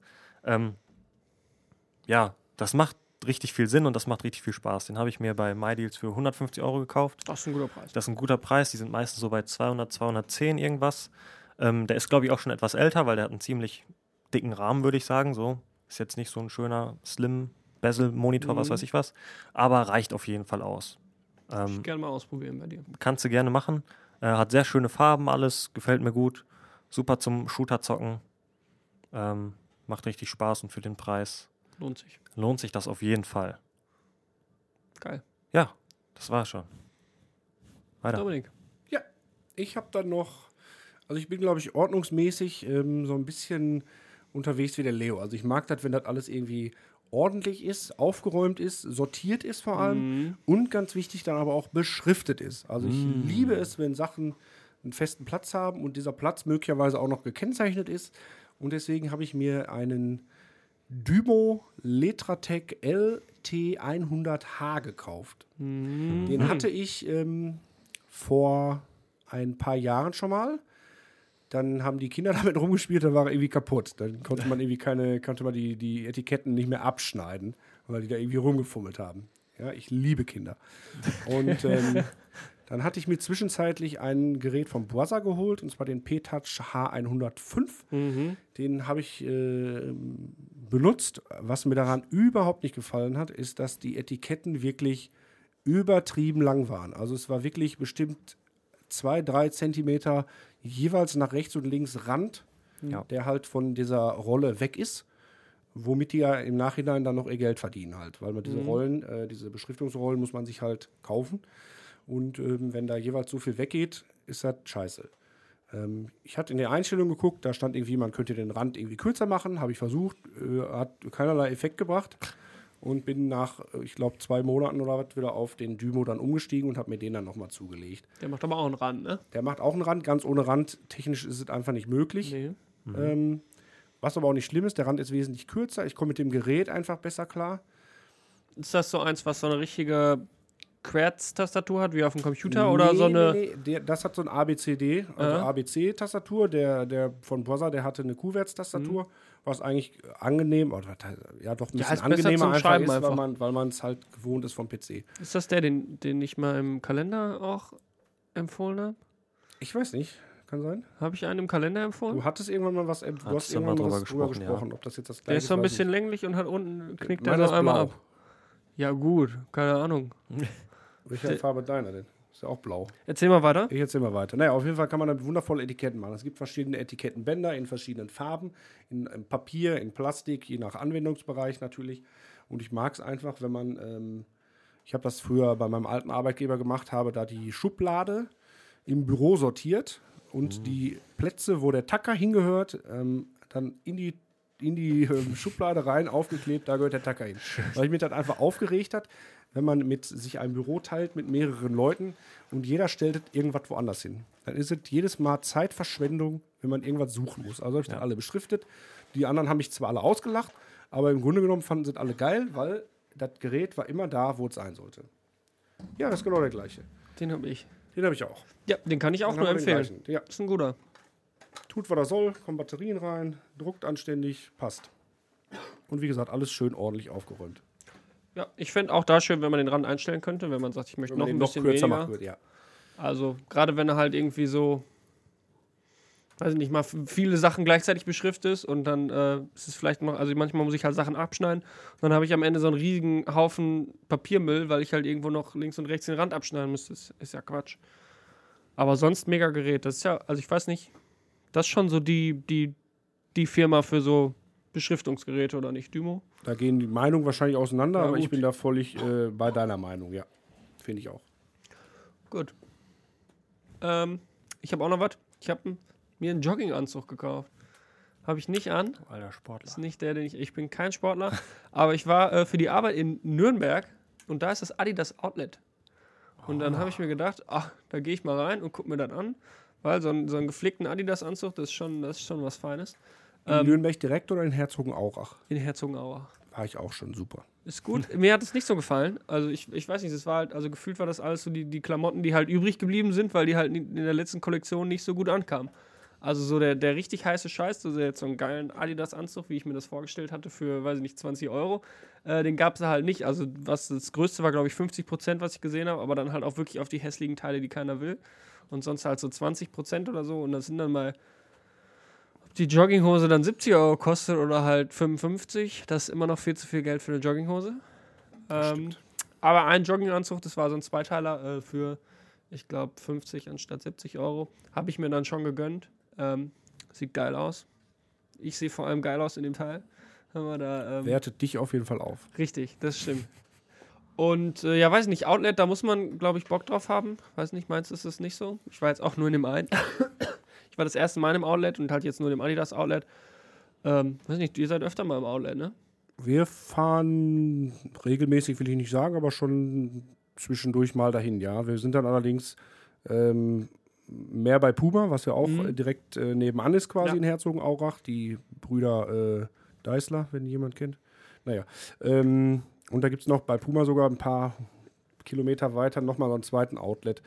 Das macht richtig viel Sinn und das macht richtig viel Spaß. Den habe ich mir bei MyDeals für 150 € gekauft. Das ist ein guter Preis. Das ist ein guter Preis, die sind meistens so bei 200, 210 irgendwas. Der ist, glaube ich, auch schon etwas älter, weil der hat einen ziemlich dicken Rahmen, würde ich sagen. So ist jetzt nicht so ein schöner Slim-Bezel-Monitor, was weiß ich was. Aber reicht auf jeden Fall aus. Ich gerne mal ausprobieren bei dir. Kannst du gerne machen. Hat sehr schöne Farben, alles. Gefällt mir gut. Super zum Shooter-Zocken. Macht richtig Spaß und für den Preis lohnt sich das auf jeden Fall. Geil. Ja, das war schon. Weiter. Dominik. Ja, ich habe dann noch, also ich bin, glaube ich, ordnungsmäßig so ein bisschen unterwegs wie der Leo. Also ich mag das, wenn das alles irgendwie ordentlich ist, aufgeräumt ist, sortiert ist vor allem und ganz wichtig dann aber auch beschriftet ist. Also ich liebe es, wenn Sachen einen festen Platz haben und dieser Platz möglicherweise auch noch gekennzeichnet ist. Und deswegen habe ich mir einen Dymo Letratec LT100H gekauft. Den hatte ich vor ein paar Jahren schon mal. Dann haben die Kinder damit rumgespielt, dann war er irgendwie kaputt. Dann konnte man die Etiketten nicht mehr abschneiden, weil die da irgendwie rumgefummelt haben. Ja, ich liebe Kinder. Und Dann hatte ich mir zwischenzeitlich ein Gerät vom Brother geholt, und zwar den P-Touch H105. Den habe ich benutzt. Was mir daran überhaupt nicht gefallen hat, ist, dass die Etiketten wirklich übertrieben lang waren. Also es war wirklich bestimmt 2-3 Zentimeter jeweils nach rechts und links Rand, der halt von dieser Rolle weg ist, womit die ja im Nachhinein dann noch ihr Geld verdienen halt. Weil man diese Rollen, diese Beschriftungsrollen muss man sich halt kaufen. Und wenn da jeweils so viel weggeht, ist das scheiße. Ich hatte in der Einstellung geguckt, da stand irgendwie, man könnte den Rand irgendwie kürzer machen. Habe ich versucht, hat keinerlei Effekt gebracht. Und bin nach, ich glaube, 2 Monaten oder was wieder auf den Dymo dann umgestiegen und habe mir den dann nochmal zugelegt. Der macht aber auch einen Rand, ne? Der macht auch einen Rand, ganz ohne Rand. Technisch ist es einfach nicht möglich. Nee. Was aber auch nicht schlimm ist, der Rand ist wesentlich kürzer. Ich komme mit dem Gerät einfach besser klar. Ist das so eins, was so eine richtige Querz-Tastatur hat, wie auf dem Computer? Oder so eine. Nee, das hat so ein ABCD, also ABC-Tastatur. Der von Brother, der hatte eine Kuhwärtstastatur, was eigentlich angenehm, oder ja doch ein bisschen ist besser angenehmer zum einfach Schreiben ist, einfach. weil man es halt gewohnt ist vom PC. Ist das der, den ich mal im Kalender auch empfohlen habe? Ich weiß nicht, kann sein. Habe ich einen im Kalender empfohlen? Du hattest irgendwann mal was, du hast du mal irgendwann drüber was drüber gesprochen, gesprochen, ob das jetzt das Der gleiche ist so ein weiß bisschen ich länglich und hat unten knickt Meiner er so ist einmal blau. ab. Ja, gut, keine Ahnung. nicht. Welche Farbe deiner denn? Ist ja auch blau. Erzähl mal weiter. Ich erzähl mal weiter. Naja, auf jeden Fall kann man da wundervolle Etiketten machen. Es gibt verschiedene Etikettenbänder in verschiedenen Farben, in Papier, in Plastik, je nach Anwendungsbereich natürlich. Und ich mag es einfach, wenn man, ich habe das früher bei meinem alten Arbeitgeber gemacht, habe da die Schublade im Büro sortiert und die Plätze, wo der Tacker hingehört, dann in die Schublade rein aufgeklebt, da gehört der Tacker hin. Weil ich mich das einfach aufgeregt hat, wenn man mit sich ein Büro teilt mit mehreren Leuten und jeder stellt irgendwas woanders hin. Dann ist es jedes Mal Zeitverschwendung, wenn man irgendwas suchen muss. Also habe ich dann alle beschriftet. Die anderen haben mich zwar alle ausgelacht, aber im Grunde genommen fanden sie es alle geil, weil das Gerät war immer da, wo es sein sollte. Ja, das ist genau der gleiche. Den habe ich. Den habe ich auch. Ja, den kann ich auch Dann nur haben wir den empfehlen. gleichen. Ja. Ist ein guter. Tut, was er soll, kommen Batterien rein, druckt anständig, passt. Und wie gesagt, alles schön ordentlich aufgeräumt. Ja, ich fände auch da schön, wenn man den Rand einstellen könnte, wenn man sagt, ich möchte Wenn noch man ein den bisschen kürzer weniger. machen würde, ja. Also, gerade wenn er halt irgendwie so, weiß ich nicht, mal viele Sachen gleichzeitig beschriftet ist und dann ist es vielleicht noch, also manchmal muss ich halt Sachen abschneiden und dann habe ich am Ende so einen riesigen Haufen Papiermüll, weil ich halt irgendwo noch links und rechts den Rand abschneiden müsste. Das ist ja Quatsch. Aber sonst mega Gerät. Das ist ja, also ich weiß nicht, das ist schon so die Firma für so Beschriftungsgeräte, oder nicht, Dymo? Da gehen die Meinungen wahrscheinlich auseinander, Ja, aber ich gut. bin da völlig bei deiner Meinung, ja. Finde ich auch. Gut. Ich habe auch noch was. Ich habe mir einen Jogginganzug gekauft. Habe ich nicht an. Alter Sportler. Ist nicht der, den ich bin kein Sportler. Aber ich war für die Arbeit in Nürnberg und da ist das Adidas Outlet. Und dann habe ich mir gedacht, ach, da gehe ich mal rein und gucke mir das an. Weil so einen gepflegten Adidas-Anzug, das ist schon was Feines. In Nürnberg direkt oder in Herzogenaurach? In Herzogenaurach. War ich auch schon super. Ist gut. Mir hat es nicht so gefallen. Also ich weiß nicht, es war halt, also gefühlt war das alles so die Klamotten, die halt übrig geblieben sind, weil die halt in der letzten Kollektion nicht so gut ankamen. Also so der richtig heiße Scheiß, also jetzt so einen geilen Adidas-Anzug, wie ich mir das vorgestellt hatte, für, weiß ich nicht, 20 €, den gab es halt nicht. Also das Größte war, glaube ich, 50%, was ich gesehen habe, aber dann halt auch wirklich auf die hässlichen Teile, die keiner will. Und sonst halt so 20% oder so. Und das sind dann mal, ob die Jogginghose dann 70 € kostet oder halt 55, das ist immer noch viel zu viel Geld für eine Jogginghose. Aber ein Jogginganzug, das war so ein Zweiteiler für, ich glaube, 50 anstatt 70 €. Habe ich mir dann schon gegönnt. Sieht geil aus. Ich sehe vor allem geil aus in dem Teil. Haben wir da, Wertet dich auf jeden Fall auf. richtig, das stimmt. Und ja, weiß nicht, Outlet, da muss man, glaube ich, Bock drauf haben. Weiß nicht, meinst du, ist das nicht so? Ich war jetzt auch nur in dem einen. Ich war das erste Mal im Outlet und halt jetzt nur im Adidas Outlet. Weiß nicht, ihr seid öfter mal im Outlet, ne? Wir fahren regelmäßig, will ich nicht sagen, aber schon zwischendurch mal dahin, ja. Wir sind dann allerdings mehr bei Puma, was ja auch direkt nebenan ist quasi in Herzogenaurach. Die Brüder Deißler, wenn jemand kennt. Naja, und da gibt es noch bei Puma sogar ein paar Kilometer weiter nochmal so einen zweiten Outlet,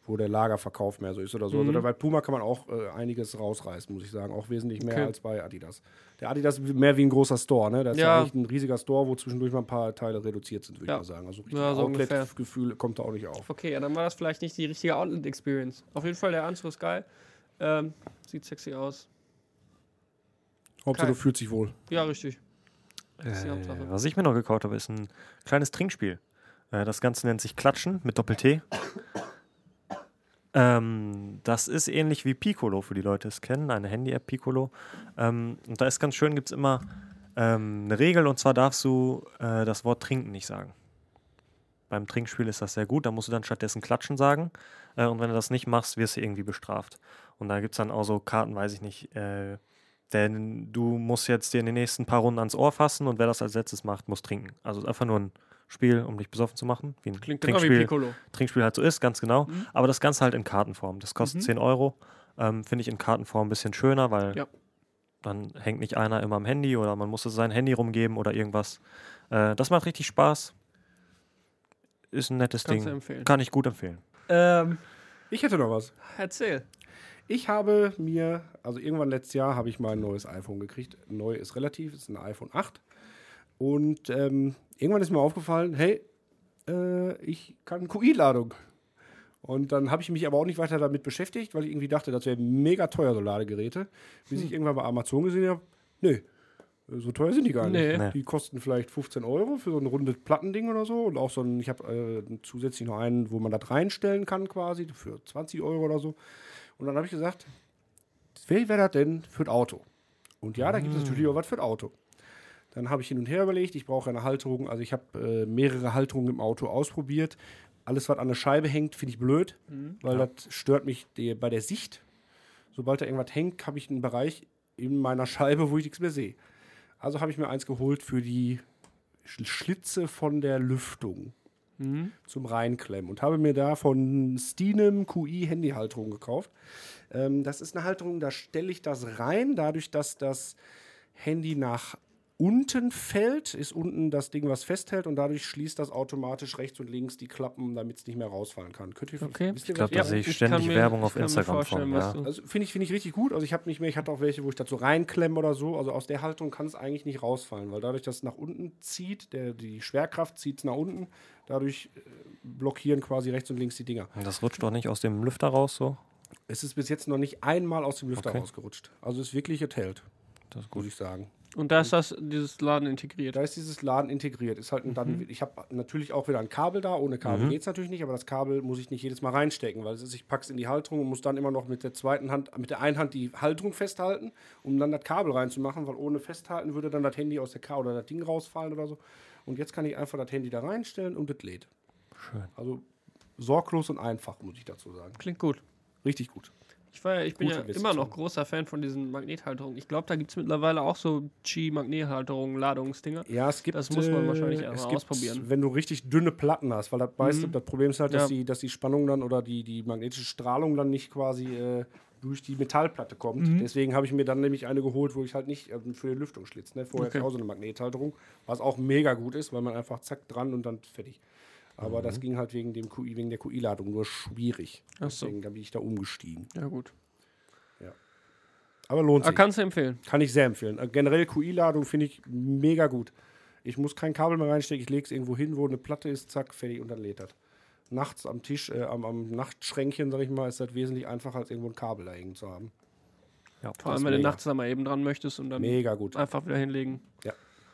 wo der Lagerverkauf mehr so ist oder so. Also bei Puma kann man auch einiges rausreißen, muss ich sagen. Auch wesentlich mehr als bei Adidas. Der Adidas ist mehr wie ein großer Store, ne? Das ist ja eigentlich ein riesiger Store, wo zwischendurch mal ein paar Teile reduziert sind, würde ich mal sagen. Also richtig so Outlet-Gefühl kommt da auch nicht auf. Okay, ja, dann war das vielleicht nicht die richtige Outlet-Experience. Auf jeden Fall, der Anzug ist geil. Sieht sexy aus. Hauptsache, du fühlst dich wohl. Ja, richtig. Das ist die Hauptsache. Was ich mir noch gekauft habe, ist ein kleines Trinkspiel. Das Ganze nennt sich Klatschen mit Doppel-T. Das ist ähnlich wie Piccolo, für die Leute es kennen, eine Handy-App Piccolo. Und da ist ganz schön, gibt es immer eine Regel, und zwar darfst du das Wort trinken nicht sagen. Beim Trinkspiel ist das sehr gut, da musst du dann stattdessen klatschen sagen. Und wenn du das nicht machst, wirst du irgendwie bestraft. Und da gibt es dann auch so Karten, weiß ich nicht, denn du musst jetzt dir in den nächsten paar Runden ans Ohr fassen und wer das als letztes macht, muss trinken. Also es ist einfach nur ein Spiel, um dich besoffen zu machen. Wie ein Klingt genau wie Piccolo. Trinkspiel halt so ist, ganz genau. Aber das Ganze halt in Kartenform. Das kostet 10 Euro. Finde ich in Kartenform ein bisschen schöner, weil dann hängt nicht einer immer am Handy oder man muss sein Handy rumgeben oder irgendwas. Das macht richtig Spaß. Ist ein nettes Kannst Ding. du empfehlen. Kann ich gut empfehlen. Ich hätte noch was. Erzähl. Ich habe mir, also irgendwann letztes Jahr habe ich mal ein neues iPhone gekriegt. Neu ist relativ, ist ein iPhone 8. Und irgendwann ist mir aufgefallen, hey, ich kann QI-Ladung. Und dann habe ich mich aber auch nicht weiter damit beschäftigt, weil ich irgendwie dachte, das wäre mega teuer, so Ladegeräte. Bis ich irgendwann bei Amazon gesehen habe, nee, so teuer sind die gar nicht. Nee. Die kosten vielleicht 15 Euro für so ein rundes Plattending oder so. Und auch so ein, ich habe zusätzlich noch einen, wo man das reinstellen kann quasi, für 20 Euro oder so. Und dann habe ich gesagt, wer wäre das denn für das Auto? Und ja, da gibt es natürlich auch was für das Auto. Dann habe ich hin und her überlegt, ich brauche eine Halterung. Also ich habe mehrere Halterungen im Auto ausprobiert. Alles, was an der Scheibe hängt, finde ich blöd, weil das stört mich bei der Sicht. Sobald da irgendwas hängt, habe ich einen Bereich in meiner Scheibe, wo ich nichts mehr sehe. Also habe ich mir eins geholt für die Schlitze von der Lüftung zum Reinklemmen und habe mir da von Steinem QI Handyhalterung gekauft. Das ist eine Halterung, da stelle ich das rein, dadurch, dass das Handy nach unten fällt, ist unten das Ding, was festhält und dadurch schließt das automatisch rechts und links die Klappen, damit es nicht mehr rausfallen kann. Ich glaube, da sehe ich ständig Werbung auf Instagram von. Ja. Also finde ich richtig gut. Also ich hatte auch welche, wo ich das so reinklemme oder so. Also aus der Haltung kann es eigentlich nicht rausfallen, weil dadurch, dass es nach unten zieht, die Schwerkraft zieht es nach unten, dadurch blockieren quasi rechts und links die Dinger. Und das rutscht doch nicht aus dem Lüfter raus so? Es ist bis jetzt noch nicht einmal aus dem Lüfter rausgerutscht. Also es ist wirklich enthält. Das ist gut. Muss ich sagen. Und da ist dieses Laden integriert. Da ist dieses Laden integriert. Ist halt dann, ich habe natürlich auch wieder ein Kabel da. Ohne Kabel geht es natürlich nicht, aber das Kabel muss ich nicht jedes Mal reinstecken, weil ich packe es in die Halterung und muss dann immer noch mit der einen Hand die Halterung festhalten, um dann das Kabel reinzumachen, weil ohne Festhalten würde dann das Handy aus der oder das Ding rausfallen oder so. Und jetzt kann ich einfach das Handy da reinstellen und das lädt. Schön. Also sorglos und einfach, muss ich dazu sagen. Klingt gut. Richtig gut. Ich bin ja immer noch großer Fan von diesen Magnethalterungen. Ich glaube, da gibt es mittlerweile auch so Qi-Magnethalterungen, Ladungsdinger. Ja, es gibt. Das muss man wahrscheinlich einmal ausprobieren. Wenn du richtig dünne Platten hast, weil das Problem ist halt, dass die Spannung dann oder die magnetische Strahlung dann nicht quasi durch die Metallplatte kommt. Deswegen habe ich mir dann nämlich eine geholt, wo ich halt nicht für den Lüftungsschlitz. Ne? Vorher hatte ich auch so eine Magnethalterung, was auch mega gut ist, weil man einfach zack dran und dann fertig. Aber das ging halt wegen der QI-Ladung nur schwierig. Achso. Deswegen bin ich da umgestiegen. Ja, gut. Ja. Aber lohnt sich. Kannst du empfehlen? Kann ich sehr empfehlen. Generell QI-Ladung finde ich mega gut. Ich muss kein Kabel mehr reinstecken, ich lege es irgendwo hin, wo eine Platte ist, zack, fertig und dann lädt das. Nachts am Tisch, am Nachtschränkchen, sag ich mal, ist das wesentlich einfacher, als irgendwo ein Kabel da hängen zu haben. Ja, vor allem, wenn du nachts da mal eben dran möchtest und dann mega gut. Einfach wieder hinlegen. Ja.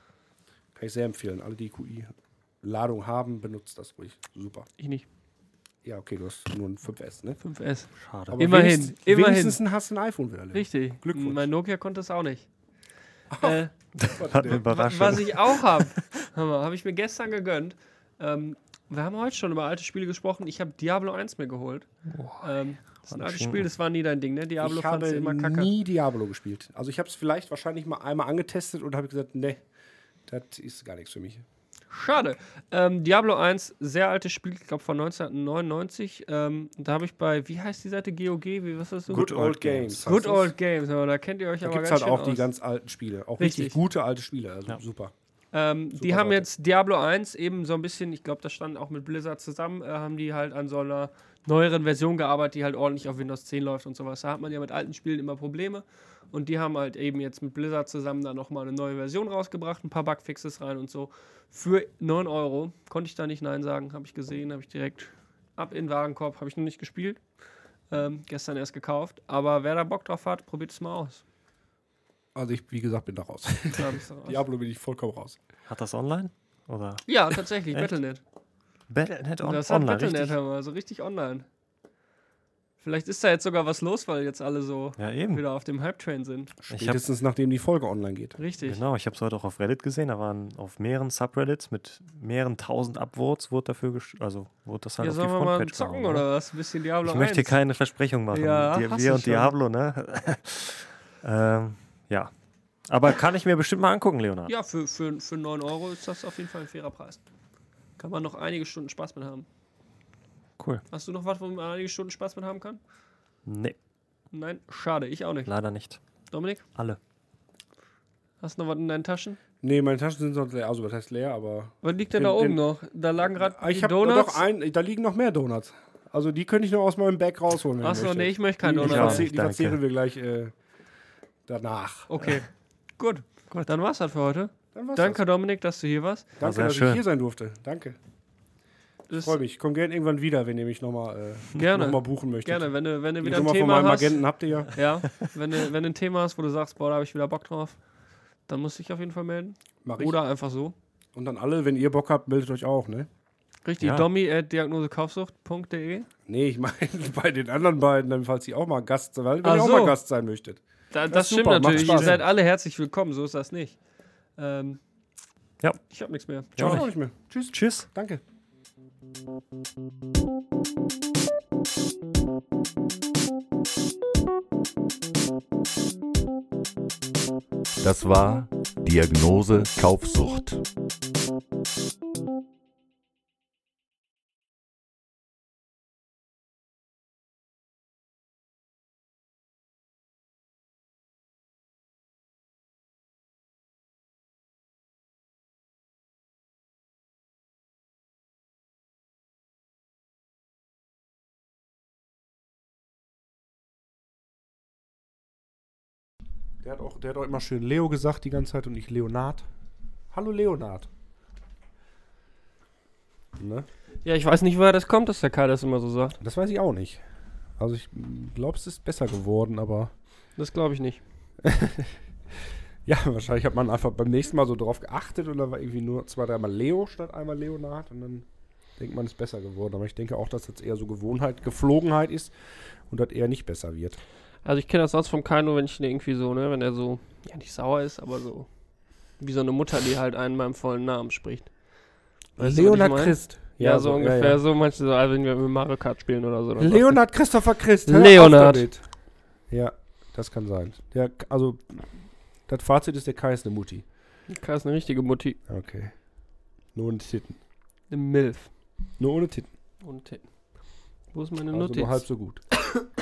Kann ich sehr empfehlen. Alle, die QI-Ladung haben, benutzt das ruhig. Super. Ich nicht. Ja, okay, du hast nur ein 5S, ne? 5S. Schade. Aber immerhin. Wenigstens hast du ein iPhone wieder. Richtig. Glückwunsch. Mein Nokia konnte es auch nicht. Hat eine Überraschung. Was ich auch habe ich mir gestern gegönnt. Wir haben heute schon über alte Spiele gesprochen. Ich habe Diablo 1 mir geholt. Das ist ein altes Spiel, das war nie dein Ding, ne? Diablo fandst du immer kacke. Ich habe nie Diablo gespielt. Also ich habe es wahrscheinlich mal einmal angetestet und habe gesagt, ne, das ist gar nichts für mich. Schade. Diablo 1, sehr altes Spiel, ich glaube von 1999. Da habe ich bei, wie heißt die Seite? GOG? Was ist das? Good Old Games. Good Old Games, da kennt ihr euch aber ganz schön aus. Da gibt es halt auch die ganz alten Spiele. Auch richtig gute alte Spiele, also super. Die haben jetzt Diablo 1 eben so ein bisschen, ich glaube, das stand auch mit Blizzard zusammen, haben die halt an so einer neueren Version gearbeitet, die halt ordentlich auf Windows 10 läuft und sowas. Da hat man ja mit alten Spielen immer Probleme. Und die haben halt eben jetzt mit Blizzard zusammen da nochmal eine neue Version rausgebracht, ein paar Bugfixes rein und so. Für 9 Euro konnte ich da nicht Nein sagen, habe ich gesehen, habe ich direkt ab in den Warenkorb, habe ich noch nicht gespielt. Gestern erst gekauft. Aber wer da Bock drauf hat, probiert es mal aus. Also ich, wie gesagt, bin da raus. Da bist du raus. Diablo bin ich vollkommen raus. Hat das online? Oder? Ja, tatsächlich, Echt? Battle.net. Battle.net Das hat online, Battle.net, richtig? haben wir, also richtig online. Vielleicht ist da jetzt sogar was los, weil jetzt alle so Ja, eben. wieder auf dem Hype-Train sind. Spätestens nachdem die Folge online geht. Richtig. Genau, ich habe es heute auch auf Reddit gesehen. Da waren auf mehreren Subreddits mit mehreren tausend Upvotes wurde dafür wurde das halt Ja, auf sollen die wir mal Frontpage zocken gehauen, ne? oder was? Ein bisschen Diablo Ich möchte 1. keine Versprechung machen. Ja, hast Wir du und schon. Diablo, ne? Ja. Aber kann ich mir bestimmt mal angucken, Leonard. Ja, für 9 Euro ist das auf jeden Fall ein fairer Preis. Kann man noch einige Stunden Spaß mit haben. Cool. Hast du noch was, wo man einige Stunden Spaß mit haben kann? Nee, Nein, schade, ich auch nicht. leider nicht. Dominik, Alle. hast du noch was in deinen Taschen? Nee, meine Taschen sind sonst leer. Also, was heißt leer, aber. Was liegt denn Den- da oben den- noch? Da lagen gerade Ich die habe Donuts. doch da liegen noch mehr Donuts. Also, die könnte ich noch aus meinem Bag rausholen. wenn Achso, du nee, möchtest. ich möchte keine Die, Donuts. nicht, die danke. verzehren wir gleich danach. Okay, gut. Dann war's das für heute. Dann war's Danke, das. Dominik, dass du hier warst. Danke, sehr dass schön. ich hier sein durfte. Danke. Das Freue mich. Ich komme gerne irgendwann wieder, wenn ihr mich nochmal Gerne. noch mal buchen möchtet. gerne, wenn du Die wieder ein Nummer von Thema meinem hast. Agenten habt ihr ja. Ja, wenn du ein Thema hast, wo du sagst, boah, da habe ich wieder Bock drauf, dann musst du dich auf jeden Fall melden. Mach ich. Oder einfach so. Und dann alle, wenn ihr Bock habt, meldet euch auch, ne? Richtig, Ja. domi@diagnosekaufsucht.de. Nee, ich meine bei den anderen beiden, dann, falls ihr auch mal Gast seid, wenn Ach ihr auch so. mal Gast sein möchtet. Das ist stimmt super, macht natürlich. Ihr Spaß. seid alle herzlich willkommen, so ist das nicht. Ja. Ich habe nichts mehr. Ich Ciao. auch nicht mehr. Tschüss. Tschüss. Danke. Das war Diagnose Kaufsucht. Der hat auch immer schön Leo gesagt die ganze Zeit und nicht Leonard. Hallo Leonard. Ne? Ja, ich weiß nicht, woher das kommt, dass der Kai das immer so sagt. Das weiß ich auch nicht. Also ich glaube, es ist besser geworden, aber Das glaube ich nicht. ja, wahrscheinlich hat man einfach beim nächsten Mal so drauf geachtet und dann war irgendwie nur 2-3 Mal Leo statt einmal Leonard und dann denkt man, es ist besser geworden. Aber ich denke auch, dass das eher so Geflogenheit ist und das eher nicht besser wird. Also ich kenne das sonst vom Kai nur, wenn ich ihn irgendwie so, ne, wenn er so, ja nicht sauer ist, aber so wie so eine Mutter, die halt einen beim vollen Namen spricht. Weißt du, was ich meine? Christ. Ja, so ungefähr, ja. so manche so, also wenn wir mit Mario Kart spielen oder so. dann Leonard Christopher Christ. hör Leonard. auf damit. Ja, das kann sein. Also, das Fazit ist, der Kai ist eine Mutti. sagt er, Kai ist eine richtige Mutti. Okay. Nur ohne Titten. Eine Milf. Nur ohne Titten. Und Titten. Wo ist meine Also Notiz? nur halb so gut.